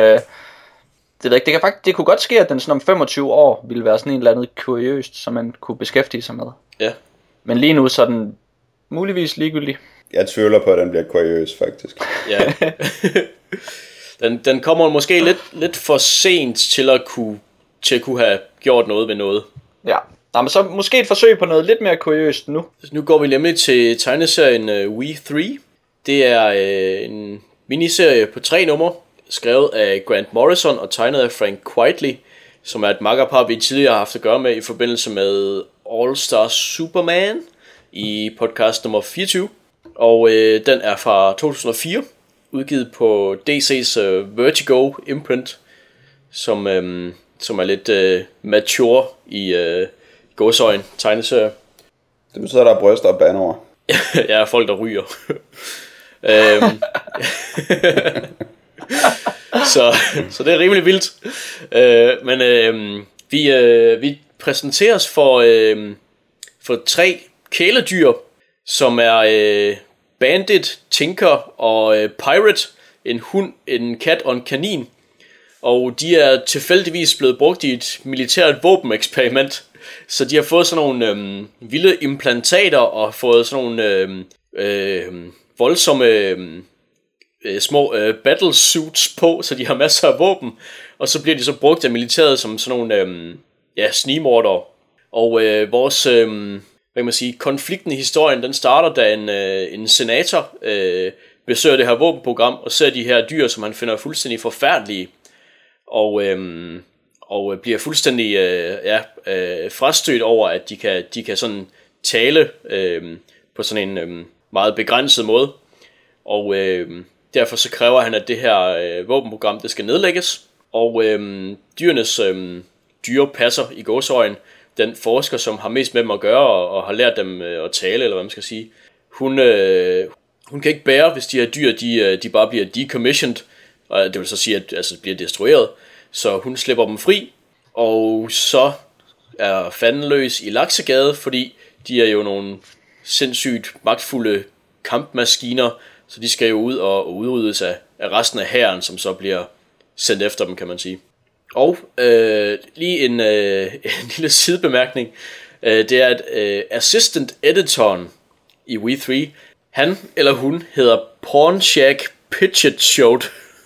Det kunne godt ske, at den sådan om 25 år ville være sådan en eller andet kuriøst, som man kunne beskæftige sig med. Ja. Men lige nu så er den muligvis ligegyldig. Jeg tvivler på, at den bliver kuriøs, faktisk. Ja. Den kommer måske lidt for sent til at kunne have gjort noget ved noget. Ja. Men så måske et forsøg på noget lidt mere kuriøst nu. Nu går vi nemlig til tegneserien We 3. Det er en miniserie på 3 numre, skrevet af Grant Morrison og tegnet af Frank Quitely, som er et makkerpar, vi tidligere har haft at gøre med i forbindelse med All Star Superman i podcast nummer 24. Og den er fra 2004, udgivet på DC's Vertigo imprint, som er lidt mature i gåseøjne tegneserie. Det betyder, der er bryster og bandeord. Ja, folk der ryger. Så det er rimelig vildt. Men vi præsenteres for 3 kæledyr, som er Bandit, Tinker og Pirate. En hund, en kat og en kanin. Og de er tilfældigvis blevet brugt i et militært våbeneksperiment. Så de har fået sådan nogle vilde implantater og fået sådan nogle voldsomme små battlesuits på, så de har masser af våben. Og så bliver de så brugt af militæret som sådan nogle snigmordere. Og vores konflikten i historien, den starter, da en senator besøger det her våbenprogram og ser de her dyr, som han finder fuldstændig forfærdelige. Og bliver fuldstændig frastødt over, at de kan sådan tale på sådan en meget begrænset måde. Og derfor så kræver han, at det her våbenprogram, det skal nedlægges. Og dyrenes dyrepasser i gåseøjne, den forsker, som har mest med dem at gøre og har lært dem at tale, eller hvad man skal sige, hun kan ikke bære, hvis de her dyr, de bare bliver decommissioned, og det vil så sige, at altså, bliver destrueret. Så hun slipper dem fri, og så er fanden løs i Laksegade, fordi de er jo nogle sindssygt magtfulde kampmaskiner, så de skal jo ud og udryddes af resten af hæren, som så bliver sendt efter dem, kan man sige. Og lige en lille sidebemærkning, det er, at assistant editoren i We 3, han eller hun hedder Pornshack Pitchett.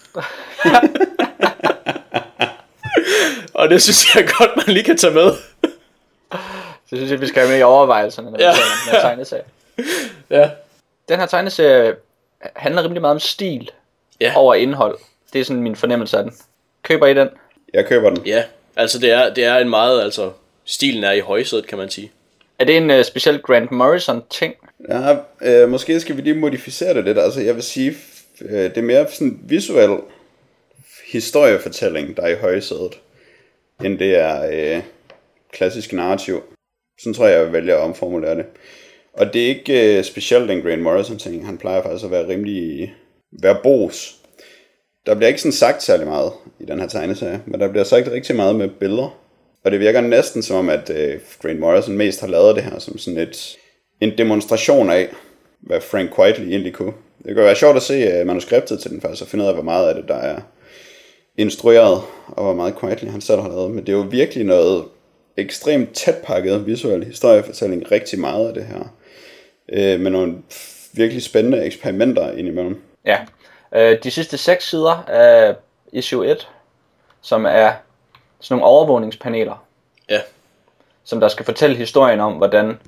Og det synes jeg godt, man lige kan tage med. Det synes jeg, vi skal have med i overvejelserne, når vi taler om den her tegneserie. Ja. Den her tegneserie handler rimelig meget om stil over indhold. Det er sådan min fornemmelse af den. Køber I den? Jeg køber den. Ja, altså det er en meget, altså stilen er i højsædet, kan man sige. Er det en speciel Grant Morrison ting? Ja, måske skal vi lige modificere det lidt. Altså jeg vil sige, det er mere sådan visuel historiefortælling, der er i højsædet, end det er klassisk narrativ. Sådan tror jeg vælger at omformulere det. Og det er ikke specielt en Grant Morrison ting. Han plejer faktisk at være rimelig verbos. Der bliver ikke sådan sagt særlig meget i den her tegneserie, men der bliver sagt rigtig meget med billeder. Og det virker næsten som om, at Grant Morrison mest har lavet det her som sådan en demonstration af, hvad Frank Quitely egentlig kunne. Det kan være sjovt at se manuskriptet til den først, og finde ud af, hvor meget af det, der er instrueret, og hvor meget Quietly han selv har lavet. Men det er jo virkelig noget ekstremt tætpakket visuel historiefortælling, rigtig meget af det her. Med nogle virkelig spændende eksperimenter indimellem. Ja, de sidste 6 sider af issue 1, som er sådan nogle overvågningspaneler. Ja. Som der skal fortælle historien om, hvordan,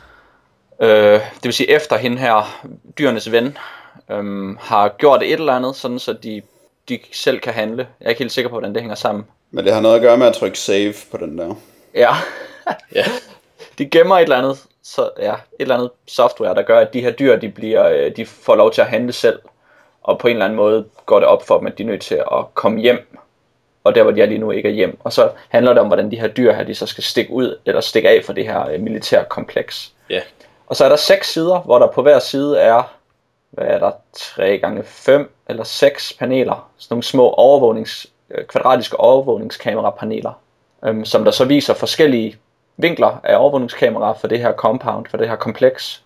det vil sige efter hende her, dyrenes ven, har gjort et eller andet, sådan så de selv kan handle. Jeg er ikke helt sikker på, hvordan det hænger sammen. Men det har noget at gøre med at trykke save på den der. Ja. Ja. De gemmer et eller andet software, der gør, at de her dyr, de får lov til at handle selv. Og på en eller anden måde går det op for dem, at de er nødt til at komme hjem. Og der, hvor de er lige nu, ikke er hjem. Og så handler det om, hvordan de her dyr her, de så skal stikke ud, eller stikke af fra det her militærkompleks. Ja. Og så er der 6 sider, hvor der på hver side er, hvad er der, 3x5 eller 6 paneler. Sådan nogle små kvadratiske overvågningskamerapaneler, som der så viser forskellige vinkler af overvågningskameraer for det her compound, for det her kompleks.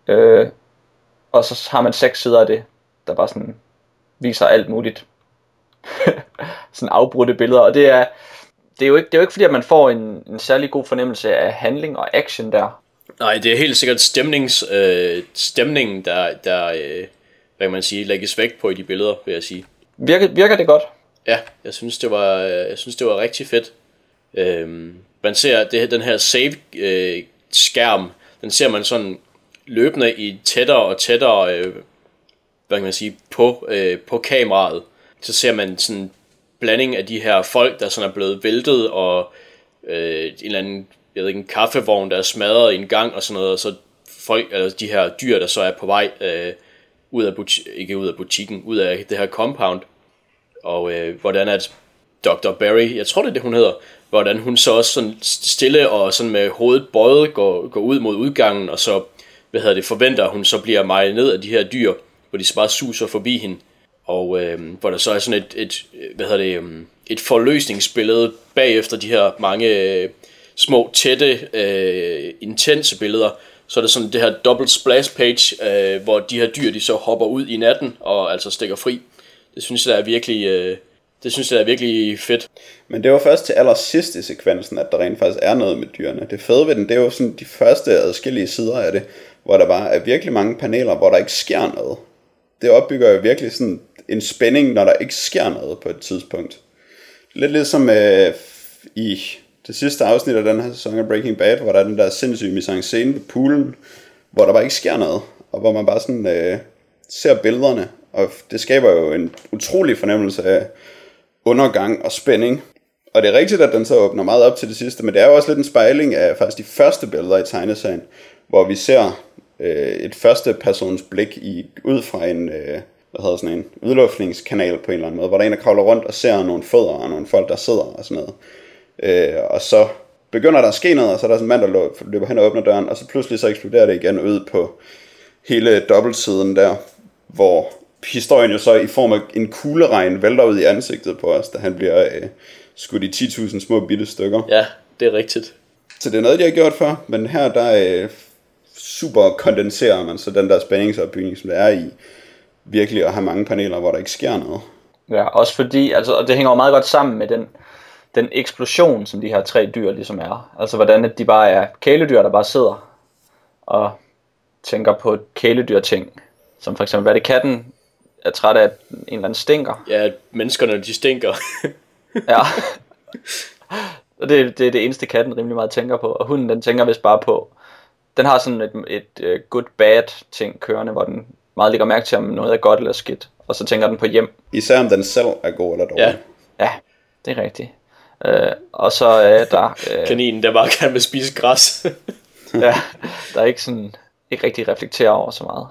Og så har man 6 sider af det, der bare sådan viser alt muligt. Sådan afbrudte billeder, og det er jo ikke fordi, at man får en særlig god fornemmelse af handling og action der. Nej, det er helt sikkert stemningen, der hvad kan man sige, lægges vægt på i de billeder, vil jeg sige. Virker det godt? Ja, jeg synes det var rigtig fedt. Man ser den her save skærm, den ser man sådan løbende i tættere og tættere, hvad kan man sige, på kameraet. Så ser man sådan en blanding af de her folk, der sådan er blevet væltet, og en eller anden, jeg ved ikke, en kaffevogn, der er smadret i en gang og sådan noget, og så folk, eller de her dyr, der så er på vej ud af butikken, ud af det her compound, og hvordan at Dr. Barry, jeg tror det er det hun hedder, hvordan hun så også sådan stille og sådan med hovedet bøjet går ud mod udgangen, og så forventer at hun så bliver mejet ned af de her dyr, hvor de så bare suser forbi hende, og hvor der så er sådan et forløsningsbillede bagefter de her mange små tætte intense billeder. Så er der sådan det her double splash page, hvor de her dyr de så hopper ud i natten og altså stikker fri. Det synes jeg er virkelig fedt. Men det var først til allersidst i sekvensen, at der rent faktisk er noget med dyrene. Det fede ved den, det er jo sådan de første adskillige sider af det, hvor der bare er virkelig mange paneler, hvor der ikke sker noget. Det opbygger jo virkelig sådan en spænding, når der ikke sker noget på et tidspunkt. Lidt ligesom i det sidste afsnit af den her sæson af Breaking Bad, hvor der er den der sindssyge mise-en-scène ved poolen, hvor der bare ikke sker noget, og hvor man bare sådan ser billederne, og det skaber jo en utrolig fornemmelse af undergang og spænding. Og det er rigtigt, at den så åbner meget op til det sidste, men det er jo også lidt en spejling af faktisk de første billeder i tegneserien, hvor vi ser et første persons blik ud fra en en udluftningskanal på en eller anden måde, hvor der er en, der kravler rundt og ser nogle fødder og nogle folk, der sidder og sådan noget. Og så begynder der at ske noget, og så er der sådan en mand, der løber hen og åbner døren, og så pludselig så eksploderer det igen ud på hele dobbeltsiden der, hvor historien jo så i form af en kugleregn vælter ud i ansigtet på os, da han bliver skudt i 10.000 små bitte stykker. Ja, det er rigtigt. Så det er noget, de har gjort før, men her der super kondenserer man så den der spændingsopbygning, som der er i virkelig at have mange paneler, hvor der ikke sker noget. Ja, også fordi, og det hænger jo meget godt sammen med den eksplosion, som de her 3 dyr ligesom er. Altså hvordan at de bare er kæledyr, der bare sidder og tænker på kæledyr-ting. Som for eksempel, hvad er det, katten er træt af, at en eller anden stinker? Ja, menneskerne de stinker. Ja. Og det er det eneste katten rimelig meget tænker på. Og hunden, den tænker vist bare på, den har sådan et good bad ting kørende, hvor den meget lægger mærke til, om noget er godt eller skidt. Og så tænker den på hjem. Især om den selv er god eller dårlig. Ja, det er rigtigt. Og så er der kaninen, der bare gerne vil spise græs. Ja, der er ikke rigtig reflekterer over så meget.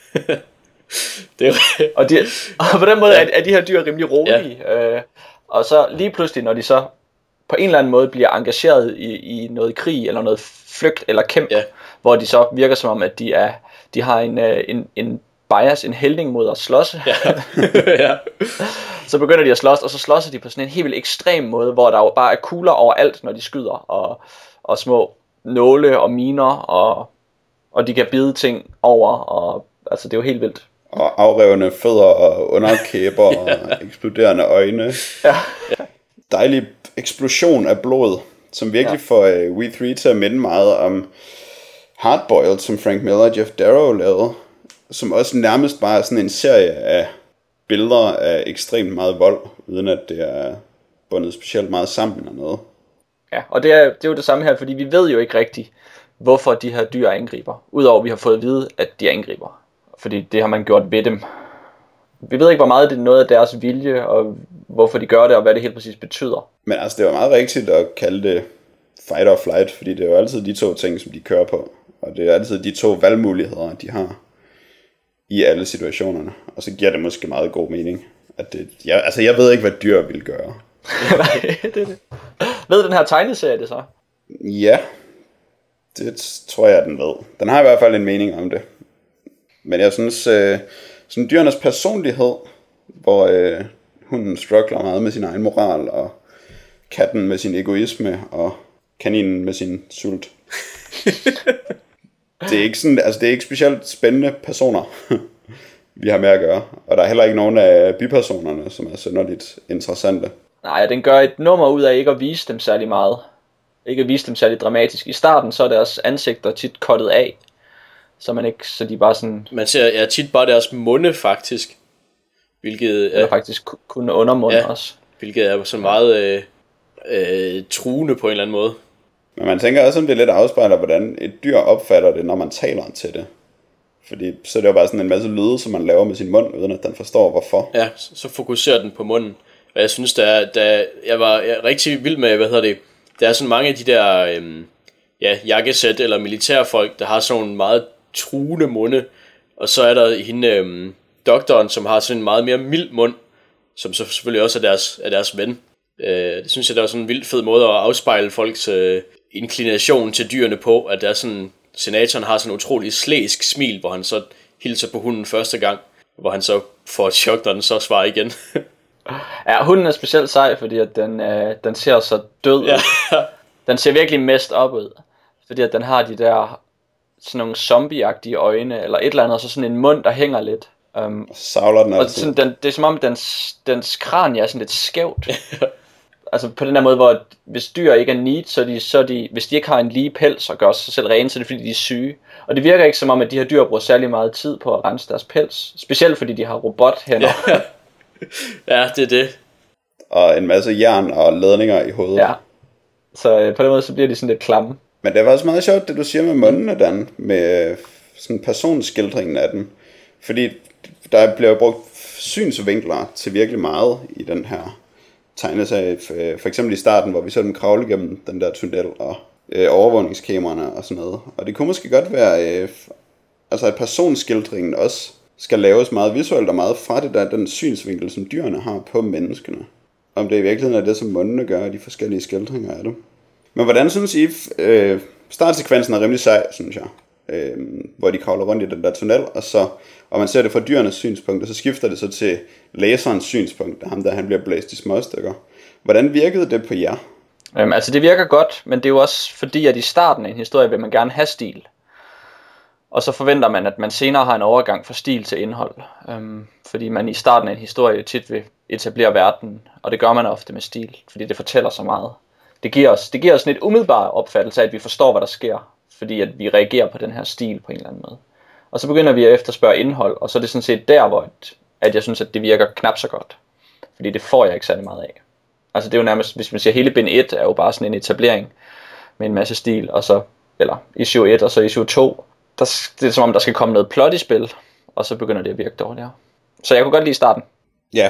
Og på den måde er de her dyr rimelig rolige. Ja. Og så lige pludselig, når de så på en eller anden måde bliver engageret i noget krig eller noget flygt eller kæmp, hvor de så virker som om, at de har en bias, en hældning mod at slås. Ja. Ja. Så begynder de at slås, og så slåsser de på sådan en helt vildt ekstrem måde, hvor der jo bare er kugler overalt, når de skyder, og små nåle og miner, og de kan bide ting over, og altså det er jo helt vildt. Og afrevne fødder og underkæber og eksploderende øjne. Ja. Dejlig eksplosion af blod, som virkelig får We 3 til at minde meget om Hardboiled, som Frank Miller og Jeff Darrow lavede, som også nærmest bare er sådan en serie af billeder af ekstremt meget vold, uden at det er bundet specielt meget sammen eller noget. Ja, og det er jo det samme her, fordi vi ved jo ikke rigtigt, hvorfor de her dyr angriber. Udover at vi har fået at vide, at de angriber. Fordi det har man gjort ved dem. Vi ved ikke, hvor meget det er noget af deres vilje, og hvorfor de gør det, og hvad det helt præcis betyder. Men altså, det var meget rigtigt at kalde det fight or flight, fordi det er jo altid de to ting, som de kører på. Og det er altid de to valgmuligheder, de har i alle situationerne. Og så giver det måske meget god mening. At det, jeg ved ikke, hvad dyr vil gøre. Nej, det er det. Ved den her tegneserie det så? Ja, det tror jeg, den ved. Den har i hvert fald en mening om det. Men jeg synes, sådan dyrenes personlighed, hvor hunden struggler meget med sin egen moral, og katten med sin egoisme, og kaninen med sin sult. Det er ikke sådan, altså det er ikke specielt spændende personer, vi har med at gøre. Og der er heller ikke nogen af bipersonerne, som er synderligt interessante. Nej, den gør et nummer ud af ikke at vise dem særlig meget. Ikke at vise dem særlig dramatisk. I starten så er deres ansigter tit cuttet af. Så de bare sådan... Man ser tit bare deres munde faktisk. Hvilket er faktisk kun undermunden også. Hvilket er så meget truende på en eller anden måde. Men man tænker også, om det lidt afspejler, hvordan et dyr opfatter det, når man taler til det. Fordi så er det jo bare sådan en masse lyde, som man laver med sin mund, uden at den forstår hvorfor. Ja, så fokuserer den på munden. Og jeg synes, jeg var rigtig vild med, der er sådan mange af de der jakkesæt eller militærfolk, der har sådan nogle meget truende munde. Og så er der hende, doktoren, som har sådan en meget mere mild mund, som så selvfølgelig også er deres ven. Det synes jeg, der er sådan en vildt fed måde at afspejle folks inklination til dyrene på, at der er sådan, senatoren har sådan en utrolig slæsk smil, hvor han så hilser på hunden første gang, hvor han så får et chok, når den så svarer igen. Ja, hunden er specielt sej, fordi at den ser så død ud. Ja. Den ser virkelig mest op ud, fordi at den har de der sådan nogle zombie-agtige øjne, eller et eller andet, og så sådan en mund, der hænger lidt. Savler den og sådan, det er som om, dens kranie er sådan lidt skævt. Altså på den der måde, hvor hvis dyr ikke er neat, så er de, hvis de ikke har en lige pels og gør sig selv rene, så er det fordi, de er syge. Og det virker ikke som om, at de her dyr bruger særlig meget tid på at rense deres pels. Specielt fordi de har robothænder. Ja, det er det. Og en masse jern og ledninger i hovedet. Ja, så på den måde, så bliver de sådan lidt klamme. Men det var også meget sjovt, det du siger med mundene, Dan, med sådan personskildringen af den. Fordi der bliver brugt synsvinkler til virkelig meget i den her tegneserie. For eksempel i starten, hvor vi så dem kravle gennem den der tunnel og overvågningskameraerne og sådan noget. Og det kunne måske godt være, at personskildringen også skal laves meget visuelt og meget fra det der, den synsvinkel, som dyrene har på menneskene. Om det i virkeligheden er det, som mundene gør, de forskellige skildringer af det. Men hvordan synes I, startsekvensen er rimelig sej, synes jeg. Hvor de kravler rundt i den der tunnel, og man ser det fra dyrenes synspunkt, og så skifter det så til læserens synspunkt, ham der han bliver blæst i småstykker. Hvordan virkede det på jer? Altså det virker godt, men det er jo også fordi, at i starten af en historie vil man gerne have stil. Og så forventer man, at man senere har en overgang fra stil til indhold. Fordi man i starten af en historie tit vil etablere verden, og det gør man ofte med stil, fordi det fortæller så meget. Det giver os sådan et umiddelbart opfattelse af, at vi forstår, hvad der sker, fordi at vi reagerer på den her stil på en eller anden måde. Og så begynder vi at efterspørge indhold, og så er det sådan set der, hvor at jeg synes, at det virker knap så godt. Fordi det får jeg ikke særlig meget af. Altså det er jo nærmest, hvis man siger hele bind 1, er jo bare sådan en etablering med en masse stil, og så, eller issue 1 og så issue 2. Det er som om, der skal komme noget plot i spil, og så begynder det at virke dårligere. Så jeg kunne godt lide starten. Ja,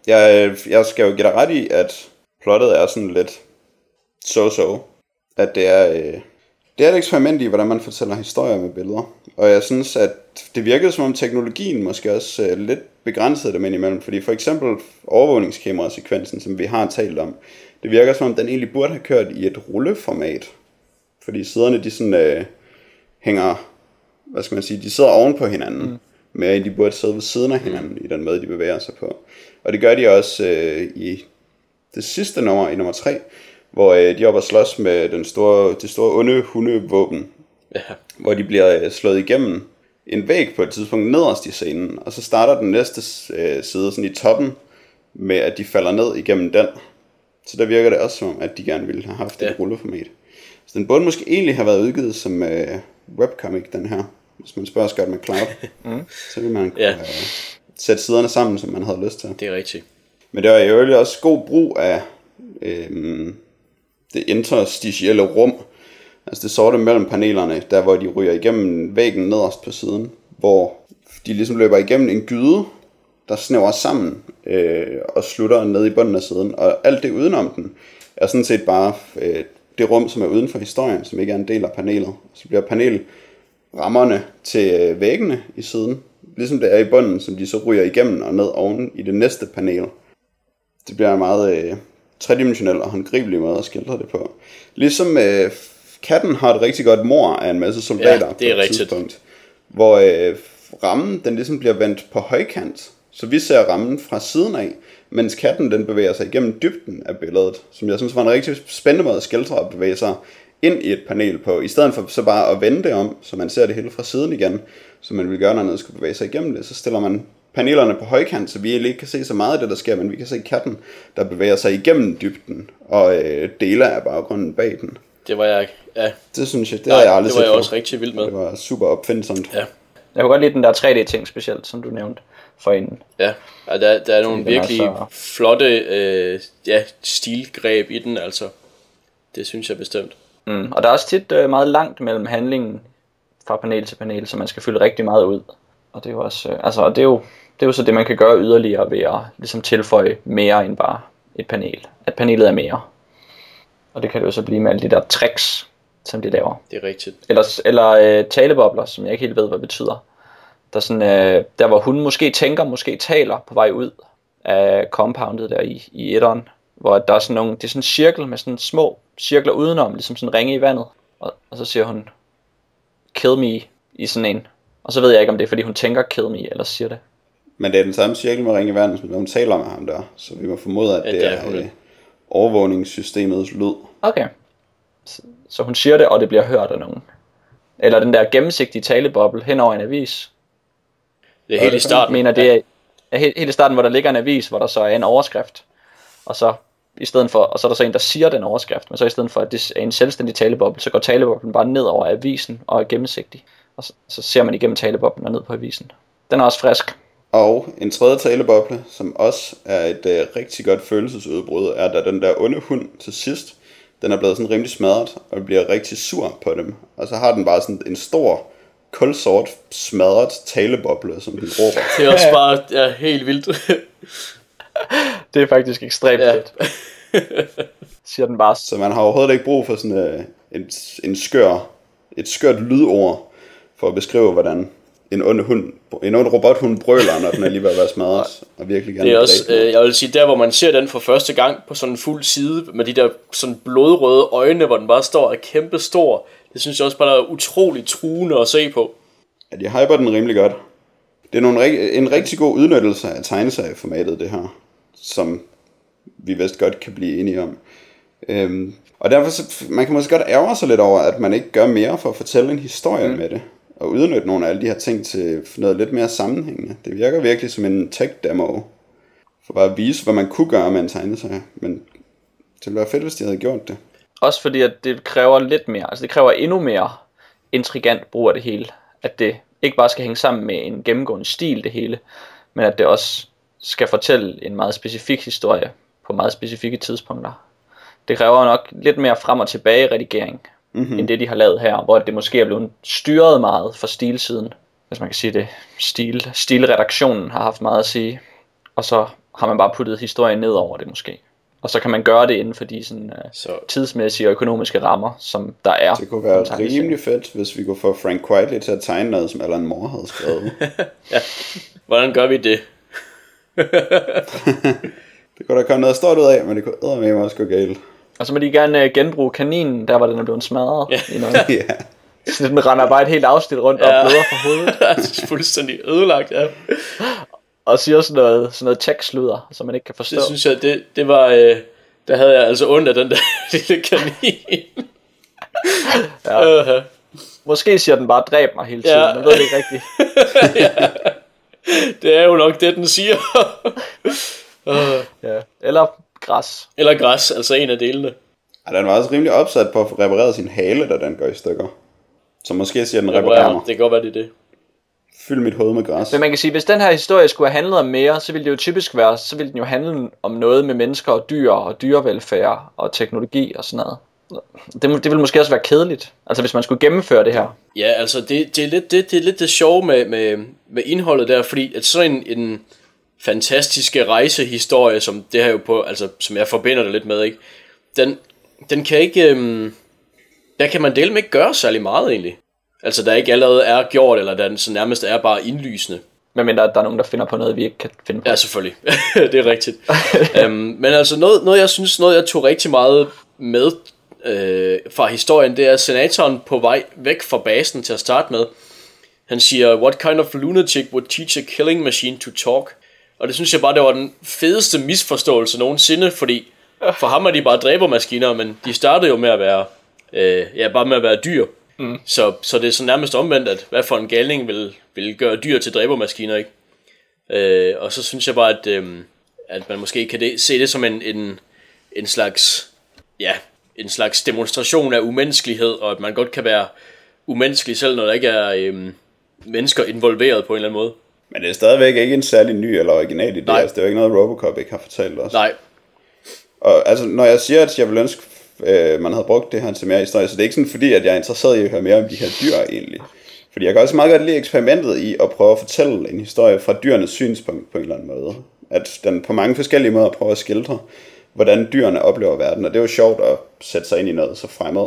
jeg skal jo give dig ret i, at plottet er sådan lidt so-so. At det er et eksperiment i, hvordan man fortæller historier med billeder. Og jeg synes, at det virkede som om teknologien måske også lidt begrænsede dem indimellem. Fordi for eksempel overvågningskamerasekvensen, som vi har talt om, det virker som om den egentlig burde have kørt i et rulleformat. Fordi siderne de sådan hænger, hvad skal man sige, de sidder oven på hinanden. Mere end de burde sidde ved siden af hinanden i den måde, de bevæger sig på. Og det gør de også i det sidste nummer, i nummer 3, hvor de er oppe og slås med det store onde hundevåben, hvor de bliver slået igennem en væg på et tidspunkt nederst i scenen, og så starter den næste side sådan i toppen, med at de falder ned igennem den. Så der virker det også som om, at de gerne ville have haft et rulleformat. Så den burde måske egentlig have været udgivet som webcomic, den her. Hvis man spørger Scott McCloud, så vil man kunne sætte siderne sammen, som man havde lyst til. Det er rigtigt. Men det var i øvrigt også god brug af det interstitielle rum. Altså det sorte mellem panelerne, der hvor de ryger igennem væggen nederst på siden. Hvor de ligesom løber igennem en gyde, der snæver sammen og slutter ned i bunden af siden. Og alt det udenom den er sådan set bare det rum, som er uden for historien, som ikke er en del af panelet. Så bliver panelrammerne til væggene i siden, ligesom det er i bunden, som de så ryger igennem og ned oven i det næste panel. Det bliver en meget tredimensionel og håndgribelig måde at skildre det på. Ligesom katten har et rigtig godt mor af en masse soldater på et tidspunkt, hvor rammen den ligesom bliver vendt på højkant, så vi ser rammen fra siden af, mens katten den bevæger sig igennem dybden af billedet, som jeg synes var en rigtig spændende måde at skildre at bevæge sig ind i et panel på, i stedet for så bare at vende det om, så man ser det hele fra siden igen, så man vil gøre, når noget skulle bevæge sig igennem det, så stiller man panelerne på højkant, så vi ikke kan se så meget af det, der sker, men vi kan se katten, der bevæger sig igennem dybden, og dele af baggrunden bag den. Det var jeg, det synes jeg, det har jeg aldrig set. Det var jeg også rigtig vild med. Det var super opfindsomt. Ja. Jeg kunne godt lide den der 3D-ting specielt, som du nævnte forinden. Ja, der er nogle virkelig flotte stilgreb i den, altså. Det synes jeg bestemt. Og der er også tit meget langt mellem handlingen fra panel til panel, så man skal fylde rigtig meget ud. Og det er jo også, det er jo så det, man kan gøre yderligere ved at ligesom tilføje mere end bare et panel. At panelet er mere. Og det kan det jo så blive med alle de der tricks, som de laver. Det er rigtigt. Eller talebobler, som jeg ikke helt ved, hvad betyder. Der er sådan, der hvor hun måske tænker, måske taler på vej ud af compoundet der i etteren. Hvor der er sådan nogle, det er sådan en cirkel med sådan små cirkler udenom, ligesom sådan ringe i vandet. Og så siger hun, kill me, i sådan en. Og så ved jeg ikke, om det er, fordi hun tænker kill me, eller siger det. Men det er den samme cirkel med ringe i vandet, som hun taler med ham der. Så vi må formode, at det er overvågningssystemets lyd. Okay. Så hun siger det, og det bliver hørt af nogen. Eller den der gennemsigtige taleboble hen over en avis. Det er helt i starten. Mener, det er helt i starten, hvor der ligger en avis, hvor der så er en overskrift. Og så i stedet for, og så er der så en, der siger den overskrift, men så i stedet for, at det er en selvstændig taleboble, så går taleboblen bare ned over avisen og er gennemsigtig. Og så ser man igennem taleboblen og ned på avisen. Den er også frisk. Og en tredje taleboble, som også er et rigtig godt følelsesudbrud, er da den der onde hund til sidst, den er blevet sådan rimelig smadret, og bliver rigtig sur på dem. Og så har den bare sådan en stor, kulsort, smadret taleboble, som den råber. Det er også bare helt vildt. Det er faktisk ekstremt fedt. Siger den bare. Så man har overhovedet ikke brug for sådan et skørt lydord, for at beskrive, hvordan en ond robothund brøler, når den er lige ved at være smadret, og virkelig gerne. Det er også, jeg vil sige, der hvor man ser den for første gang på sådan en fuld side, med de der sådan blodrøde øjne, hvor den bare står og er kæmpe stor, det synes jeg også bare er utroligt truende at se på. Ja, de hyper den rimelig godt. Det er en rigtig god udnyttelse af tegneserieformatet, det her, som vi vist godt kan blive enige om. Og derfor, man kan måske godt ærge sig lidt over, at man ikke gør mere for at fortælle en historie med det, og udnytte nogle af alle de her ting til noget lidt mere sammenhængende. Det virker virkelig som en tech-demo, for bare at vise, hvad man kunne gøre med en tegneserie, men det ville være fedt, hvis de havde gjort det. Også fordi, at det kræver lidt mere, altså det kræver endnu mere intrigant brug af det hele, at det ikke bare skal hænge sammen med en gennemgående stil det hele, men at det også skal fortælle en meget specifik historie på meget specifikke tidspunkter. Det kræver nok lidt mere frem og tilbage redigering, end det de har lavet her, hvor det måske er blevet styret meget for stilsiden, hvis man kan sige det. Stilredaktionen har haft meget at sige, og så har man bare puttet historien ned over det måske. Og så kan man gøre det inden for de sådan, tidsmæssige og økonomiske rammer, som der er. Det kunne være rimelig fedt, hvis vi kunne få Frank Quitely til at tegne noget, som Alan Moore havde skrevet. Ja. Hvordan gør vi det? Det kunne da komme noget stort ud af, men det kunne eddermame også gå galt. Og så må de gerne genbruge kaninen, der hvor den er blevet smadret. I noget. Ja. Så den render bare et helt afsnit rundt og bløder fra hovedet. Det er fuldstændig ødelagt, ja. Og siger sådan noget tech-sludder, som man ikke kan forstå. Det synes jeg, det var, der havde jeg altså ondt af den der lille kanin. Ja. Måske siger den bare, dræb mig hele tiden, man ved det ikke rigtigt. Ja. Det er jo nok det, den siger. Ja. Eller græs. Eller græs, altså en af delene. Ja, den var også rimelig opsat på at få repareret sin hale, da den går i stykker. Så måske siger den reparerer mig. Det kan godt være, det er det. Fyld mit hoved med græs. Men man kan sige, hvis den her historie skulle have handlet om mere, så ville det jo typisk være, så ville den jo handle om noget med mennesker og dyr og dyrevelfærd og teknologi og sådan noget. Det ville måske også være kedeligt, altså hvis man skulle gennemføre det her. Ja, altså det er lidt det sjove med indholdet der, fordi at sådan en fantastiske rejsehistorie, som det her jo på, altså som jeg forbinder det lidt med, ikke? Den kan ikke, der kan man dele med ikke gøre særlig meget egentlig. Altså der ikke allerede er gjort, eller der så nærmest er bare indlysende. Medmindre der er nogen, der finder på noget, vi ikke kan finde på. Ja, selvfølgelig. Det er rigtigt. Men altså noget jeg synes, noget jeg tog rigtig meget med fra historien, det er senatoren på vej væk fra basen til at starte med. Han siger, what kind of lunatic would teach a killing machine to talk? Og det synes jeg bare, det var den fedeste misforståelse nogensinde, fordi for ham er de bare dræbermaskiner, men de startede jo med at være, bare med at være dyr. Mm. Så det er så nærmest omvendt, at hvad for en galning vil gøre dyr til dræbermaskiner, ikke? Og så synes jeg bare, at man måske kan se det som en slags demonstration af umenneskelighed, og at man godt kan være umenneskelig selv, når der ikke er mennesker involveret på en eller anden måde. Men det er stadigvæk ikke en særlig ny eller original idé. Altså, det er jo ikke noget, Robocop ikke har fortalt os. Nej. Og altså, når jeg siger, at jeg vil ønske, man havde brugt det her til mere historie, så det er ikke sådan fordi, at jeg er interesseret i at høre mere om de her dyr egentlig. Fordi jeg kan også meget godt lide eksperimentet i at prøve at fortælle en historie fra dyrenes synspunkt på en eller anden måde. At den på mange forskellige måder prøver at skildre, hvordan dyrene oplever verden. Og det er jo sjovt at sætte sig ind i noget så fremmed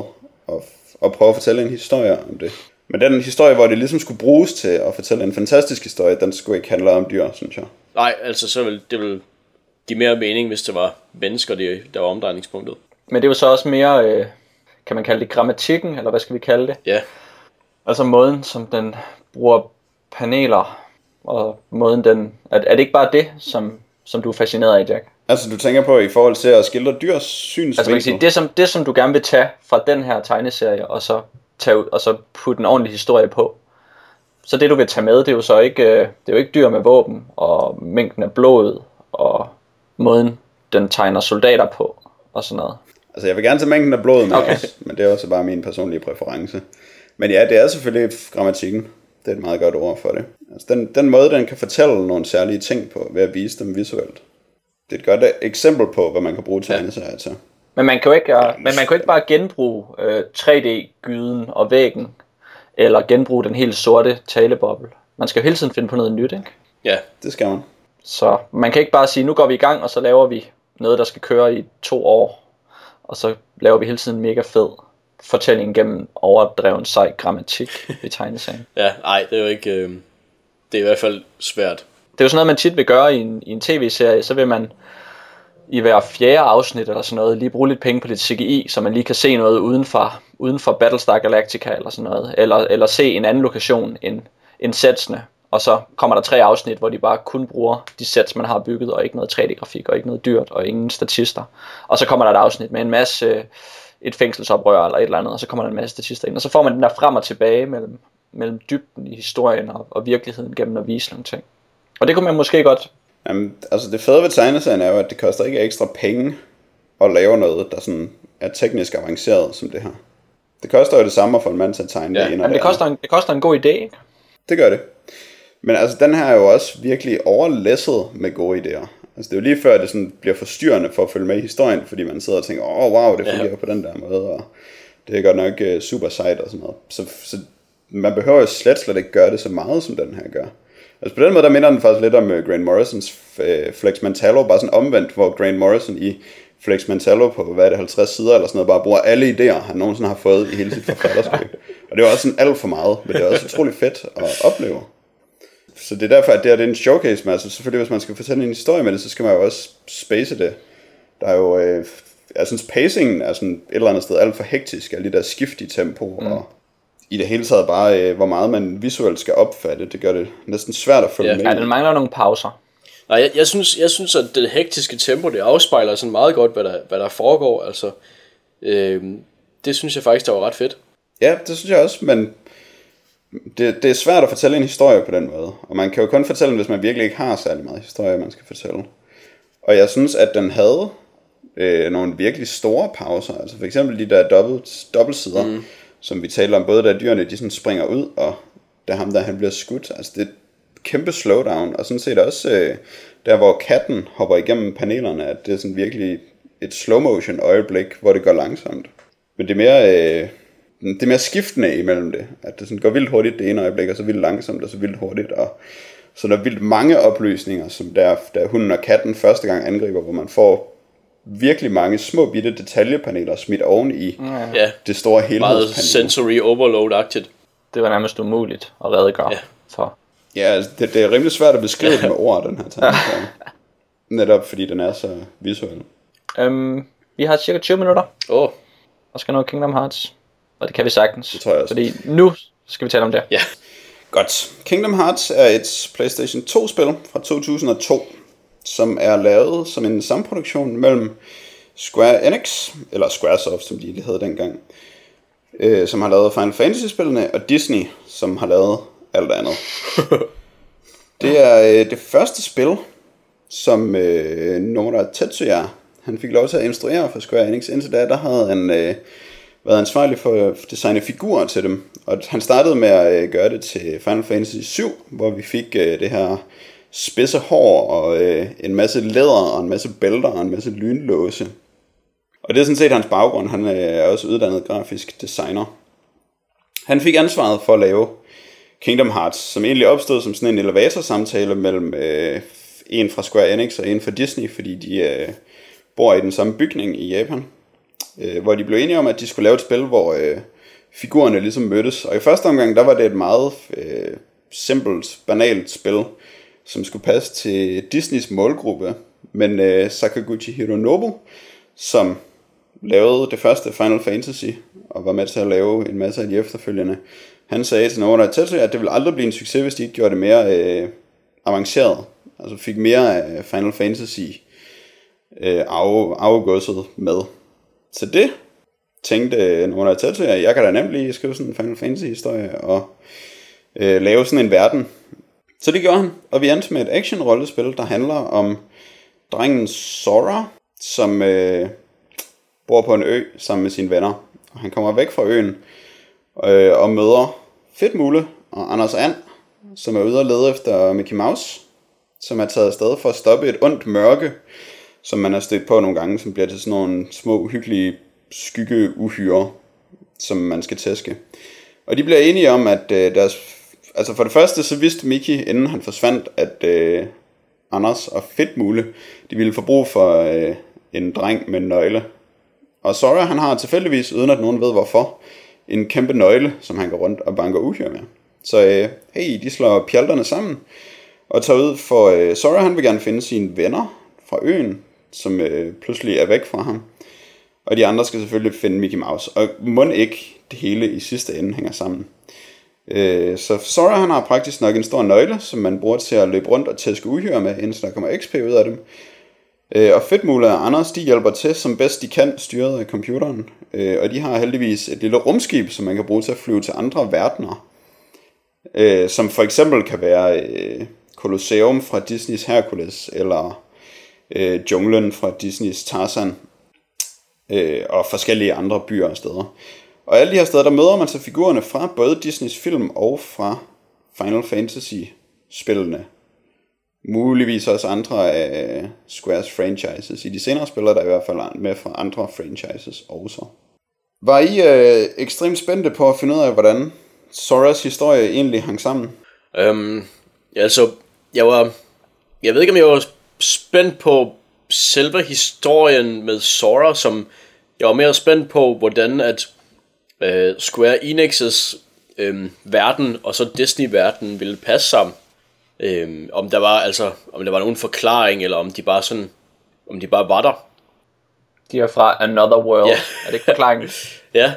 og prøve at fortælle en historie om det. Men den historie, hvor det ligesom skulle bruges til at fortælle en fantastisk historie, den skulle ikke handle om dyr, synes jeg. Nej, altså så ville det ville give mere mening, hvis det var mennesker, der var omdrejningspunktet. Men det er jo så også mere, kan man kalde det grammatikken, eller hvad skal vi kalde det? Ja. Altså måden, som den bruger paneler, og måden den... Er det ikke bare det, som du er fascineret af, Jack? Altså du tænker på i forhold til at skildre dyrs synsvinkel? Altså man kan sige, det som du gerne vil tage fra den her tegneserie, og så putte en ordentlig historie på. Så det du vil tage med, det er jo så ikke, det er jo ikke dyr med våben, og mængden af blodet, og måden den tegner soldater på, og sådan noget. Altså jeg vil gerne tage mængden af blodet med også, men det er også bare min personlige præference. Men ja, det er selvfølgelig grammatikken. Det er et meget godt ord for det. Altså den måde, den kan fortælle nogle særlige ting på, ved at vise dem visuelt. Det er et godt eksempel på, hvad man kan bruge tegneserier til. Men man kan jo ikke bare genbruge 3D-gyden og væggen, eller genbruge den helt sorte taleboble. Man skal jo hele tiden finde på noget nyt, ikke? Ja, det skal man. Så man kan ikke bare sige, nu går vi i gang, og så laver vi noget, der skal køre i 2 år. Og så laver vi hele tiden mega fed fortælling gennem overdreven sej grammatik i tegneserien. Ja, nej, det er jo ikke... det er i hvert fald svært. Det er jo sådan noget, man tit vil gøre i en tv-serie. Så vil man i hver 4. afsnit eller sådan noget lige bruge lidt penge på lidt CGI, så man lige kan se noget uden for Battlestar Galactica eller sådan noget. Eller se en anden lokation end setsene. Og så kommer der 3 afsnit, hvor de bare kun bruger de sets, man har bygget, og ikke noget 3D-grafik, og ikke noget dyrt, og ingen statister. Og så kommer der et afsnit med en masse, et fængselsoprør eller et eller andet, og så kommer der en masse statister ind. Og så får man den der frem og tilbage mellem dybden i historien og virkeligheden gennem at vise nogle ting. Og det kunne man måske godt. Jamen, altså det fede ved tegneserien er jo, at det koster ikke ekstra penge at lave noget, der sådan er teknisk avanceret som det her. Det koster jo det samme for en mand til at tegne det. Men det koster en god idé, ikke? Det gør det. Men altså den her er jo også virkelig overlæsset med gode idéer. Altså det er jo lige før, at det sådan bliver forstyrrende for at følge med i historien, fordi man sidder og tænker, wow, det fungerer på den der måde, og det er godt nok super sejt og sådan noget. Så man behøver jo slet ikke gøre det så meget, som den her gør. Altså på den måde, der minder den faktisk lidt om Grant Morrisons Flex Mentallo, bare sådan omvendt, hvor Grant Morrison i Flex Mentallo på, 50 sider eller sådan noget, bare bruger alle idéer, han nogensinde har fået i hele sit forfatterskab. Og det er også sådan alt for meget, men det er også utrolig fedt at opleve. Så det er derfor, at det er en showcase med, altså selvfølgelig, hvis man skal fortælle en historie med det, så skal man jo også space det. Der er jo, jeg synes pacingen er sådan et eller andet sted alt for hektisk, alle de der skift i tempo, og i det hele taget bare, hvor meget man visuelt skal opfatte, det gør det næsten svært at følge med. Ja, den mangler nogle pauser. Nej, jeg synes, at det hektiske tempo, det afspejler sådan meget godt, hvad der foregår, altså, det synes jeg faktisk, der var ret fedt. Ja, det synes jeg også, men det er svært at fortælle en historie på den måde. Og man kan jo kun fortælle den, hvis man virkelig ikke har særlig meget historie, man skal fortælle. Og jeg synes, at den havde nogle virkelig store pauser. Altså for eksempel de der dobbeltsider, som vi taler om, både da dyrene de sådan springer ud, og da ham der han bliver skudt. Altså det er et kæmpe slowdown. Og sådan set også der, hvor katten hopper igennem panelerne, at det er sådan virkelig et slow motion øjeblik, hvor det går langsomt. Men det er mere skiftende imellem det. At det sådan går vildt hurtigt det ene øjeblik, og så vildt langsomt, og så vildt hurtigt. Og så der er vildt mange oplysninger, som der hunden og katten første gang angriber, hvor man får virkelig mange små bitte detaljepaneler smidt oven i det store helhedspanel. Meget sensory overload-agtigt. Det var nærmest umuligt at redegøre for. Ja, altså, det er rimelig svært at beskrive med ord, den her tegneserie. Netop fordi den er så visuel. Vi har cirka 20 minutter. Og skal nå Kingdom Hearts. Og det kan vi sagtens. Det tror jeg også. Fordi nu skal vi tale om det. Ja. Godt. Kingdom Hearts er et PlayStation 2-spil fra 2002, som er lavet som en samproduktion mellem Square Enix, eller Squaresoft, som de hed dengang, som har lavet Final Fantasy-spillene, og Disney, som har lavet alt andet. Det er det første spil, som Nomura Tetsuya, han fik lov til at instruere for Square Enix. Indtil da, der havde han været ansvarlig for at designe figurer til dem. Og han startede med at gøre det til Final Fantasy 7, hvor vi fik det her spidse hår og en masse læder og en masse bælter og en masse lynlåse. Og det er sådan set hans baggrund. Han er også uddannet grafisk designer. Han fik ansvaret for at lave Kingdom Hearts, som egentlig opstod som sådan en elevatorsamtale mellem en fra Square Enix og en fra Disney, fordi de bor i den samme bygning i Japan, hvor de blev enige om, at de skulle lave et spil, hvor figurerne ligesom mødtes. Og i første omgang, der var det et meget simpelt, banalt spil, som skulle passe til Disneys målgruppe. Men Sakaguchi Hironobu, som lavede det første Final Fantasy, og var med til at lave en masse af de efterfølgende, han sagde til Nomura Tetsuya, at det ville aldrig blive en succes, hvis de ikke gjorde det mere avanceret. Altså fik mere af Final Fantasy afgåset med. Så det tænkte Nomura Tetsuya, at jeg kan da nemt lige skrive sådan en Final Fantasy historie og lave sådan en verden. Så det gjorde han, og vi endte med et action-rollespil, der handler om drengen Sora, som bor på en ø sammen med sine venner. Og han kommer væk fra øen og møder Fedtmule og Anders And, som er ude og lede efter Mickey Mouse, som er taget afsted for at stoppe et ondt mørke, som man har stødt på nogle gange, som bliver til sådan nogle små, uhyggelige skyggeuhyrer, som man skal tæske. Og de bliver enige om, at altså for det første, så vidste Mickey, inden han forsvandt, at Anders og Fedtmule, de ville få brug for en dreng med en nøgle. Og Sora, han har tilfældigvis, uden at nogen ved hvorfor, en kæmpe nøgle, som han går rundt og banker uhyre med. Så hey, de slår pjalterne sammen og tager ud for Sora, han vil gerne finde sine venner fra øen, som pludselig er væk fra ham. Og de andre skal selvfølgelig finde Mickey Mouse. Og mon ikke det hele i sidste ende hænger sammen. Så Sora, han har praktisk nok en stor nøgle, som man bruger til at løbe rundt og tæske uhyre med, indtil der kommer XP ud af dem. Og Fedtmule og Anders, de hjælper til som bedst de kan, styret af computeren. Og de har heldigvis et lille rumskib, som man kan bruge til at flyve til andre verdener. Som for eksempel kan være Colosseum fra Disneys Hercules, eller junglen fra Disneys Tarzan, og forskellige andre byer og steder. Og alle de her steder, der møder man så figurerne fra både Disneys film og fra Final Fantasy-spillene. Muligvis også andre af Squares franchises. I de senere spiller der i hvert fald med fra andre franchises også. Var I ekstremt spændte på at finde ud af, hvordan Soras historie egentlig hang sammen? Altså, jeg ved ikke, om jeg var spændt på selve historien med Sora, som jeg var mere spændt på, hvordan at Square Enix's verden og så Disney-verden ville passe sammen. Om der var nogen forklaring, eller om de bare var der. De er fra Another World. Ja. Er det ikke forklaringen? Ja.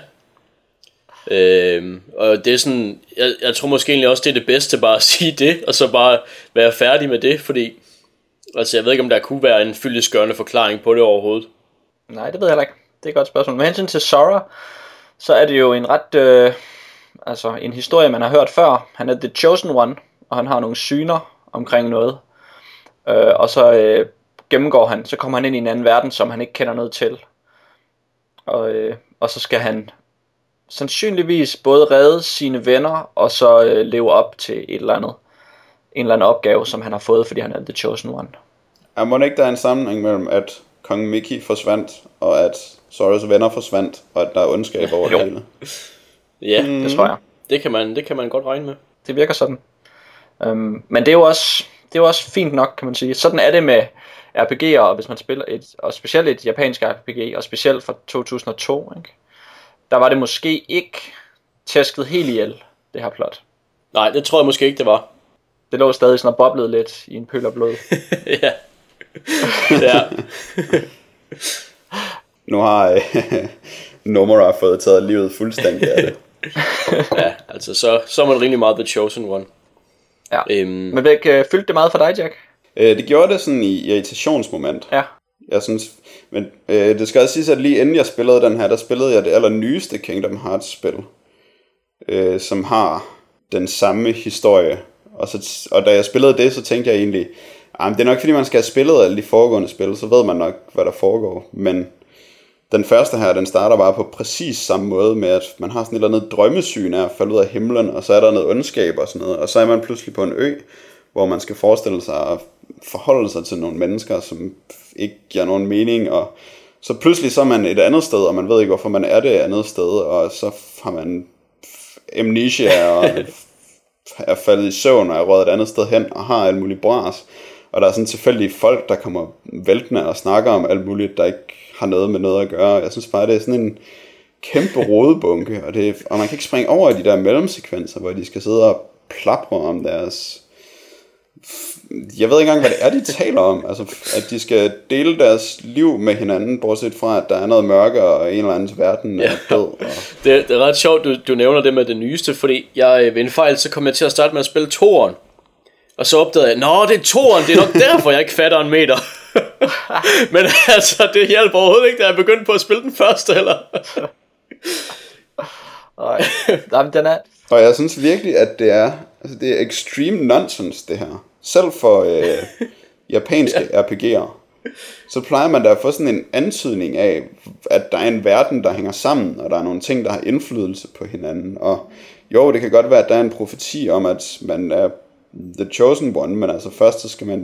Og det er sådan, jeg tror måske egentlig også, det er det bedste bare at sige det, og så bare være færdig med det, fordi altså jeg ved ikke, om der kunne være en fyldestgørende forklaring på det overhovedet. Nej, det ved jeg heller ikke. Det er et godt spørgsmål. Med hensyn til Sora, så er det jo en ret altså en historie, man har hørt før. Han er The Chosen One, og han har nogle syner omkring noget. Og så gennemgår han, så kommer han ind i en anden verden, som han ikke kender noget til. Og så skal han sandsynligvis både redde sine venner, og så leve op til en eller anden opgave, som han har fået, fordi han er The Chosen One. Jeg må ikke, der er en sammenhæng mellem, at Kong Mickey forsvandt, og at Zoros venner forsvandt, og at der er ondskab over det hele. Ja, det tror jeg. Det kan man godt regne med. Det virker sådan. Men det er jo også fint nok, kan man sige. Sådan er det med RPG'er, og hvis man spiller og specielt et japansk RPG, og specielt fra 2002, ikke? Der var det måske ikke tæsket helt ihjel, det her plot. Nej, det tror jeg måske ikke, det var. Det lå stadig sådan og boblede lidt i en pøl af blod. Ja. Ja. Nu har Nomura fået taget livet fuldstændig af det. Ja, altså så var det rimelig meget The Chosen One. Ja. Men fyldte det meget for dig, Jack? Det gjorde det sådan i irritationsmoment. Ja. Jeg synes, men det skal også siges, at lige inden jeg spillede den her, der spillede jeg det allernyeste Kingdom Hearts spil, som har den samme historie. Og da jeg spillede det, så tænkte jeg egentlig, det er nok fordi man skal have spillet alle de foregående spil, så ved man nok, hvad der foregår. Men den første her, den starter bare på præcis samme måde med, at man har sådan et eller andet drømmesyn af at falde ud af himlen, og så er der noget ondskab og sådan noget, og så er man pludselig på en ø, hvor man skal forestille sig at forholde sig til nogle mennesker, som ikke giver nogen mening, og så pludselig så er man et andet sted, og man ved ikke, hvorfor man er det andet sted, og så har man amnesia, og er faldet i søvn, og er røget et andet sted hen, og har alt muligt bras, og der er sådan tilfældige folk, der kommer væltende og snakker om alt muligt, der ikke har noget med noget at gøre. Jeg synes bare, det er sådan en kæmpe rodebunke, og man kan ikke springe over i de der mellemsekvenser, hvor de skal sidde og plapre om deres... Jeg ved ikke engang, hvad det er, de taler om. Altså, at de skal dele deres liv med hinanden, bortset fra, at der er noget mørke, og en eller andens verden er død. Og... Det er ret sjovt, du nævner det med det nyeste, fordi jeg ved en fejl, så kom jeg til at starte med at spille toeren. Og så opdagede jeg, det er toeren, det er nok derfor, jeg ikke fatter en meter. Men altså, det hjælper overhovedet ikke, da jeg begyndte på at spille den første, heller. Den er... Og jeg synes virkelig, at det er extreme nonsense, det her. Selv for japanske RPG'er. Så plejer man da at få sådan en antydning af, at der er en verden, der hænger sammen, og der er nogle ting, der har indflydelse på hinanden. Og jo, det kan godt være, at der er en profeti om, at man er The Chosen One, men altså først så skal man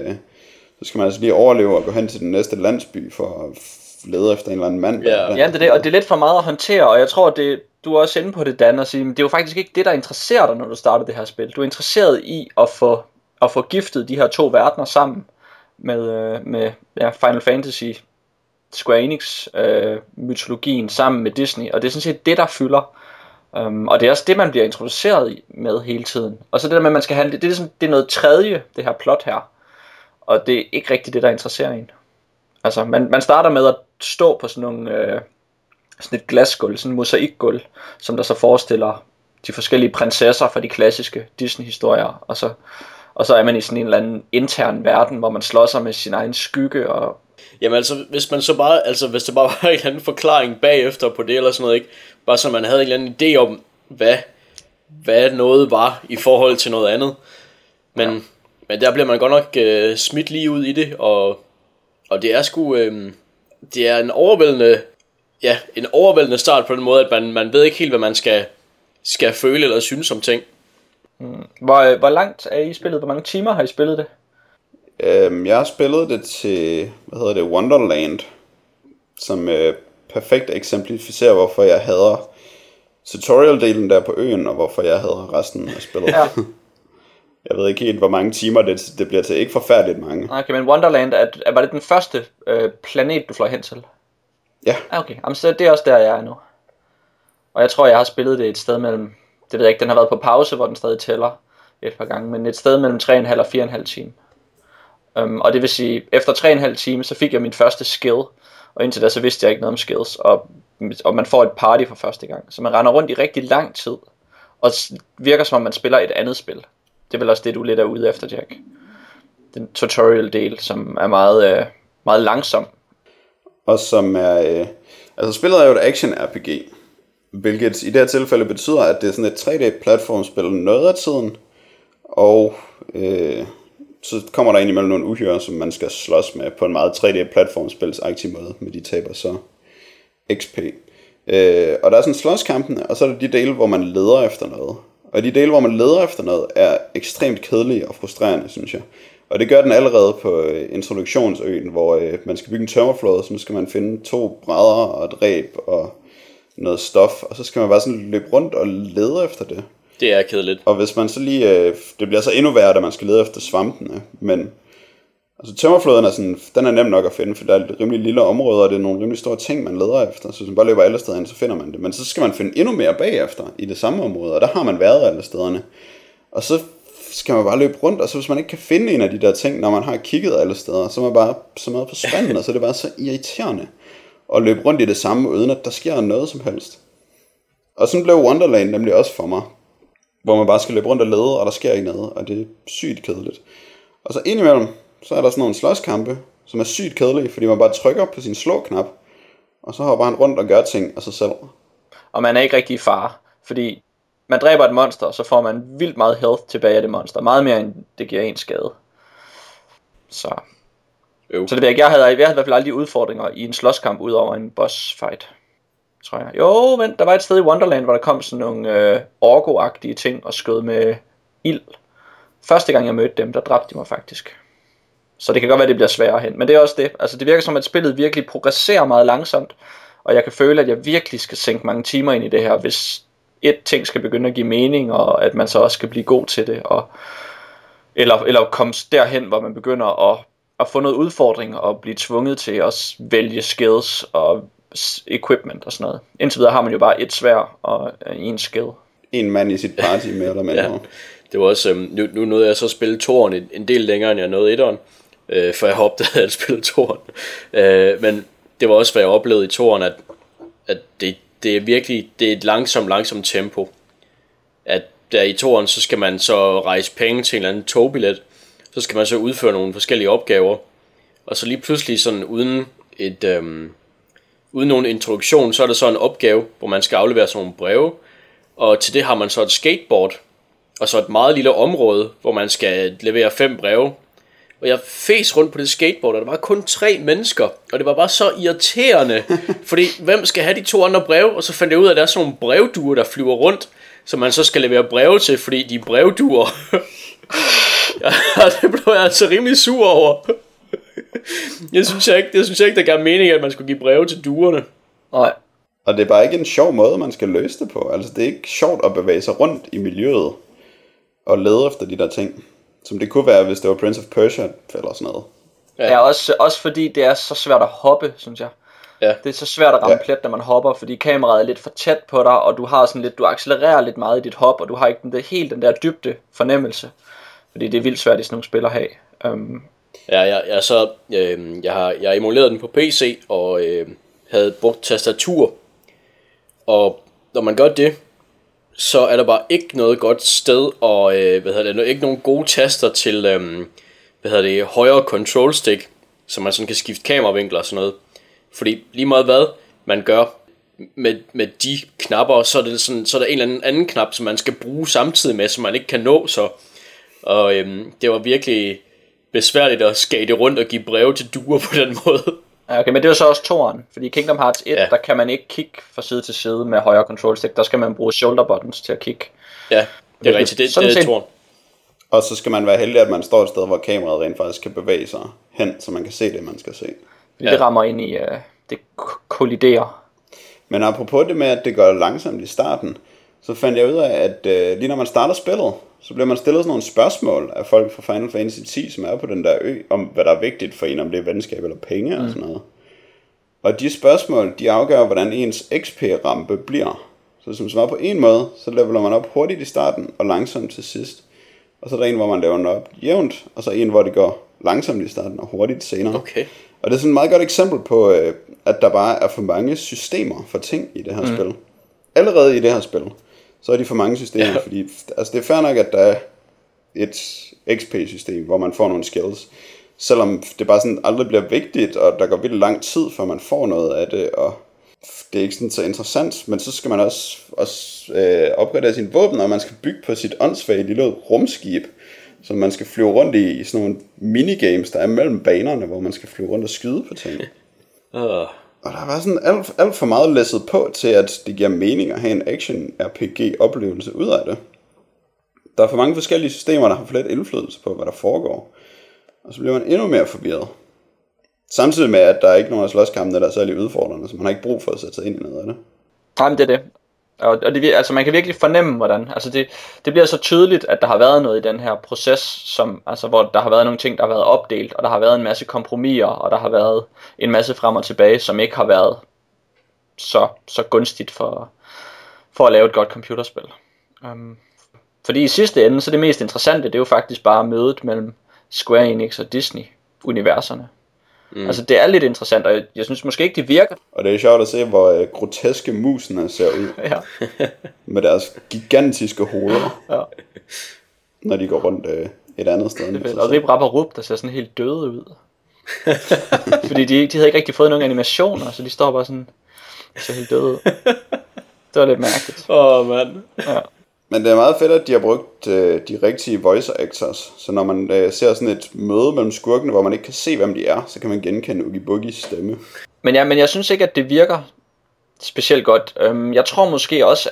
lige overleve og gå hen til den næste landsby for at lede efter en eller anden mand. Ja, det er det, og det er lidt for meget at håndtere, og jeg tror, du er også inde på det, Dan, og sige, men det er jo faktisk ikke det, der interesserer dig, når du starter det her spil. Du er interesseret i at få giftet de her to verdener sammen med Final Fantasy, Square Enix mytologien sammen med Disney, og det er sådan set det, der fylder. Og det er også det, man bliver introduceret med hele tiden. Og så det der med, at man skal have det er noget tredje, det her plot her. Og det er ikke rigtigt det, der interesserer en. Altså, man starter med at stå på sådan et glasgulv, sådan et mosaikgulv, som der så forestiller de forskellige prinsesser fra de klassiske Disney-historier. Og så er man i sådan en eller anden intern verden, hvor man slår sig med sin egen skygge. Og... Jamen altså, hvis der bare var en eller anden forklaring bagefter på det eller sådan noget, ikke? Bare så man havde en eller anden idé om, hvad noget var i forhold til noget andet. Men der bliver man godt nok smidt lige ud i det, og det er sgu det er en overvældende start på den måde, at man ved ikke helt, hvad man skal føle eller synes om ting. Hvor langt er I spillet? Hvor mange timer har I spillet det? Jeg har spillet det til, Wonderland, som perfekt eksemplificerer, hvorfor jeg hader tutorial-delen der på øen, og hvorfor jeg hader resten af spillet. Ja. Jeg ved ikke helt, hvor mange timer det bliver til. Ikke forfærdeligt mange. Okay, men Wonderland, var det den første planet, du fløj hen til? Ja. Okay, jamen, så det er også der, jeg er nu. Og jeg tror, jeg har spillet det et sted mellem... Det ved jeg ikke, den har været på pause, hvor den stadig tæller et par gange. Men et sted mellem 3,5 og 4,5 timer. Og det vil sige, efter 3,5 timer, så fik jeg min første skill. Og indtil da, så vidste jeg ikke noget om skills. Og man får et party for første gang. Så man render rundt i rigtig lang tid. Og virker som om, man spiller et andet spil. Det er vel også det, du lidt er ude efter, Jack. Den tutorial-del, som er meget, meget langsom. Og som er... spillet er jo et action-RPG. Hvilket i det her tilfælde betyder, at det er sådan et 3D-platformspil noget af tiden, og så kommer der ind imellem nogle uhyre, som man skal slås med på en meget 3D-platformspilsagtig måde, med de taber så XP. Og der er sådan slåskampene, og så er der de dele, hvor man leder efter noget. Og de dele, hvor man leder efter noget, er ekstremt kedelige og frustrerende, synes jeg. Og det gør den allerede på introduktionsøen, hvor man skal bygge en tømmerflåde, så nu skal man finde 2 brædder og et reb og noget stof, og så skal man bare sådan løbe rundt og lede efter det. Det er kedeligt. Og hvis man så lige, det bliver så endnu værre, da man skal lede efter svampene, men altså tømmerflåden er sådan, den er nem nok at finde, for der er et rimelig lille område, og det er nogle rimelig store ting, man leder efter, så hvis man bare løber alle steder ind, så finder man det. Men så skal man finde endnu mere bagefter i det samme område, og der har man været alle stederne. Og så skal man bare løbe rundt, og så hvis man ikke kan finde en af de der ting, når man har kigget alle steder, så er man bare så meget på spanden, og så er det bare så irriterende at løbe rundt i det samme, uden at der sker noget som helst. Og sådan blev Wonderland nemlig også for mig, hvor man bare skal løbe rundt og lede, og der sker ikke noget, og det er sygt kedeligt. Og så indimellem, så er der sådan nogle slåskampe, som er sygt kedelige, fordi man bare trykker på sin slå-knap, og så hopper han rundt og gør ting af sig selv. Og man er ikke rigtig i fare, fordi man dræber et monster, så får man vildt meget health tilbage af det monster. Meget mere end det giver en skade. Så det ved jeg havde i hvert fald aldrig udfordringer i en slåskamp ud over en boss fight, tror jeg. Jo, men der var et sted i Wonderland, hvor der kom sådan nogle orgo-agtige ting og skød med ild. Første gang jeg mødte dem, der dræbte de mig faktisk. Så det kan godt være, det bliver sværere hen. Men det er også det. Altså det virker som, at spillet virkelig progresserer meget langsomt. Og jeg kan føle, at jeg virkelig skal sænke mange timer ind i det her, hvis et ting skal begynde at give mening, og at man så også skal blive god til det. Eller komme derhen, hvor man begynder at få noget udfordring og blive tvunget til at vælge skills og equipment og sådan noget. Indtil videre har man jo bare et sværd og en skill. En mand i sit party mere eller mindre. Ja. Det var også, nu nåede jeg så at spille toren en del længere, end jeg nåede etteren, for jeg opdagede at spille toren. Men det var også, hvad jeg oplevede i toren, at det er virkelig, det er et langsomt tempo. At der i toren, så skal man så rejse penge til en eller anden togbillet, så skal man så udføre nogle forskellige opgaver, og så lige pludselig sådan uden nogen introduktion, så er der så en opgave, hvor man skal aflevere sådan nogle breve, og til det har man så et skateboard, og så et meget lille område, hvor man skal levere 5 breve. Og jeg fes rundt på det skateboard, og der var kun 3 mennesker, og det var bare så irriterende, fordi hvem skal have de 2 andre breve? Og så fandt jeg ud af, at der er sådan nogle brevduer, der flyver rundt, som man så skal levere breve til, fordi de er brevduer. Ja, det blev jeg altså rimelig sur over. Jeg synes ikke, der gav mening, at man skulle give breve til duerne. Nej. Og det er bare ikke en sjov måde, man skal løse det på. Altså det er ikke sjovt at bevæge sig rundt i miljøet og lede efter de der ting, som det kunne være, hvis det var Prince of Persia eller sådan noget. Ja, også fordi det er så svært at hoppe, synes jeg. Ja. Det er så svært at ramme plet, når man hopper, fordi kameraet er lidt for tæt på dig, og du har sådan lidt, du accelererer lidt meget i dit hop, og du har ikke helt den der dybde fornemmelse, fordi det er vildt svært i sådan nogle spil at have. Jeg har emuleret den på PC og havde brugt tastatur, og når man gør det, så er der bare ikke noget godt sted, og ikke nogen gode taster til højre control stick, så man sådan kan skifte kameravinkler og sådan noget. Fordi lige meget hvad man gør med de knapper, så er der en eller anden knap, som man skal bruge samtidig med, som man ikke kan nå. Så. Og det var virkelig besværligt at skate rundt og give breve til duer på den måde. Ja, okay, men det var så også toeren, fordi Kingdom Hearts 1, der kan man ikke kigge fra side til side med højre control stick, der skal man bruge shoulder buttons til at kigge. Ja, det er rigtigt, det er toeren. Og så skal man være heldig, at man står et sted, hvor kameraet rent faktisk kan bevæge sig hen, så man kan se det, man skal se. Det rammer ind i, det kolliderer. Men apropos det med, at det går langsomt i starten, så fandt jeg ud af, at lige når man starter spillet, så bliver man stillet sådan nogle spørgsmål af folk fra Final Fantasy 10, som er på den der ø, om hvad der er vigtigt for en, om det er venskab eller penge og sådan noget. Og de spørgsmål, de afgør, hvordan ens XP-rampe bliver. Så som svarer på en måde, så leveler man op hurtigt i starten og langsomt til sidst. Og så er der en, hvor man laver den op jævnt, og så en, hvor det går langsomt i starten og hurtigt senere. Okay. Og det er sådan et meget godt eksempel på, at der bare er for mange systemer for ting i det her spil. Allerede i det her spil, så er de for mange systemer, fordi altså det er fair nok, at der er et XP-system, hvor man får nogle skills, selvom det bare sådan aldrig bliver vigtigt, og der går vildt lang tid, før man får noget af det, og det er ikke sådan så interessant, men så skal man også opgradere sine våben, og man skal bygge på sit åndssvage lille rumskib, så man skal flyve rundt i sådan nogle minigames, der er mellem banerne, hvor man skal flyve rundt og skyde på ting. Og der var sådan alt for meget læsset på til, at det giver mening at have en action-RPG-oplevelse ud af det. Der er for mange forskellige systemer, der har for lidt indflydelse på, hvad der foregår. Og så bliver man endnu mere forvirret. Samtidig med, at der er ikke nogen af slåskampene, der er særlig udfordrende, så man har ikke brug for at sætte sig ind i noget af det. Jamen, det er det. Og det, altså, man kan virkelig fornemme, hvordan. Altså, det bliver så tydeligt, at der har været noget i den her proces, som, altså, hvor der har været nogle ting, der har været opdelt, og der har været en masse kompromiser, og der har været en masse frem og tilbage, som ikke har været så gunstigt for at lave et godt computerspil. Fordi i sidste ende, så det mest interessante, det er jo faktisk bare mødet mellem Square Enix og Disney-universerne. Altså det er lidt interessant, og jeg synes måske ikke det virker. Og det er sjovt at se, hvor groteske musene ser ud. Ja. Med deres gigantiske hoveder. Ja. Når de går rundt et andet sted. Det og Rip Rap og Rup, der ser sådan helt døde ud. Fordi de havde ikke rigtig fået nogen animationer, så de står bare sådan, så helt døde ud. Det var lidt mærkeligt. Mand. Ja. Men det er meget fedt, at de har brugt de rigtige voice actors. Så når man ser sådan et møde mellem skurkene, hvor man ikke kan se, hvem de er, så kan man genkende Oogie Boogies stemme. Men jeg synes ikke, at det virker specielt godt. Jeg tror måske også,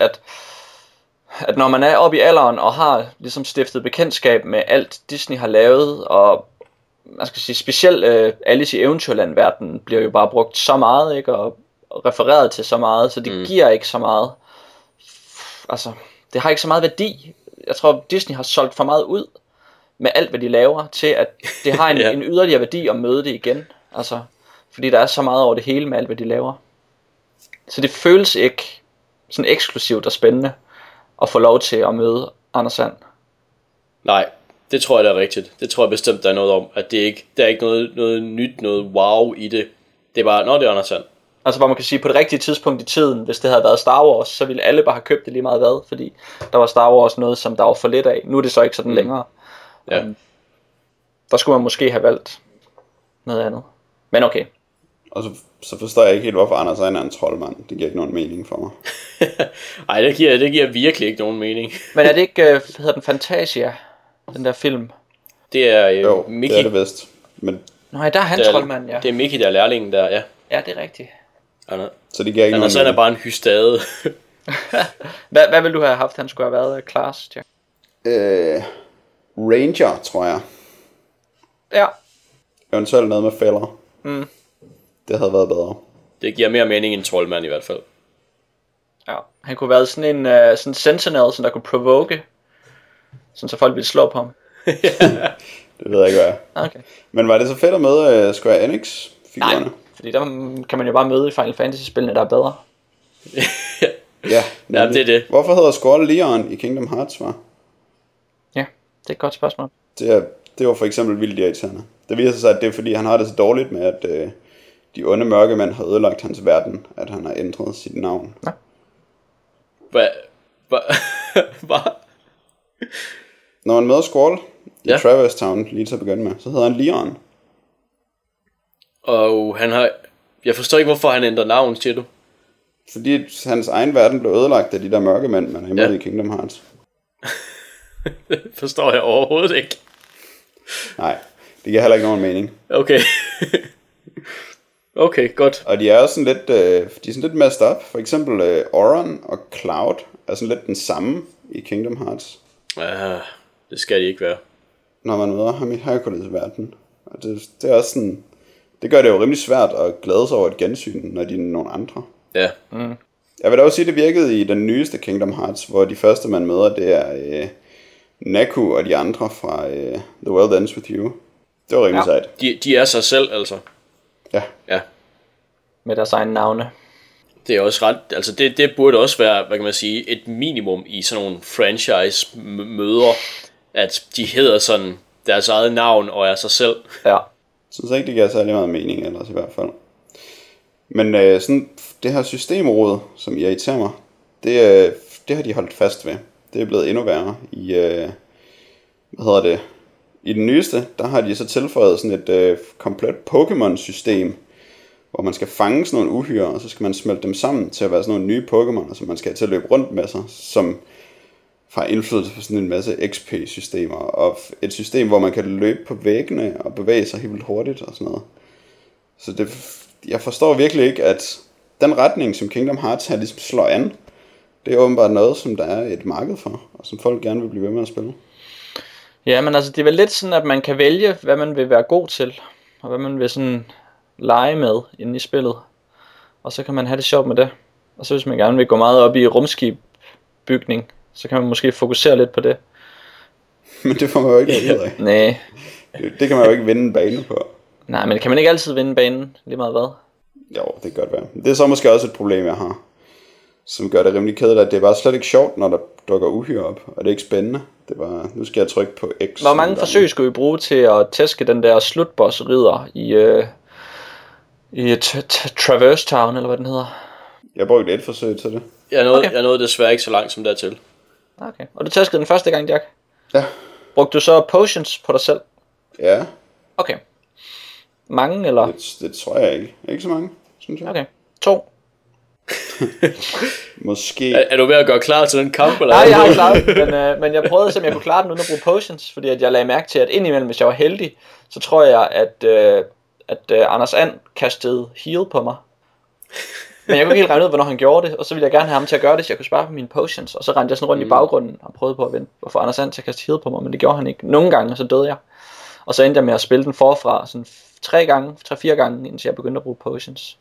at når man er oppe i alderen og har ligesom stiftet bekendtskab med alt Disney har lavet, og man skal sige specielt Alice i Eventyrland-verdenen bliver jo bare brugt så meget, ikke, og refereret til så meget, så det giver ikke så meget. Altså det har ikke så meget værdi. Jeg tror Disney har solgt for meget ud med alt hvad de laver, til at det har en yderligere værdi at møde det igen. Altså, fordi der er så meget over det hele med alt hvad de laver. Så det føles ikke sådan eksklusivt og spændende at få lov til at møde Anders Sand. Nej, det tror jeg, der er rigtigt. Det tror jeg bestemt, der er noget om, at der er ikke noget nyt, noget wow i det. Det er bare, det er Anders Sand. Altså hvor man kan sige, på det rigtige tidspunkt i tiden, hvis det havde været Star Wars, så ville alle bare have købt det lige meget hvad, fordi der var Star Wars noget, som der var for lidt af. Nu er det så ikke sådan længere. Ja. Der skulle man måske have valgt noget andet. Men okay. Og så forstår jeg ikke helt, hvorfor Anders er en troldmand. Det giver ikke nogen mening for mig. Ej, det giver virkelig ikke nogen mening. Men er det ikke, hedder den Fantasia, den der film? Det er jo, Mickey. Det er det vist. Men nej, der er han troldmand, ja. Det er Mickey, der er lærlingen der, ja. Ja, det er rigtigt. Så det giver ikke Anders nogen er bare en hystade. Hvad ville du have haft, han skulle have været, Klaas? Ranger, tror jeg. Ja. Eventuelt noget med fælder. Det havde været bedre. Det giver mere mening end troldmand i hvert fald. Ja, han kunne have været sådan en sådan sentinel, som der kunne provoke, sådan så folk ville slå på ham. Det ved jeg ikke, hvad er. Okay. Men var det så fedt at møde Square Enix-figurerne? Nej, fordi der kan man jo bare møde i Final Fantasy-spillene, der er bedre. Ja, det er det. Hvorfor hedder Squall Leon i Kingdom Hearts, var? Ja, det er et godt spørgsmål. Det var for eksempel vildt irriterende. Det viser sig, at det er fordi, han har det så dårligt med, at de onde mørkemænd har ødelagt hans verden, at han har ændret sit navn. Ja. Hvad? Når man møder Squall i Traverse Town, lige til at begynde med, så hedder han Leon. Og han har... Jeg forstår ikke, hvorfor han ændrer navn, siger du? Fordi hans egen verden blev ødelagt af de der mørkemænd, man er imod i Kingdom Hearts. Det forstår jeg overhovedet ikke. Nej, det giver heller ikke nogen mening. Okay. Okay, godt. Og de er også sådan lidt, de er sådan lidt messed up. For eksempel Auron og Cloud er sådan lidt den samme i Kingdom Hearts. Det skal de ikke være. Når man møder ham i Hercules verden. Og det er også sådan, det gør det jo rimelig svært at glæde sig over et gensyn, når de er nogle andre. Ja. Jeg vil da også sige, det virkede i den nyeste Kingdom Hearts, hvor de første man møder, det er Neku og de andre fra The World Ends With You. Det var rimelig sejt. De er sig selv, altså. Ja. Med deres egne navne. Det er også ret, altså det burde også være, hvad kan man sige, et minimum i sådan nogle franchise møder, at de hedder sådan deres eget navn og er sig selv. Ja. Jeg synes ikke, det giver særlig meget mening ellers i hvert fald. Men sådan det her systemråd, som irriterer mig, det har de holdt fast ved. Det er blevet endnu værre i, i den nyeste, der har de så tilføjet sådan et komplet Pokémon-system, hvor man skal fange sådan nogle uhyrer, og så skal man smelte dem sammen til at være sådan nogle nye Pokémon, som man skal have til at løbe rundt med sig, som har indflydelse på sådan en masse XP-systemer, og et system, hvor man kan løbe på væggene og bevæge sig helt vildt hurtigt og sådan noget. Så jeg forstår virkelig ikke, at den retning, som Kingdom Hearts her ligesom slår an, det er åbenbart noget, som der er et marked for, og som folk gerne vil blive ved med at spille. Ja, men altså det er vel lidt sådan, at man kan vælge, hvad man vil være god til, og hvad man vil sådan lege med inde i spillet. Og så kan man have det sjovt med det. Og så hvis man gerne vil gå meget op i rumskibsbygning, så kan man måske fokusere lidt på det. Men det får man jo ikke ud af. Nej. Det kan man jo ikke vinde en bane på. Nej, men kan man ikke altid vinde banen, lige meget hvad? Jo, det kan godt være. Det er så måske også et problem, jeg har, som gør det rimelig kedeligt, at det er bare slet ikke sjovt, når der dukker uhyre op, og det er ikke spændende. Det er bare, nu skal jeg trykke på X. Hvor mange forsøg skulle I bruge til at tæske den der slutboss-ridder i Traverse Town, eller hvad den hedder? Jeg brugte et forsøg til det. Jeg nåede desværre ikke så langt som dertil. Okay, og du tæskede den første gang, Jack? Ja. Brugte du så potions på dig selv? Ja. Okay. Mange, eller? Det tror jeg ikke. Ikke så mange, synes jeg. Okay. 2. Måske. Er du ved at gøre klar til den kamp? Eller? Nej, jeg har ikke klaret men jeg prøvede, om jeg kunne klare den uden at bruge potions, fordi at jeg lagde mærke til, at indimellem, hvis jeg var heldig, så tror jeg, at Anders And kastede heal på mig. Men jeg kunne ikke helt regne ud, hvornår han gjorde det, og så ville jeg gerne have ham til at gøre det, så jeg kunne spare på mine potions, og så rendte jeg sådan rundt i baggrunden og prøvede på at vente og få Anders And til at kaste heal på mig, men det gjorde han ikke. Nogle gange, så døde jeg. Og så endte jeg med at spille den forfra sådan 3-4 gange, indtil jeg begyndte at bruge potions.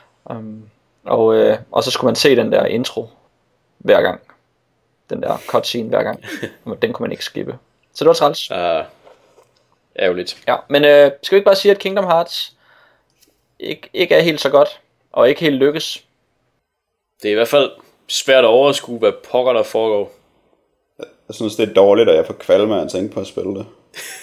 Og så skulle man se den der intro hver gang. Den der cutscene hver gang. Den kunne man ikke skippe. Så det var træls. Ærgerligt. Ja, men skal vi ikke bare sige, at Kingdom Hearts ikke er helt så godt, og ikke helt lykkes? Det er i hvert fald svært at overskue, hvad pokker der foregår. Jeg synes, det er dårligt, at jeg får kvalme af at tænke på at spille det.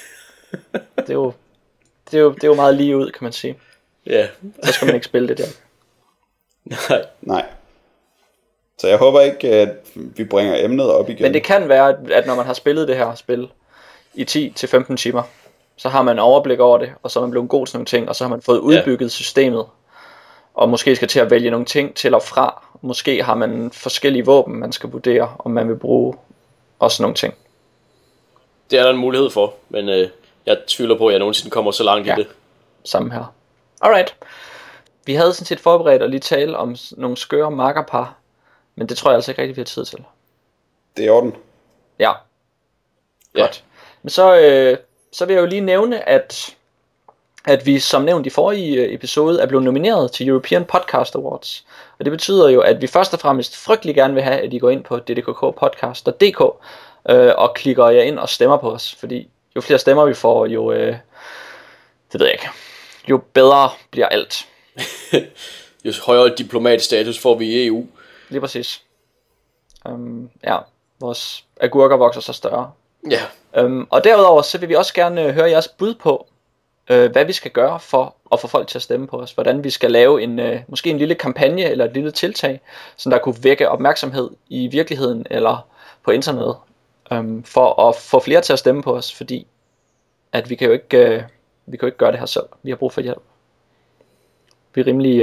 Det er jo meget lige ud, kan man sige. Ja. Så skal man ikke spille det der. Nej. Så jeg håber ikke, at vi bringer emnet op igen. Men det kan være, at når man har spillet det her spil i 10-15 timer, så har man overblik over det, og så er man blevet god til nogle ting, og så har man fået udbygget systemet, og måske skal til at vælge nogle ting til og fra. Måske har man forskellige våben, man skal vurdere, om man vil bruge også nogle ting. Det er der en mulighed for, men jeg tvivler på, at jeg nogensinde kommer så langt i det. Samme her. Alright. Vi havde sådan set forberedt at lige tale om nogle skøre makkerpar, men det tror jeg altså ikke rigtig, vi har tid til. Det er i orden. Ja. Godt. Men så vil jeg jo lige nævne, at vi som nævnt i forrige episode er blevet nomineret til European Podcast Awards. Og det betyder jo, at vi først og fremmest frygtelig gerne vil have, at I går ind på ddkkpodcast.dk og klikker jer ind og stemmer på os. Fordi jo flere stemmer vi får, jo, det ved jeg ikke, jo bedre bliver alt. Jo højere diplomatstatus får vi i EU. Lige præcis. Ja, vores agurker vokser så større. Ja. Og derudover så vil vi også gerne høre jeres bud på, hvad vi skal gøre for at få folk til at stemme på os. Hvordan vi skal lave måske en lille kampagne eller et lille tiltag, som der kunne vække opmærksomhed i virkeligheden eller på internettet, for at få flere til at stemme på os, fordi at vi kan jo ikke gøre det her selv. Vi har brug for hjælp. Vi er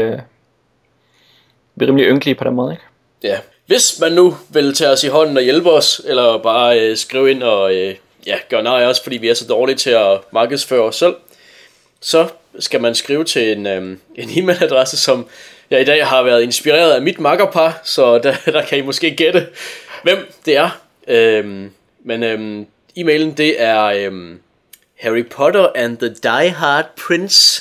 rimelig ynkelige på den måde, ikke? Ja. Hvis man nu vil tage os i hånden og hjælpe os, eller bare skrive ind og gøre nar af os, fordi vi er så dårlige til at markedsføre os selv, så skal man skrive til en e-mailadresse, som jeg i dag har været inspireret af mit makkerpar, så der kan I måske gætte, hvem det er. Men e-mailen, det er Harry Potter and the Die Hard Prince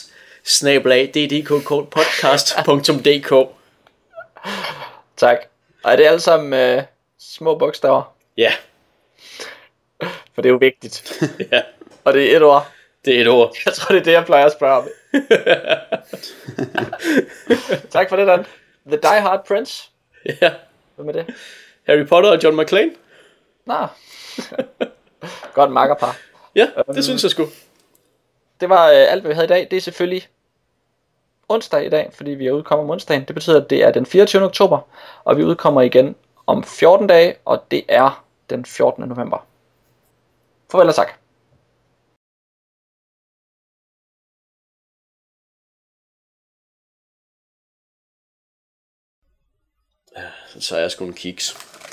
@ddkkpodcast.dk. Tak. Og er det alle sammen små bogstaver? Ja. For det er jo vigtigt. Ja. Og det er et ord. Det er et ord. Jeg tror, det er det, jeg plejer at spørge om. Tak for det, Dan. The Die Hard Prince. Ja. Hvem er det? Harry Potter og John McClane. Nå. Godt makkerpar. Ja, det synes jeg sgu. Det var alt, hvad vi havde i dag. Det er selvfølgelig onsdag i dag, fordi vi udkommer om onsdagen. Det betyder, at det er den 24. oktober, og vi udkommer igen om 14 dage, og det er den 14. november. Farvel og tak. så er jeg sgu en kiks.